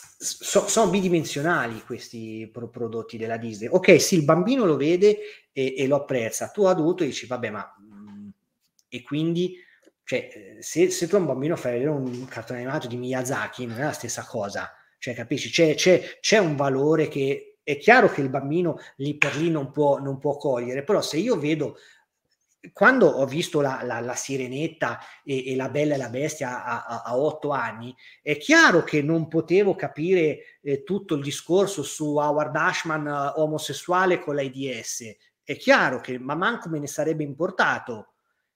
So, sono bidimensionali questi pro- prodotti della Disney. Ok, sì, il bambino lo vede e, e lo apprezza, tu adulto dici vabbè, ma mh, e quindi cioè, se, se tu a un bambino fai vedere un cartone animato di Miyazaki non è la stessa cosa, cioè capisci, c'è, c'è, c'è un valore che è chiaro che il bambino lì per lì non può, non può cogliere, però se io vedo quando ho visto la, la, la Sirenetta e, e La Bella e la Bestia a, a, a otto anni, è chiaro che non potevo capire eh, tutto il discorso su Howard Ashman uh, omosessuale con l'AIDS. È chiaro che, ma manco me ne sarebbe importato.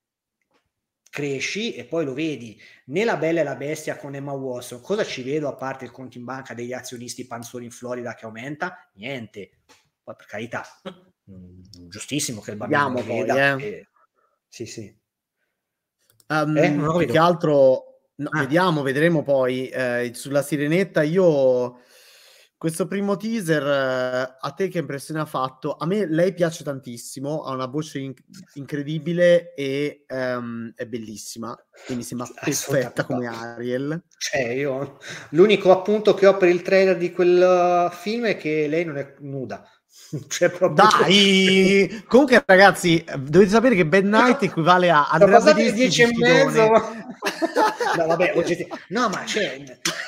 Cresci e poi lo vedi. Nella Bella e la Bestia con Emma Watson, cosa ci vedo a parte il conto in banca degli azionisti panzoni in Florida che aumenta? Niente. Poi per carità, mh, giustissimo che il bambino lo veda. Poi, eh. e... Sì, sì. Um, eh, non più che altro no, ah. vediamo, vedremo poi eh, sulla Sirenetta. Io questo primo teaser eh, a te che impressione ha fatto? A me lei piace tantissimo, ha una voce in- incredibile e um, è bellissima e mi sembra perfetta come Ariel. Cioè, io l'unico appunto che ho per il trailer di quel film è che lei non è nuda. Cioè, proprio... Dai, comunque ragazzi dovete sapere che Bad Night equivale a Andrea Bedeschi dieci e mezzo. No vabbè, oggetti... no ma c'è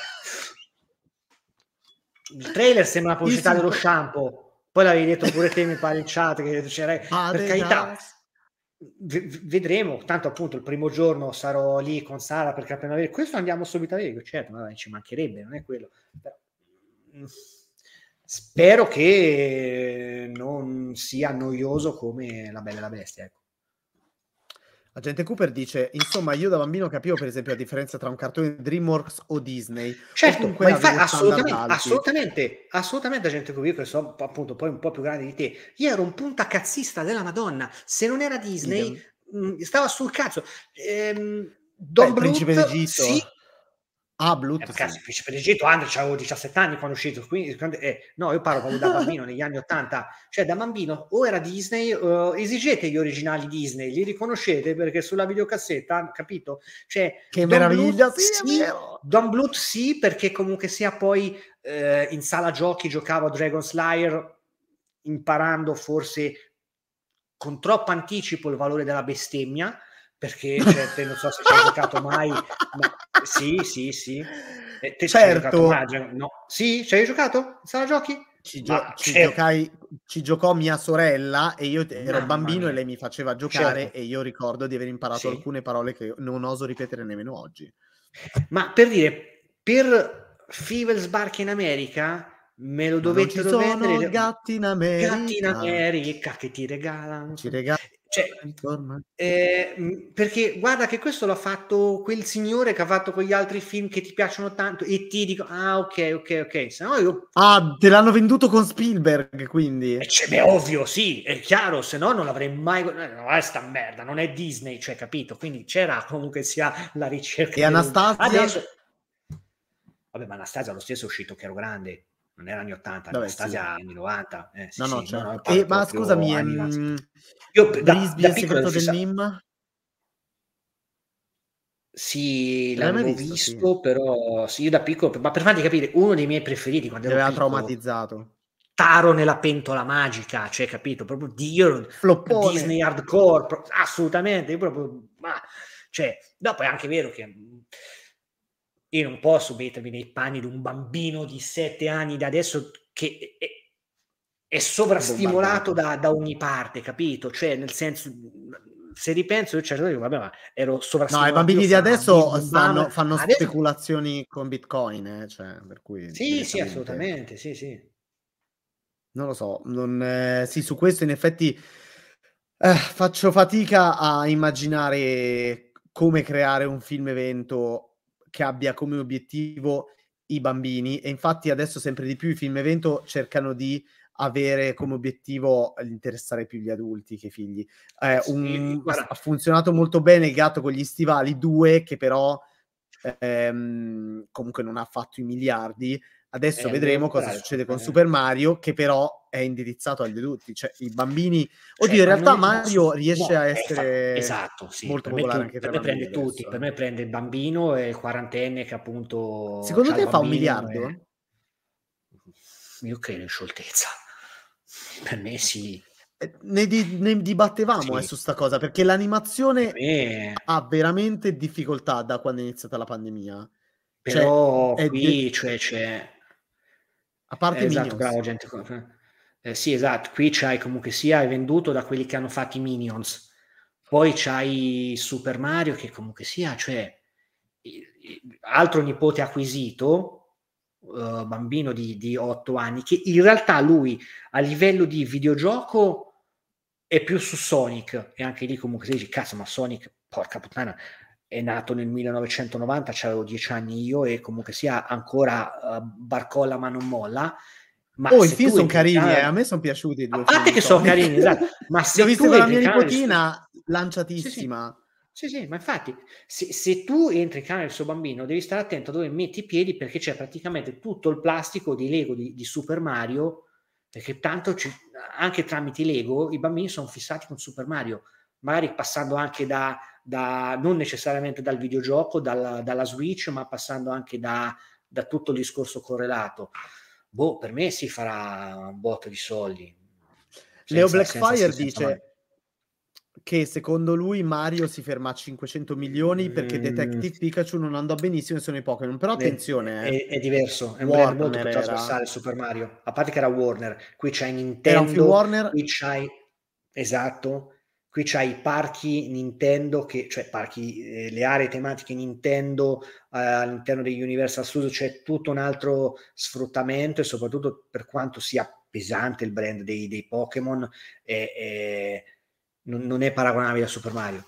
il trailer sembra una pubblicità dello shampoo, poi l'avevi detto pure te mi pare in chat che c'era, ah, per carità v- vedremo, tanto appunto il primo giorno sarò lì con Sara perché appena vedere questo andiamo subito a vedere, certo, ma ci mancherebbe, non è quello però... spero che non sia noioso come La Bella e la Bestia, ecco. Agente Cooper dice, insomma, io da bambino capivo per esempio la differenza tra un cartone DreamWorks o Disney. Certo, ma infatti assolutamente, alti. assolutamente, assolutamente, Agente Cooper, io che sono appunto poi un po' più grande di te, io ero un puntacazzista della Madonna, se non era Disney mh, stava sul cazzo. Ehm, Don Beh, Principe Bluth, d'Egitto? sì. Ah, Bluth, eh, sì. cazzo, il Principe d'Egitto, Andre, avevo diciassette anni quando è uscito, quindi, eh, no, io parlo proprio da bambino negli anni ottanta, cioè da bambino o era Disney, uh, esigete gli originali Disney, li riconoscete perché sulla videocassetta, capito? Cioè, che Don meraviglia, Bluth, sì, sì, è vero. Don Bluth sì, perché comunque sia poi eh, in sala giochi giocavo a Dragon Slayer imparando forse con troppo anticipo il valore della bestemmia, perché cioè, te non so se ci hai giocato mai, ma sì, sì, sì. Eh, te certo. ci hai giocato mai? No. Sì, ci hai giocato? In sala giochi? Ci, gio- ci, giocai, ci giocò mia sorella e io ero Mamma bambino mia. e lei mi faceva giocare, Certo. e io ricordo di aver imparato Sì. alcune parole che non oso ripetere nemmeno oggi. Ma per dire, per Fievel Sbarca in America me lo dovettero non ci sono vendere gatti in America, gatti in America che ti regalano, ci regalano, cioè, eh, perché guarda che questo l'ha fatto quel signore che ha fatto quegli altri film che ti piacciono tanto e ti dico ah ok ok ok, se no io ah te l'hanno venduto con Spielberg, quindi eh, cioè, beh, ovvio, sì, è chiaro, se no non l'avrei mai no, è sta merda, non è Disney, cioè, capito? Quindi c'era comunque sia la ricerca e Anastasia adesso vabbè, ma Anastasia lo stesso è uscito che ero grande, non era anni ottanta, Vabbè, Anastasia sì. anni novanta. Eh, sì, no, no, sì, certo. no, no, e, ma scusami, ehm, io da, Brisby da il segreto del Nim? Sì, L'hai mai l'avevo visto? visto, Sì. però sì, io da piccolo, ma per farti capire, uno dei miei preferiti quando Mi ero aveva piccolo, traumatizzato. Taro nella pentola magica, cioè, capito? Proprio Dio, Floppone. Disney hardcore, pro- assolutamente, io proprio, ma, cioè, dopo è anche vero che io non posso mettermi nei panni di un bambino di sette anni da adesso che è, è sovrastimolato da, da ogni parte, capito? Cioè, nel senso, se ripenso, io certo dico, vabbè, ma ero sovrastimolato. No, i bambini io di adesso stanno, Bam, fanno adesso... speculazioni con Bitcoin, eh, cioè, per cui sì, sì, assolutamente, sì, sì. Non lo so, non, eh, sì, su questo in effetti eh, faccio fatica a immaginare come creare un film evento che abbia come obiettivo i bambini, e infatti adesso sempre di più i film evento cercano di avere come obiettivo interessare più gli adulti che i figli. Eh, un, Guarda, ha funzionato molto bene Il gatto con gli stivali due, che però ehm, comunque non ha fatto i miliardi. Adesso eh, vedremo cosa succede con eh. Super Mario, che però è indirizzato agli adulti, cioè i bambini. Oddio, cioè, in realtà non, Mario non, riesce no, a fa... essere esatto, sì. molto Per me, popolare tu, anche per tra me i bambini prende tutti, adesso. per me prende il bambino e il quarantenne che appunto secondo te fa fa un miliardo? E... io credo in scioltezza, per me sì. Ne, di, ne dibattevamo sì. eh, su sta cosa, perché l'animazione me... ha veramente difficoltà da quando è iniziata la pandemia. Però cioè, qui de... cioè, c'è a parte eh, esatto, Minions. bravo gente. Eh, sì, esatto, qui c'hai comunque sia è venduto da quelli che hanno fatto i Minions. Poi c'hai Super Mario che comunque sia, cioè altro nipote acquisito, uh, bambino di, di otto anni, che in realtà lui a livello di videogioco è più su Sonic, e anche lì comunque si dice, cazzo, ma Sonic, porca puttana, è nato nel millenovecentonovanta, c'avevo dieci anni io e comunque sia ancora uh, barcolla ma non molla. Ma oh, i se film sono carini, canale... eh. A me sono piaciuti i due a parte che sono carini, esatto, ma se li ho visti tu con la mia entri nipotina, su... lanciatissima. Sì, sì, sì, sì, ma infatti se, se tu entri in camera del suo bambino devi stare attento a dove metti i piedi, perché c'è praticamente tutto il plastico di Lego di, di Super Mario, perché tanto ci, anche tramite Lego i bambini sono fissati con Super Mario, magari passando anche da, da non necessariamente dal videogioco, dalla, dalla Switch, ma passando anche da, da tutto il discorso correlato. Boh, per me si farà un botto di soldi. Senza, Leo Blackfire senza, senza dice mai. che secondo lui Mario si ferma a cinquecento milioni perché Detective mm. Pikachu non andò benissimo e sono i Pokémon, però attenzione, è, eh. è, è diverso, è un Warner brand molto più trasversale Super Mario, a parte che era Warner, qui c'hai Nintendo, era un film Warner, qui c'hai esatto, qui c'hai i parchi Nintendo, che, cioè parchi, eh, le aree tematiche Nintendo eh, all'interno degli Universal Studios, c'è tutto un altro sfruttamento, e soprattutto per quanto sia pesante il brand dei, dei Pokémon, è, è, non, non è paragonabile a Super Mario.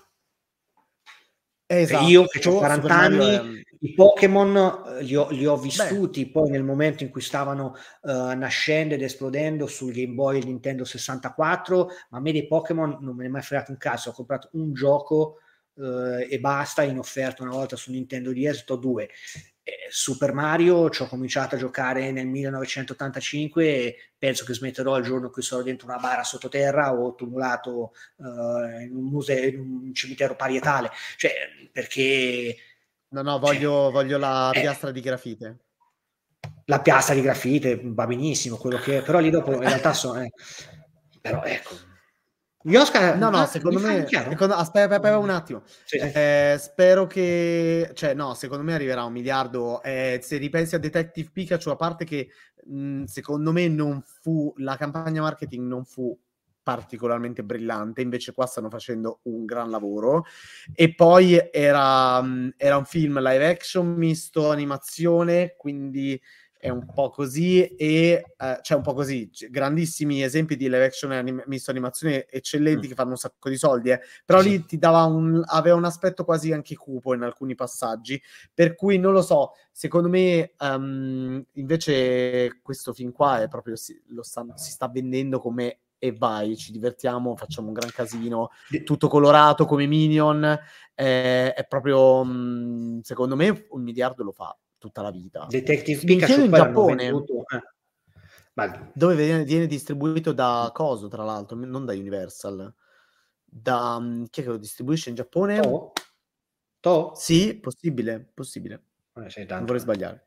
Esatto. Io che ho quaranta anni, è... i Pokémon li ho, li ho vissuti Beh. poi nel momento in cui stavano uh, nascendo ed esplodendo sul Game Boy e Nintendo sessantaquattro, ma a me dei Pokémon non me ne è mai fregato un cazzo. Ho comprato un gioco uh, e basta, in offerta una volta su Nintendo D S, ho due. Eh, Super Mario ci ho cominciato a giocare nel millenovecentottantacinque e penso che smetterò il giorno in cui sarò dentro una bara sottoterra o tumulato uh, in un museo, in un cimitero parietale, cioè perché no no voglio, cioè, voglio la eh, piastra di grafite la piastra di grafite va benissimo, quello che però lì dopo in realtà sono eh, però ecco gli Oscar, no no ah, secondo me secondo, aspetta, aspetta un attimo sì, sì. Eh, spero che cioè no secondo me arriverà a un miliardo. Eh, se ripensi a Detective Pikachu, a parte che mh, secondo me non fu la campagna marketing non fu particolarmente brillante, invece qua stanno facendo un gran lavoro, e poi era, era un film live action misto animazione, quindi è un po' così, e eh, cioè un po' così, grandissimi esempi di live action e anim- misto animazione eccellenti mm. che fanno un sacco di soldi, eh. però sì. lì ti dava un, aveva un aspetto quasi anche cupo in alcuni passaggi, per cui non lo so, secondo me um, invece questo film qua è proprio, si, lo sta, si sta vendendo come e vai, ci divertiamo, facciamo un gran casino, tutto colorato come Minion, eh, è proprio, mh, secondo me, un miliardo lo fa tutta la vita. Detective Pikachu in Giappone, venduto, eh. Ma... dove viene, viene distribuito da Coso, tra l'altro, non da Universal, da chi è che lo distribuisce in Giappone? To? To? Sì, possibile, possibile. Eh, sei tanto, non vorrei eh. sbagliare.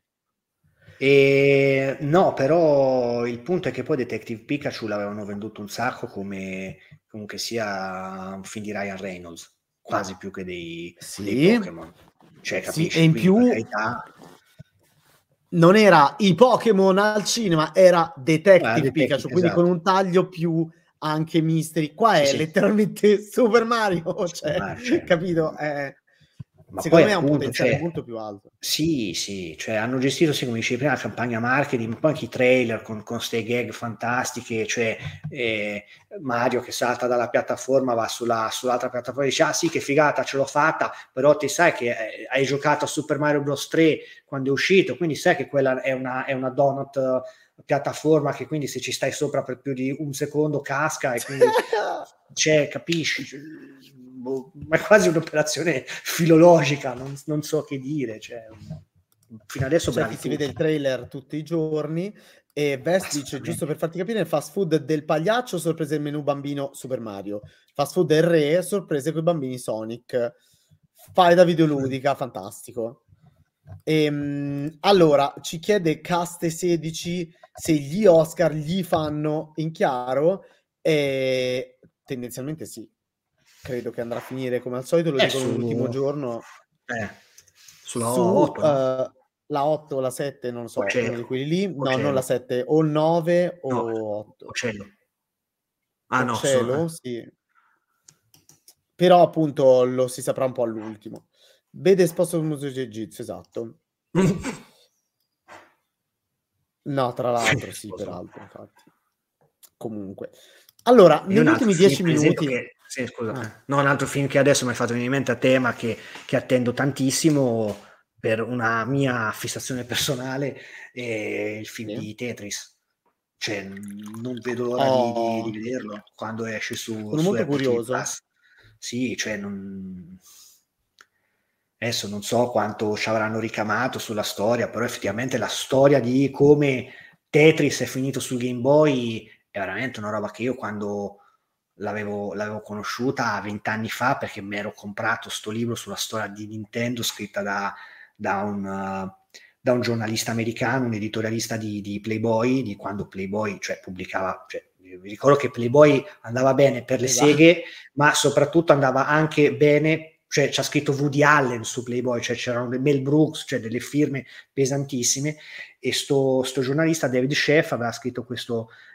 E no, però il punto è che poi Detective Pikachu l'avevano venduto un sacco come comunque sia un film di Ryan Reynolds, quasi più che dei, sì. dei Pokémon. Cioè, capisci? Sì, e in Quindi, più carità... non era i Pokémon al cinema, era Detective, ah, Detective Pikachu, quindi esatto. con un taglio più anche mystery. Qua è sì, letteralmente Super Mario, Super cioè, Mario cioè. Capito? Eh, Ma secondo poi me appunto, ha un potenziale cioè, molto più alto. Sì, sì, cioè hanno gestito, sì, come dicevi prima, la campagna marketing, poi anche i trailer con, con ste gag fantastiche, cioè eh, Mario che salta dalla piattaforma, va sulla, sull'altra piattaforma e dice, ah sì, che figata, ce l'ho fatta, però ti sai che eh, hai giocato a Super Mario Bros. tre quando è uscito, quindi sai che quella è una, è una donut uh, piattaforma che quindi se ci stai sopra per più di un secondo casca e quindi cioè, capisci? Ma è quasi un'operazione filologica, non, non so che dire, cioè, fino adesso cioè, chi si vede il trailer tutti i giorni e Vest dice, giusto per farti capire, il fast food del pagliaccio, sorprese il menù bambino Super Mario, fast food del re, sorprese con i bambini Sonic, fai da videoludica, fantastico. E, allora, ci chiede Caste sedici se gli Oscar gli fanno in chiaro, e tendenzialmente sì. Credo che andrà a finire come al solito, lo eh, dicono su... l'ultimo giorno. Eh, sulla su otto, no? uh, la otto o la sette, non lo so, Ocello. uno di quelli lì. No, Ocello. non la sette, o il nove o no, otto. Ocello. Ah no, Ocello, sono... sì. Però appunto lo si saprà un po' all'ultimo. Vede esposto il museo Jiu-Jitsu, esatto. No, tra l'altro, sì, peraltro, infatti. Comunque. Allora, negli ultimi dieci minuti... Che, sì, scusa, ah. no, un altro film che adesso mi è fatto venire in mente a tema, che, che attendo tantissimo per una mia fissazione personale, è il film sì. di Tetris. Cioè, non vedo l'ora oh. di, di, di vederlo quando esce su, Sono su molto Apple curioso. Plus. Sì, cioè, non... adesso non so quanto ci avranno ricamato sulla storia, però effettivamente la storia di come Tetris è finito sul Game Boy è veramente una roba che io quando l'avevo, l'avevo conosciuta vent'anni fa, perché mi ero comprato sto libro sulla storia di Nintendo scritta da, da, un, uh, da un giornalista americano, un editorialista di, di Playboy, di quando Playboy cioè, pubblicava... Cioè, vi ricordo che Playboy andava bene per le esatto. seghe, ma soprattutto andava anche bene, cioè c'ha scritto Woody Allen su Playboy, cioè c'erano dei Mel Brooks, cioè delle firme pesantissime, e sto, sto giornalista David Sheff aveva scritto questo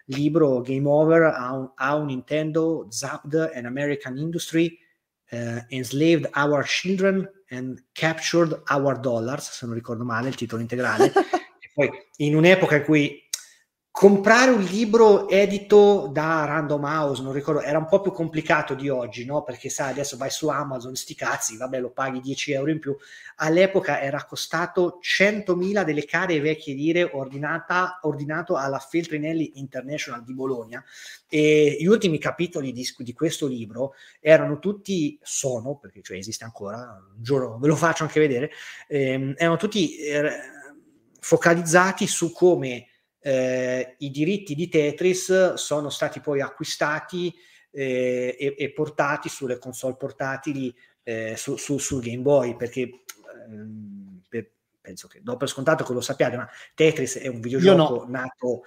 libro Game Over, How, How Nintendo Zapped an American Industry, uh, Enslaved Our Children and Captured Our Dollars, se non ricordo male il titolo integrale. E poi in un'epoca in cui comprare un libro edito da Random House, non ricordo, era un po' più complicato di oggi, no? Perché sai, adesso vai su Amazon, sti cazzi, vabbè, lo paghi dieci euro in più. All'epoca era costato centomila delle care vecchie lire, ordinata, ordinato alla Feltrinelli International di Bologna, e gli ultimi capitoli di, di questo libro erano tutti, sono, perché cioè esiste ancora, un giorno ve lo faccio anche vedere, ehm, erano tutti eh, focalizzati su come Eh, i diritti di Tetris sono stati poi acquistati eh, e, e portati sulle console portatili eh, su, su, sul Game Boy, perché ehm, per, penso che do per scontato che lo sappiate, ma Tetris è un videogioco no. nato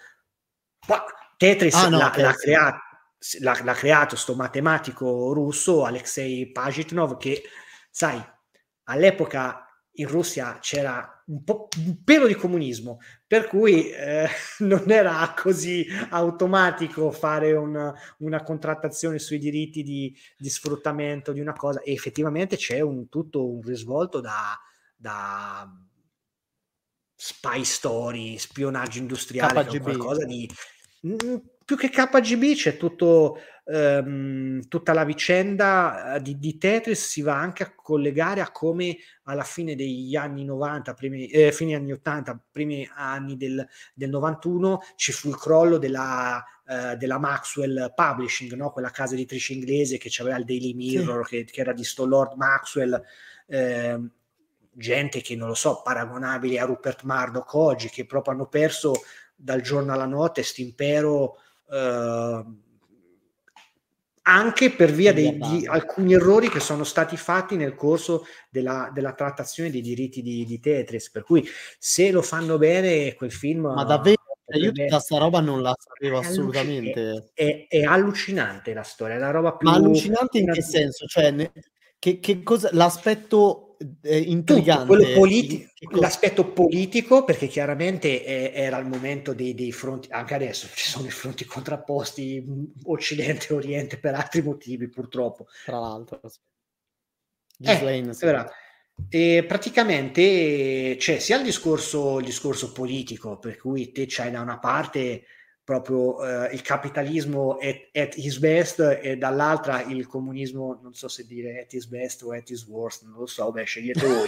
Tetris ah, no, l'ha, okay, l'ha, sì. creato, l'ha, l'ha creato sto matematico russo Alexei Pajitnov, che sai, all'epoca in Russia c'era un po' un pelo di comunismo, per cui eh, non era così automatico fare una, una contrattazione sui diritti di, di sfruttamento di una cosa, e effettivamente c'è un tutto un risvolto da, da spy story, spionaggio industriale, K G B. qualcosa di mh, più che K G B c'è tutto ehm, tutta la vicenda di, di Tetris si va anche a collegare a come alla fine degli anni novanta, primi, eh, fine anni ottanta, primi anni del, del novantuno ci fu il crollo della, eh, della Maxwell Publishing, no? Quella casa editrice inglese che aveva il Daily Mirror, sì. che, che era di sto Lord Maxwell, eh, gente che non lo so, paragonabili a Rupert Murdoch oggi, che proprio hanno perso dal giorno alla notte st'impero, eh, anche per via dei, di alcuni errori che sono stati fatti nel corso della, della trattazione dei diritti di, di Tetris, per cui se lo fanno bene quel film... Ma davvero? Potrebbe... Io tutta sta roba non la sapevo è assolutamente. È, è, è allucinante la storia, è la roba più... Ma allucinante in che senso? Cioè, ne, che, che cosa, l'aspetto eh, intrigante? Tutto, quello politi- cosa... l'aspetto politico, perché chiaramente è, era il momento dei, dei fronti, anche adesso ci sono i fronti contrapposti Occidente e Oriente per altri motivi purtroppo. Tra l'altro. Eh, e praticamente c'è sia il discorso, il discorso politico, per cui te c'hai da una parte proprio eh, il capitalismo at, at his best e dall'altra il comunismo, non so se dire at his best o at his worst, non lo so, beh, scegliete voi.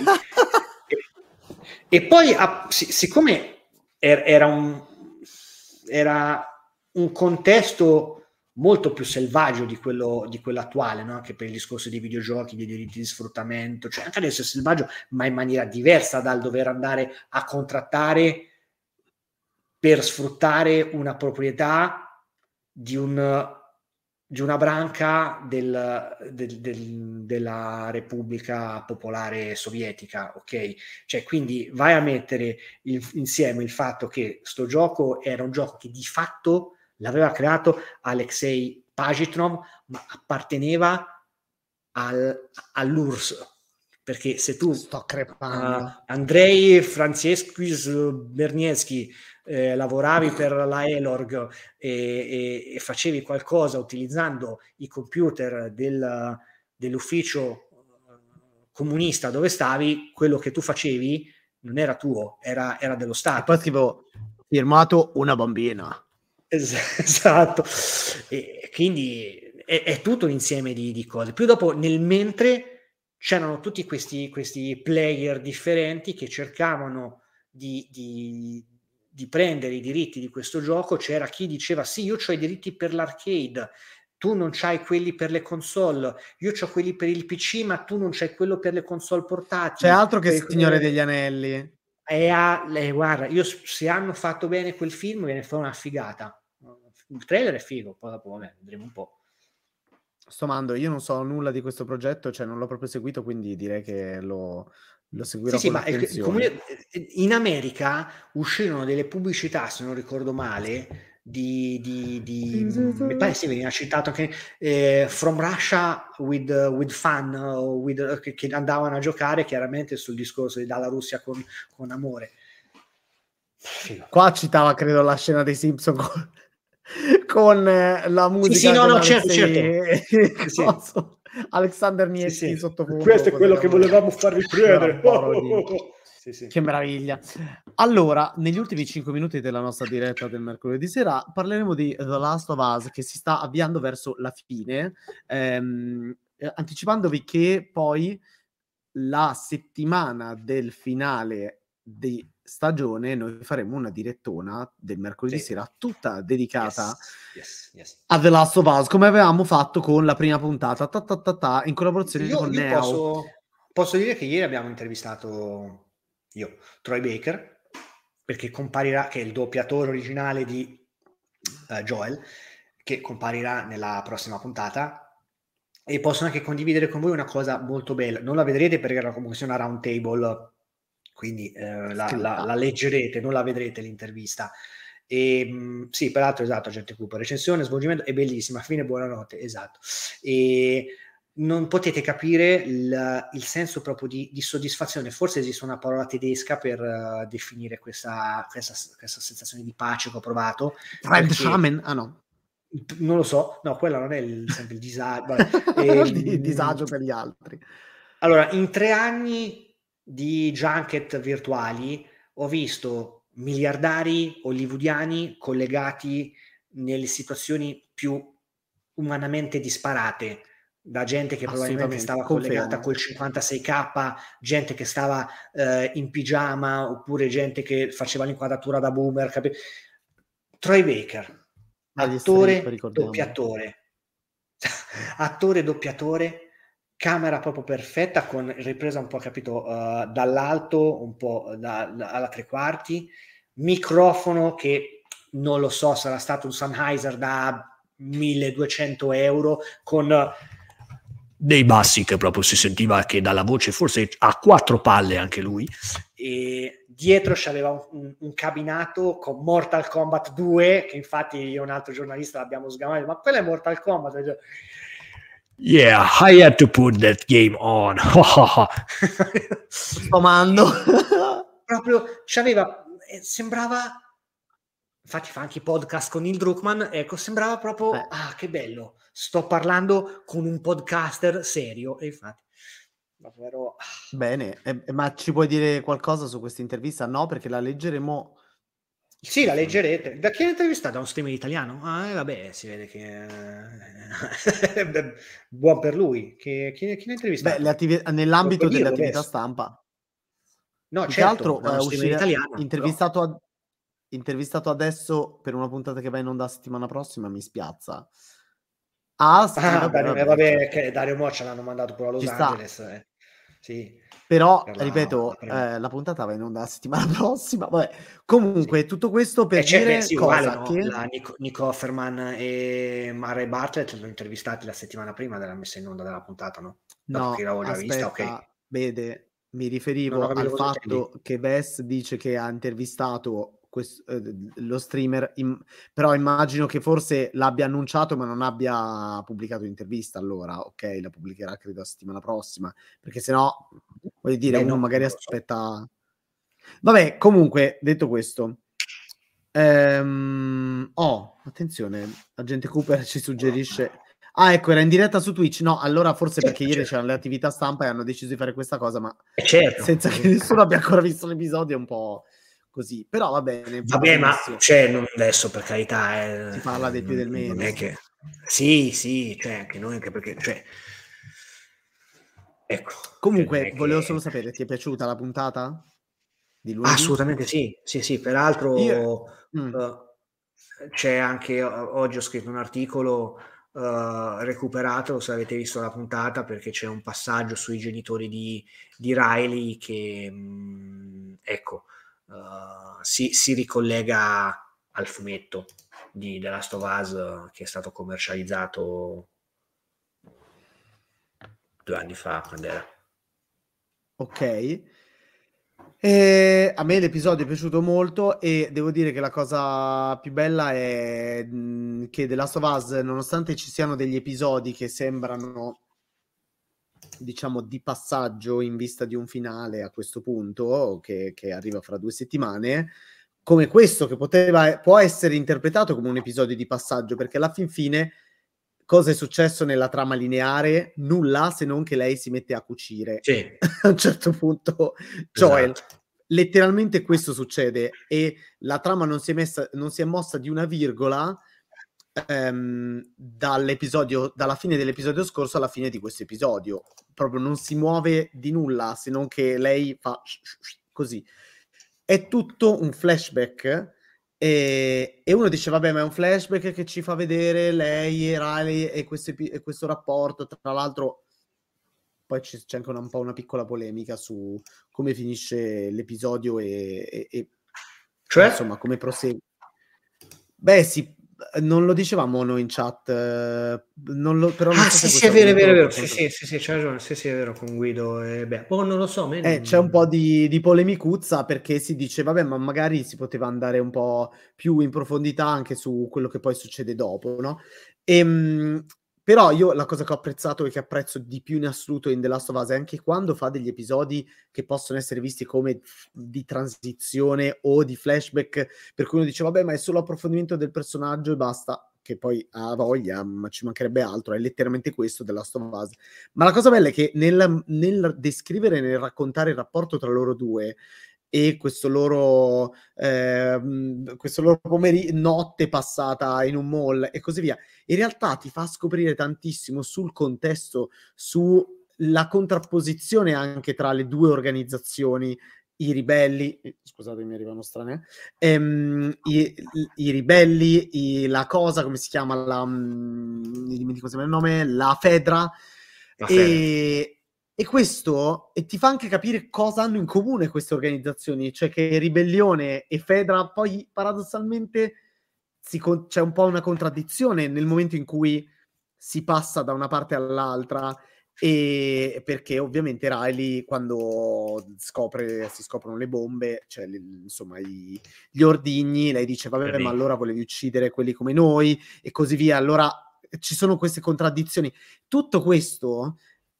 e, e poi a, sic- siccome er, era un era un contesto molto più selvaggio di quello, di quello attuale, no? Anche per il discorso dei videogiochi, dei diritti di sfruttamento, cioè anche adesso è selvaggio, ma in maniera diversa dal dover andare a contrattare per sfruttare una proprietà di, un, di una branca del, del, del, della Repubblica Popolare Sovietica, ok? Cioè, quindi vai a mettere il, insieme il fatto che sto gioco era un gioco che di fatto l'aveva creato Alexei Pajitnov, ma apparteneva al, all'U R S S, perché se tu sto crepando uh, Andrei Francesquis Bernieschi eh, lavoravi per la Elorg e, e, e facevi qualcosa utilizzando i computer del, dell'ufficio comunista dove stavi, quello che tu facevi non era tuo, era, era dello Stato. E poi scrivo firmato una bambina. Esatto, e quindi è, è tutto un insieme di, di cose. Più dopo, nel mentre, c'erano tutti questi, questi player differenti che cercavano di, di, di prendere i diritti di questo gioco. C'era chi diceva sì, io ho i diritti per l'arcade, tu non c'hai quelli per le console, io ho quelli per il P C, ma tu non c'hai quello per le console portatili. C'è altro che per... Signore degli Anelli. E a, e guarda, io se hanno fatto bene quel film viene fuori una figata. Il trailer è figo, poi dopo vabbè, vedremo un po'. Sto mando, io non so nulla di questo progetto, cioè non l'ho proprio seguito, quindi direi che lo, lo seguirò sì, con sì, attenzione. Ma in America uscirono delle pubblicità, se non ricordo male, di, di, di mi pare sì, veniva citato anche eh, From Russia with, with Fun, with, che, che andavano a giocare chiaramente sul discorso di dalla Russia con, con amore. Figo. Qua citava credo la scena dei Simpson con... con eh, la musica. Sì, sì, no, no, certo, Alexei- certo. Sì. Coso, Alexander Sì, Nevsky sì. sottofondo. Questo è cosa quello che cavolo è? volevamo farvi credere. Bravo, Sì, sì. Che meraviglia. Allora, negli ultimi cinque minuti della nostra diretta del mercoledì sera parleremo di The Last of Us, che si sta avviando verso la fine, ehm, eh, anticipandovi che poi la settimana del finale di stagione noi faremo una direttona del mercoledì Sì. sera tutta dedicata Yes, yes, yes. a The Last of Us, come avevamo fatto con la prima puntata, ta ta ta ta, in collaborazione Io, con io Neo. posso, posso dire che ieri abbiamo intervistato io, Troy Baker, perché comparirà, che è il doppiatore originale di uh, Joel, che comparirà nella prossima puntata, e posso anche condividere con voi una cosa molto bella. Non la vedrete perché era comunque una round table, quindi eh, la, la, la leggerete, non la vedrete l'intervista. E mh, sì, peraltro, esatto, Agente Cooper, recensione, svolgimento, è bellissima, fine, buonanotte, esatto. E non potete capire il, il senso proprio di, di soddisfazione. Forse esiste una parola tedesca per uh, definire questa, questa, questa sensazione di pace che ho provato. Fremdschämen? Ah no. Non lo so, no, quello non è il, sempre il disagio. E, di disagio per gli altri. Allora, in tre anni di junket virtuali ho visto miliardari hollywoodiani collegati nelle situazioni più umanamente disparate, da gente che probabilmente stava confermo. collegata col cinquantasei K, gente che stava eh, in pigiama, oppure gente che faceva l'inquadratura da boomer. Capi- Troy Baker, attore, strip, doppiatore, attore, doppiatore, camera proprio perfetta, con ripresa un po', capito, uh, dall'alto, un po' da, da, alla tre quarti, microfono che non lo so, sarà stato un Sennheiser da milleduecento euro, con uh, dei bassi che proprio si sentiva che dalla voce forse ha quattro palle anche lui, e dietro c'aveva un, un, un cabinato con Mortal Kombat due, che infatti io e un altro giornalista l'abbiamo sgamato, ma quello è Mortal Kombat. Yeah, I had to put that game on. Sto mando. Proprio c'aveva, sembrava, infatti fa anche i podcast con Neil Druckmann, ecco, sembrava proprio, Beh. ah, che bello, sto parlando con un podcaster serio, e infatti davvero... Bene, eh, ma ci puoi dire qualcosa su questa intervista? No, perché la leggeremo. Sì, la leggerete. Da chi è intervistata? Da uno streamer italiano? Ah, eh, vabbè, si vede che buon per lui. Che, chi, chi ne ha intervistato? Beh, le attivi- nell'ambito delle attività adesso. stampa. No, Più certo, che altro uh, uscire italiano, intervistato, a, intervistato adesso per una puntata che va in onda la settimana prossima, mi spiazza. Ah, sì, ah vabbè, Dario, vabbè, vabbè certo. che Dario Moccia l'hanno mandato pure a Los Ci Angeles. Eh. Sì. Però, la, ripeto, la eh, la puntata va in onda la settimana prossima. Vabbè. Comunque, sì. Tutto questo per eh, dire beh, sì, cosa? Uguale, no? Che... La Nico, Nico Offerman e Murray Bartlett l'hanno intervistati la settimana prima della messa in onda della puntata, no? Dopo no, che l'avevo già aspetta, vista, ok. Vede, mi riferivo al fatto che Bess dice che ha intervistato questo, eh, lo streamer, in, però immagino che forse l'abbia annunciato ma non abbia pubblicato l'intervista, allora ok, la pubblicherà credo la settimana prossima, perché sennò voglio dire, Beh, uno no, magari aspetta so. Vabbè, comunque, detto questo, ehm... oh, attenzione, Agente Cooper ci suggerisce... Ah, ecco, era in diretta su Twitch. No, allora forse certo, perché ieri certo. c'erano le attività stampa e hanno deciso di fare questa cosa, ma certo. senza che nessuno abbia ancora visto l'episodio, è un po' così. Però va bene. Vabbè, ma cioè, non adesso, per carità, eh, si parla del più del meno. Non è che... Sì, sì, cioè, anche noi, anche perché... Cioè... Ecco. Comunque, che... volevo solo sapere, ti è piaciuta la puntata di lunedì? Assolutamente sì, sì, sì. Peraltro Io... mm. uh, c'è anche, oggi ho scritto un articolo... Uh, recuperato, se avete visto la puntata, perché c'è un passaggio sui genitori di, di Riley che mh, ecco uh, si, si ricollega al fumetto di The Last of Us uh, che è stato commercializzato due anni fa, quando era. Ok. E a me l'episodio è piaciuto molto e devo dire che la cosa più bella è mh, che The Last of Us, nonostante ci siano degli episodi che sembrano, diciamo, di passaggio in vista di un finale a questo punto, che, che arriva fra due settimane, come questo, che poteva, può essere interpretato come un episodio di passaggio, perché alla fin fine cosa è successo nella trama lineare? Nulla, se non che lei si mette a cucire. Sì. A un certo punto Joel, Esatto. letteralmente questo succede, e la trama non si è messa, non si è mossa di una virgola ehm, dall'episodio, dalla fine dell'episodio scorso alla fine di questo episodio. Proprio non si muove di nulla, se non che lei fa così. È tutto un flashback. E, e uno dice vabbè, ma è un flashback che ci fa vedere lei e Riley e questo, e questo rapporto. Tra l'altro poi c'è anche una, un po' una piccola polemica su come finisce l'episodio e, e, e cioè? insomma come prosegue. Beh sì, non lo dicevamo noi in chat, non lo, però non ah so sì se sì è vero è vero, è vero. Sì, sì, sì, sì, c'è ragione, sì sì è vero, con Guido e beh, oh, non lo so, me eh, non... c'è un po' di, di polemicuzza, perché si dice vabbè, ma magari si poteva andare un po' più in profondità anche su quello che poi succede dopo, no? Ehm, però io la cosa che ho apprezzato e che apprezzo di più in assoluto in The Last of Us è anche quando fa degli episodi che possono essere visti come di transizione o di flashback, per cui uno dice vabbè, ma è solo approfondimento del personaggio e basta, che poi ha voglia, ma ci mancherebbe altro, è letteralmente questo The Last of Us. Ma la cosa bella è che nel, nel descrivere, nel raccontare il rapporto tra loro due e questo loro eh, questo loro pomeriggio, notte passata in un mall e così via, in realtà ti fa scoprire tantissimo sul contesto, sulla contrapposizione anche tra le due organizzazioni, i ribelli, scusate mi arrivano strane, ehm, i, i ribelli, i, la cosa, come si chiama, la, mi dimentico sempre il nome, la Fedra, La e, e questo e ti fa anche capire cosa hanno in comune queste organizzazioni, cioè che Ribellione e Fedra poi paradossalmente si con- c'è un po' una contraddizione nel momento in cui si passa da una parte all'altra, e perché ovviamente Riley quando scopre si scoprono le bombe, cioè le, insomma i, gli ordigni, lei dice vabbè, ma allora volevi uccidere quelli come noi e così via, allora ci sono queste contraddizioni. Tutto questo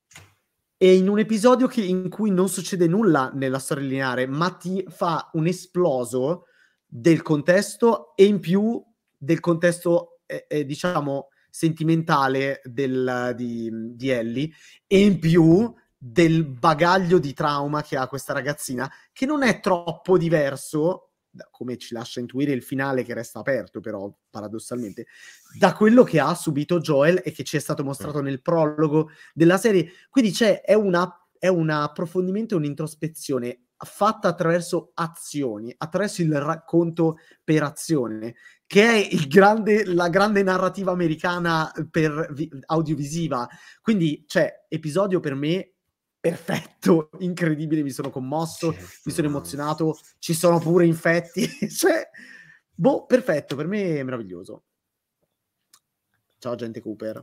è in un episodio che, in cui non succede nulla nella storia lineare, ma ti fa un esploso del contesto e in più del contesto eh, eh, diciamo sentimentale del, di, di Ellie, e in più del bagaglio di trauma che ha questa ragazzina, che non è troppo diverso, come ci lascia intuire il finale che resta aperto però paradossalmente, da quello che ha subito Joel e che ci è stato mostrato nel prologo della serie. Quindi c'è è una è un approfondimento e un'introspezione fatta attraverso azioni, attraverso il racconto per azione, che è il grande, la grande narrativa americana per vi, audiovisiva. Quindi c'è episodio per me perfetto, incredibile, mi sono commosso, certo, mi sono emozionato, ci sono pure infetti, cioè, boh, perfetto, per me è meraviglioso. Ciao gente Cooper.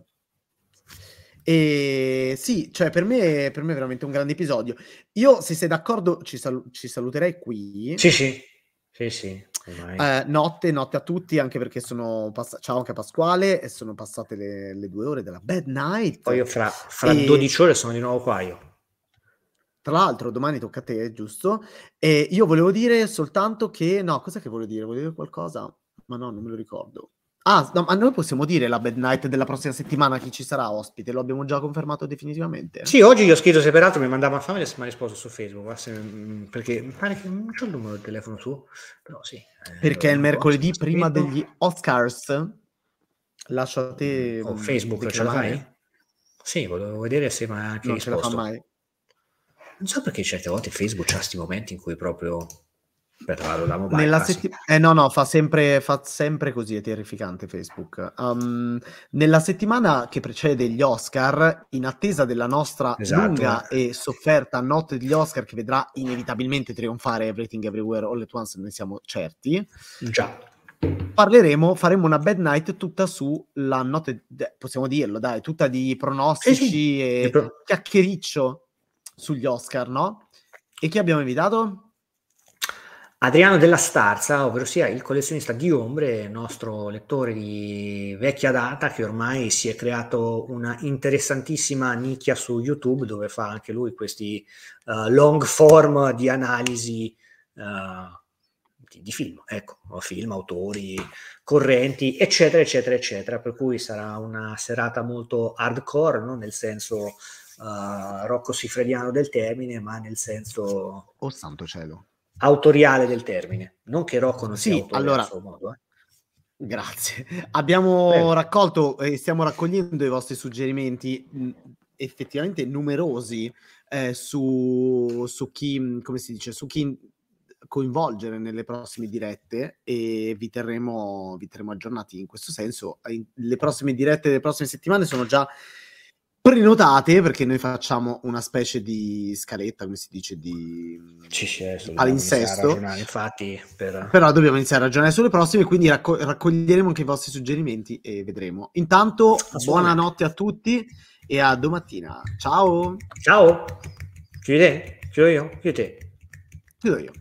E sì, cioè per me, per me è veramente un grande episodio. Io, se sei d'accordo, ci, sal- ci saluterei qui. Sì, sì, sì, sì. Eh, notte, notte a tutti, anche perché sono passate, ciao anche a Pasquale, e sono passate le, le due ore della Bad Night. Poi io fra, fra e... dodici ore sono di nuovo qua io. Tra l'altro domani tocca a te, giusto? E io volevo dire soltanto che... No, cos'è che volevo dire? Volevo dire qualcosa? Ma no, non me lo ricordo. Ah, no, ma noi possiamo dire la Bad Night della prossima settimana chi ci sarà ospite? Lo abbiamo già confermato definitivamente? Sì, oggi gli ho scritto separato, mi mandava a fame e mi ha risposto su Facebook, perché mi pare che non c'ho il numero del telefono su, però sì. Eh, perché è il mercoledì oggi, prima degli Oscars. Lascio a te... Con Facebook ce la fai? Sì, volevo vedere se mi ha anche non risposto. Ce la fa mai. Non so perché certe volte Facebook c'ha questi momenti in cui proprio... Aspetta, lo davo Nella setti- eh no no fa sempre, fa sempre così, è terrificante Facebook. Um, nella settimana che precede gli Oscar, in attesa della nostra esatto, lunga eh. e sofferta notte degli Oscar che vedrà inevitabilmente trionfare Everything Everywhere All at Once, ne siamo certi. Già. Parleremo, faremo una Bad Night tutta sulla notte, possiamo dirlo dai, tutta di pronostici sì, sì. e pro- chiacchiericcio sugli Oscar, no? E chi abbiamo invitato? Adriano della Starza, ovvero sia il collezionista di ombre, nostro lettore di vecchia data, che ormai si è creato una interessantissima nicchia su YouTube, dove fa anche lui questi uh, long form di analisi uh, di, di film, ecco, film, autori, correnti, eccetera, eccetera, eccetera, per cui sarà una serata molto hardcore, non nel senso uh, Rocco Siffrediano del termine, ma nel senso oh santo cielo, autoriale del termine, non che Rocco non sia sì, autore allora, a suo modo, eh. Grazie. Abbiamo Prego. raccolto e stiamo raccogliendo i vostri suggerimenti mh, effettivamente numerosi eh, su, su chi, come si dice, su chi coinvolgere nelle prossime dirette, e vi terremo, vi terremo aggiornati in questo senso. Le prossime dirette delle prossime settimane sono già prenotate, perché noi facciamo una specie di scaletta, come si dice, di Ci sì, palinsesto, ragionare, infatti, per... però dobbiamo iniziare a ragionare sulle prossime, quindi racco- raccoglieremo anche i vostri suggerimenti e vedremo. Intanto buonanotte a tutti e a domattina. Ciao. Ciao. Chiudi te? Chiudo io? Chiudi te? Chiudo io.